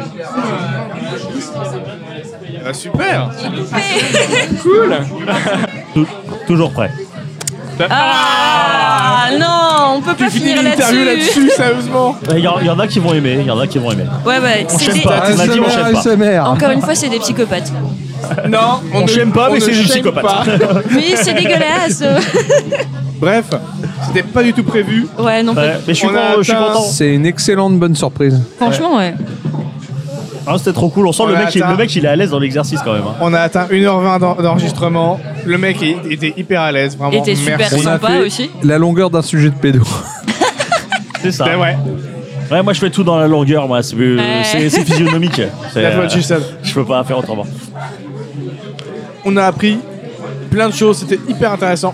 Ah, super. Cool. Tou- toujours prêt. Ah non, on peut pas Tu finis finir l'interview là-dessus. là-dessus, sérieusement. Il y, en- y en a qui vont aimer, il y en a qui vont aimer. Ouais, ouais. On c'est chaîne des- pas. Tu m'as dit, on chaîne pas. A S M R. Encore une fois, c'est des psychopathes. Non, On ne- chaîne pas, on mais ne c'est des chaîne psychopathes. pas. Mais c'est dégueulasse. Bref, c'était pas du tout prévu. Ouais, non, pas- Ouais, mais je suis, On a con- je suis atteint- content. C'est une excellente bonne surprise. franchement, ouais. Ah, c'était trop cool. On sent On le a mec, il, atteint- le mec, il est à l'aise dans l'exercice quand même. hein. On a atteint une heure vingt d'en- d'enregistrement. Le mec est- était hyper à l'aise, vraiment. Était super Merci. On a sympa fait aussi. la longueur d'un sujet de pédo. C'est ça. C'est vrai. Ouais, moi je fais tout dans la longueur, moi. C'est Ouais. c'est- c'est physionomique. C'est, That's what she euh, said. je peux pas faire autrement. On a appris plein de choses, c'était hyper intéressant.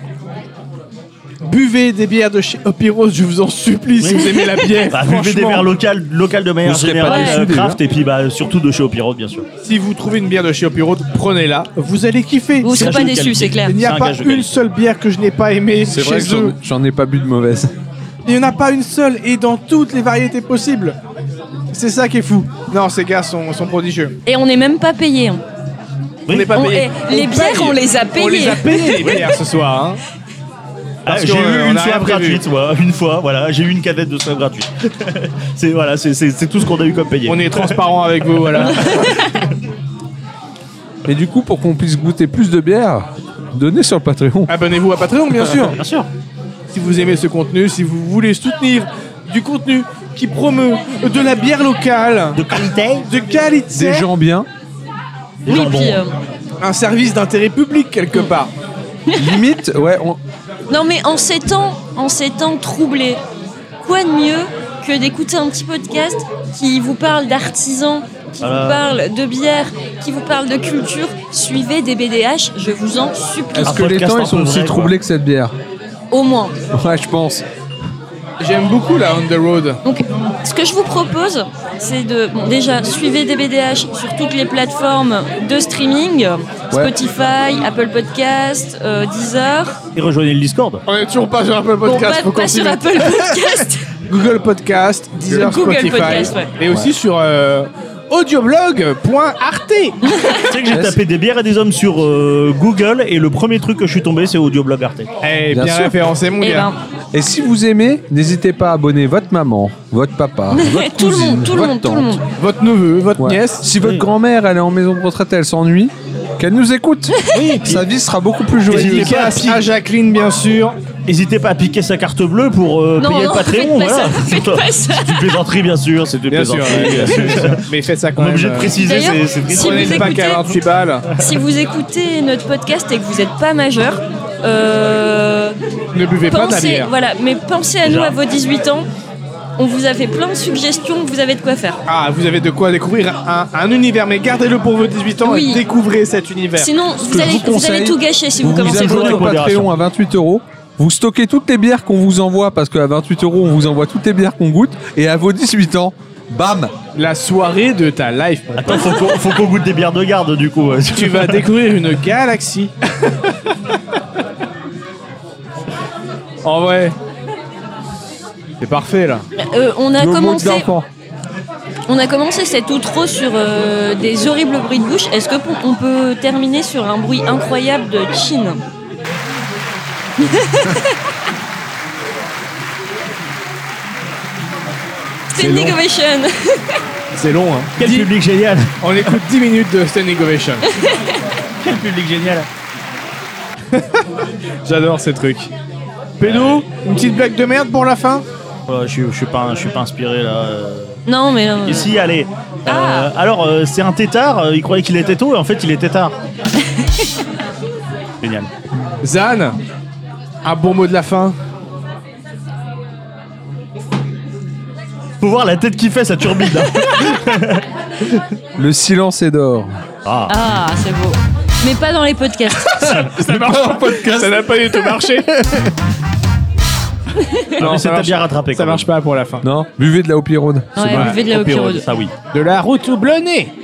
Buvez des bières de chez Opiros, je vous en supplie, si Oui. vous aimez la bière. Bah, buvez des franchement. verres locales, locales de manière Vous serez pas générale, déçus, euh, déjà. craft, et puis bah, surtout de chez Opirote, bien sûr. Si vous trouvez une bière de chez Opiros, prenez-la. Vous allez kiffer. Vous C'est serez un pas jeu de déçus, qualité. c'est clair. Il n'y a C'est un pas gage de une qualité. seule bière que je n'ai pas aimée C'est chez vrai que j'en- eux. j'en ai pas bu de mauvaise. Il n'y en a pas une seule et dans toutes les variétés possibles. C'est ça qui est fou. Non, ces gars sont, sont prodigieux. Et on n'est même pas payé. hein. On n'est pas On- payé. eh, les bières, paye. on les a On les payées. a payées, les bières, ce soir. hein. Ah, Parce j'ai qu'on- eu on une a rien soif prévu. gratuite, moi, une fois, voilà, j'ai eu une canette de soif gratuite. c'est voilà, c'est c'est- c'est tout ce qu'on a eu comme payé. On est transparent avec vous, voilà. Et du coup, pour qu'on puisse goûter plus de bière, donnez sur le Patreon. Abonnez-vous à Patreon, bien sûr. Bien sûr. Si vous aimez ce contenu, si vous voulez soutenir du contenu qui promeut de la bière locale, De qualité. de qualité, Des gens bien. Oui, puis. euh, un service d'intérêt public quelque part. Limite, ouais, on- Non, mais en ces temps, en ces temps troublés, quoi de mieux que d'écouter un petit podcast qui vous parle d'artisans, qui Voilà. vous parle de bière, qui vous parle de culture. Suivez des B D H, je vous en supplie. est-ce Un que les podcast temps un ils sont peu aussi vrai, quoi. troublés que cette bière? Au moins. Ouais, je pense. J'aime beaucoup la On the Road. Donc, ce que je vous propose, c'est de, bon, déjà, suivez D B D H sur toutes les plateformes de streaming, Spotify, Apple Podcast, euh, Deezer. Et rejoignez le Discord. On est toujours pas sur Apple Bon, Podcast, pas, faut pas qu'on s'y sur mette. Apple Podcast. Google Podcast, Deezer, Google Spotify, Podcast, ouais. et aussi sur euh, audioblog point arte. Tu sais que j'ai tapé des bières et des hommes sur euh, Google et le premier truc que je suis tombé, c'est Audioblog Arte. Eh, Bien bien sûr. référencé, mon Eh gars. ben, Et si vous aimez, n'hésitez pas à abonner votre maman, votre papa, votre tout le cousine, monde, tout le votre monde, tout tante. le monde. Votre neveu, votre Ouais. nièce. Si votre Oui. grand-mère elle est en maison de retraite, elle s'ennuie, qu'elle nous écoute. Oui, Sa vie sera beaucoup plus joyeuse. N'hésitez pas à, à Jacqueline, bien sûr. N'hésitez pas à piquer sa carte bleue pour euh, Non, payer non, le Patreon. faites pas voilà. ça, faites pas ça. C'est une plaisanterie, bien sûr. C'est une Bien sûr, plaisanterie. ouais, bien sûr, bien sûr. Mais faites ça quand On est même. obligé de euh, préciser. D'ailleurs, c'est- c'est si Prenez vous le pack écoutez- à vingt-huit balles. Si vous écoutez notre podcast et que vous n'êtes pas majeur, euh, Ne buvez pas de la pensez, bière. voilà, mais pensez à Déjà. nous à vos dix-huit ans. On vous a fait plein de suggestions, vous avez de quoi faire. Ah, vous avez de quoi découvrir un, un univers, mais gardez-le pour vos dix-huit ans Oui. et découvrez cet univers. Sinon, que vous je allez, vous vous conseille, allez tout gâcher si vous, Vous vous commencez le abonnez jour. au modération. Patreon à vingt-huit euros. Vous stockez toutes les bières qu'on vous envoie parce qu'à vingt-huit euros, on vous envoie toutes les bières qu'on goûte. Et à vos dix-huit ans, bam, La soirée de ta life. mon Attends, faut qu'on faut qu'on goûte des bières de garde du coup. Tu vas découvrir une galaxie. En vrai. C'est parfait là. Euh, on a Le mot commencé. d'enfant. On a commencé cette outro sur euh, des horribles bruits de bouche. Est-ce que p- on peut terminer sur un bruit incroyable de Chine? Standing ovation. C'est long, hein. Quel Dix- public génial. On écoute dix minutes de standing ovation. Quel public génial. J'adore ces trucs. Pédo, une petite blague de merde pour la fin? Euh, je, suis- je suis pas, je suis pas inspiré là. euh. Non, mais non. Ici, allez. Ah. Euh, alors, euh, c'est un tétard. euh, il croyait qu'il était tôt et en fait, il est tétard. Génial. Zan, un bon mot de la fin? Faut voir la tête qu'il fait, ça turbine. hein. Le silence est d'or. Ah. Ah, c'est beau. Mais pas dans les podcasts. Ça marche pas en podcast. Ça n'a pas du tout marché. Non, ça c'était marche- bien rattrapé. Ça quand marche même. pas pour la fin. Non, buvez de la Opirode. Ouais, vrai. buvez de la Au pire, Opirode. ça oui. De la route au blonnet.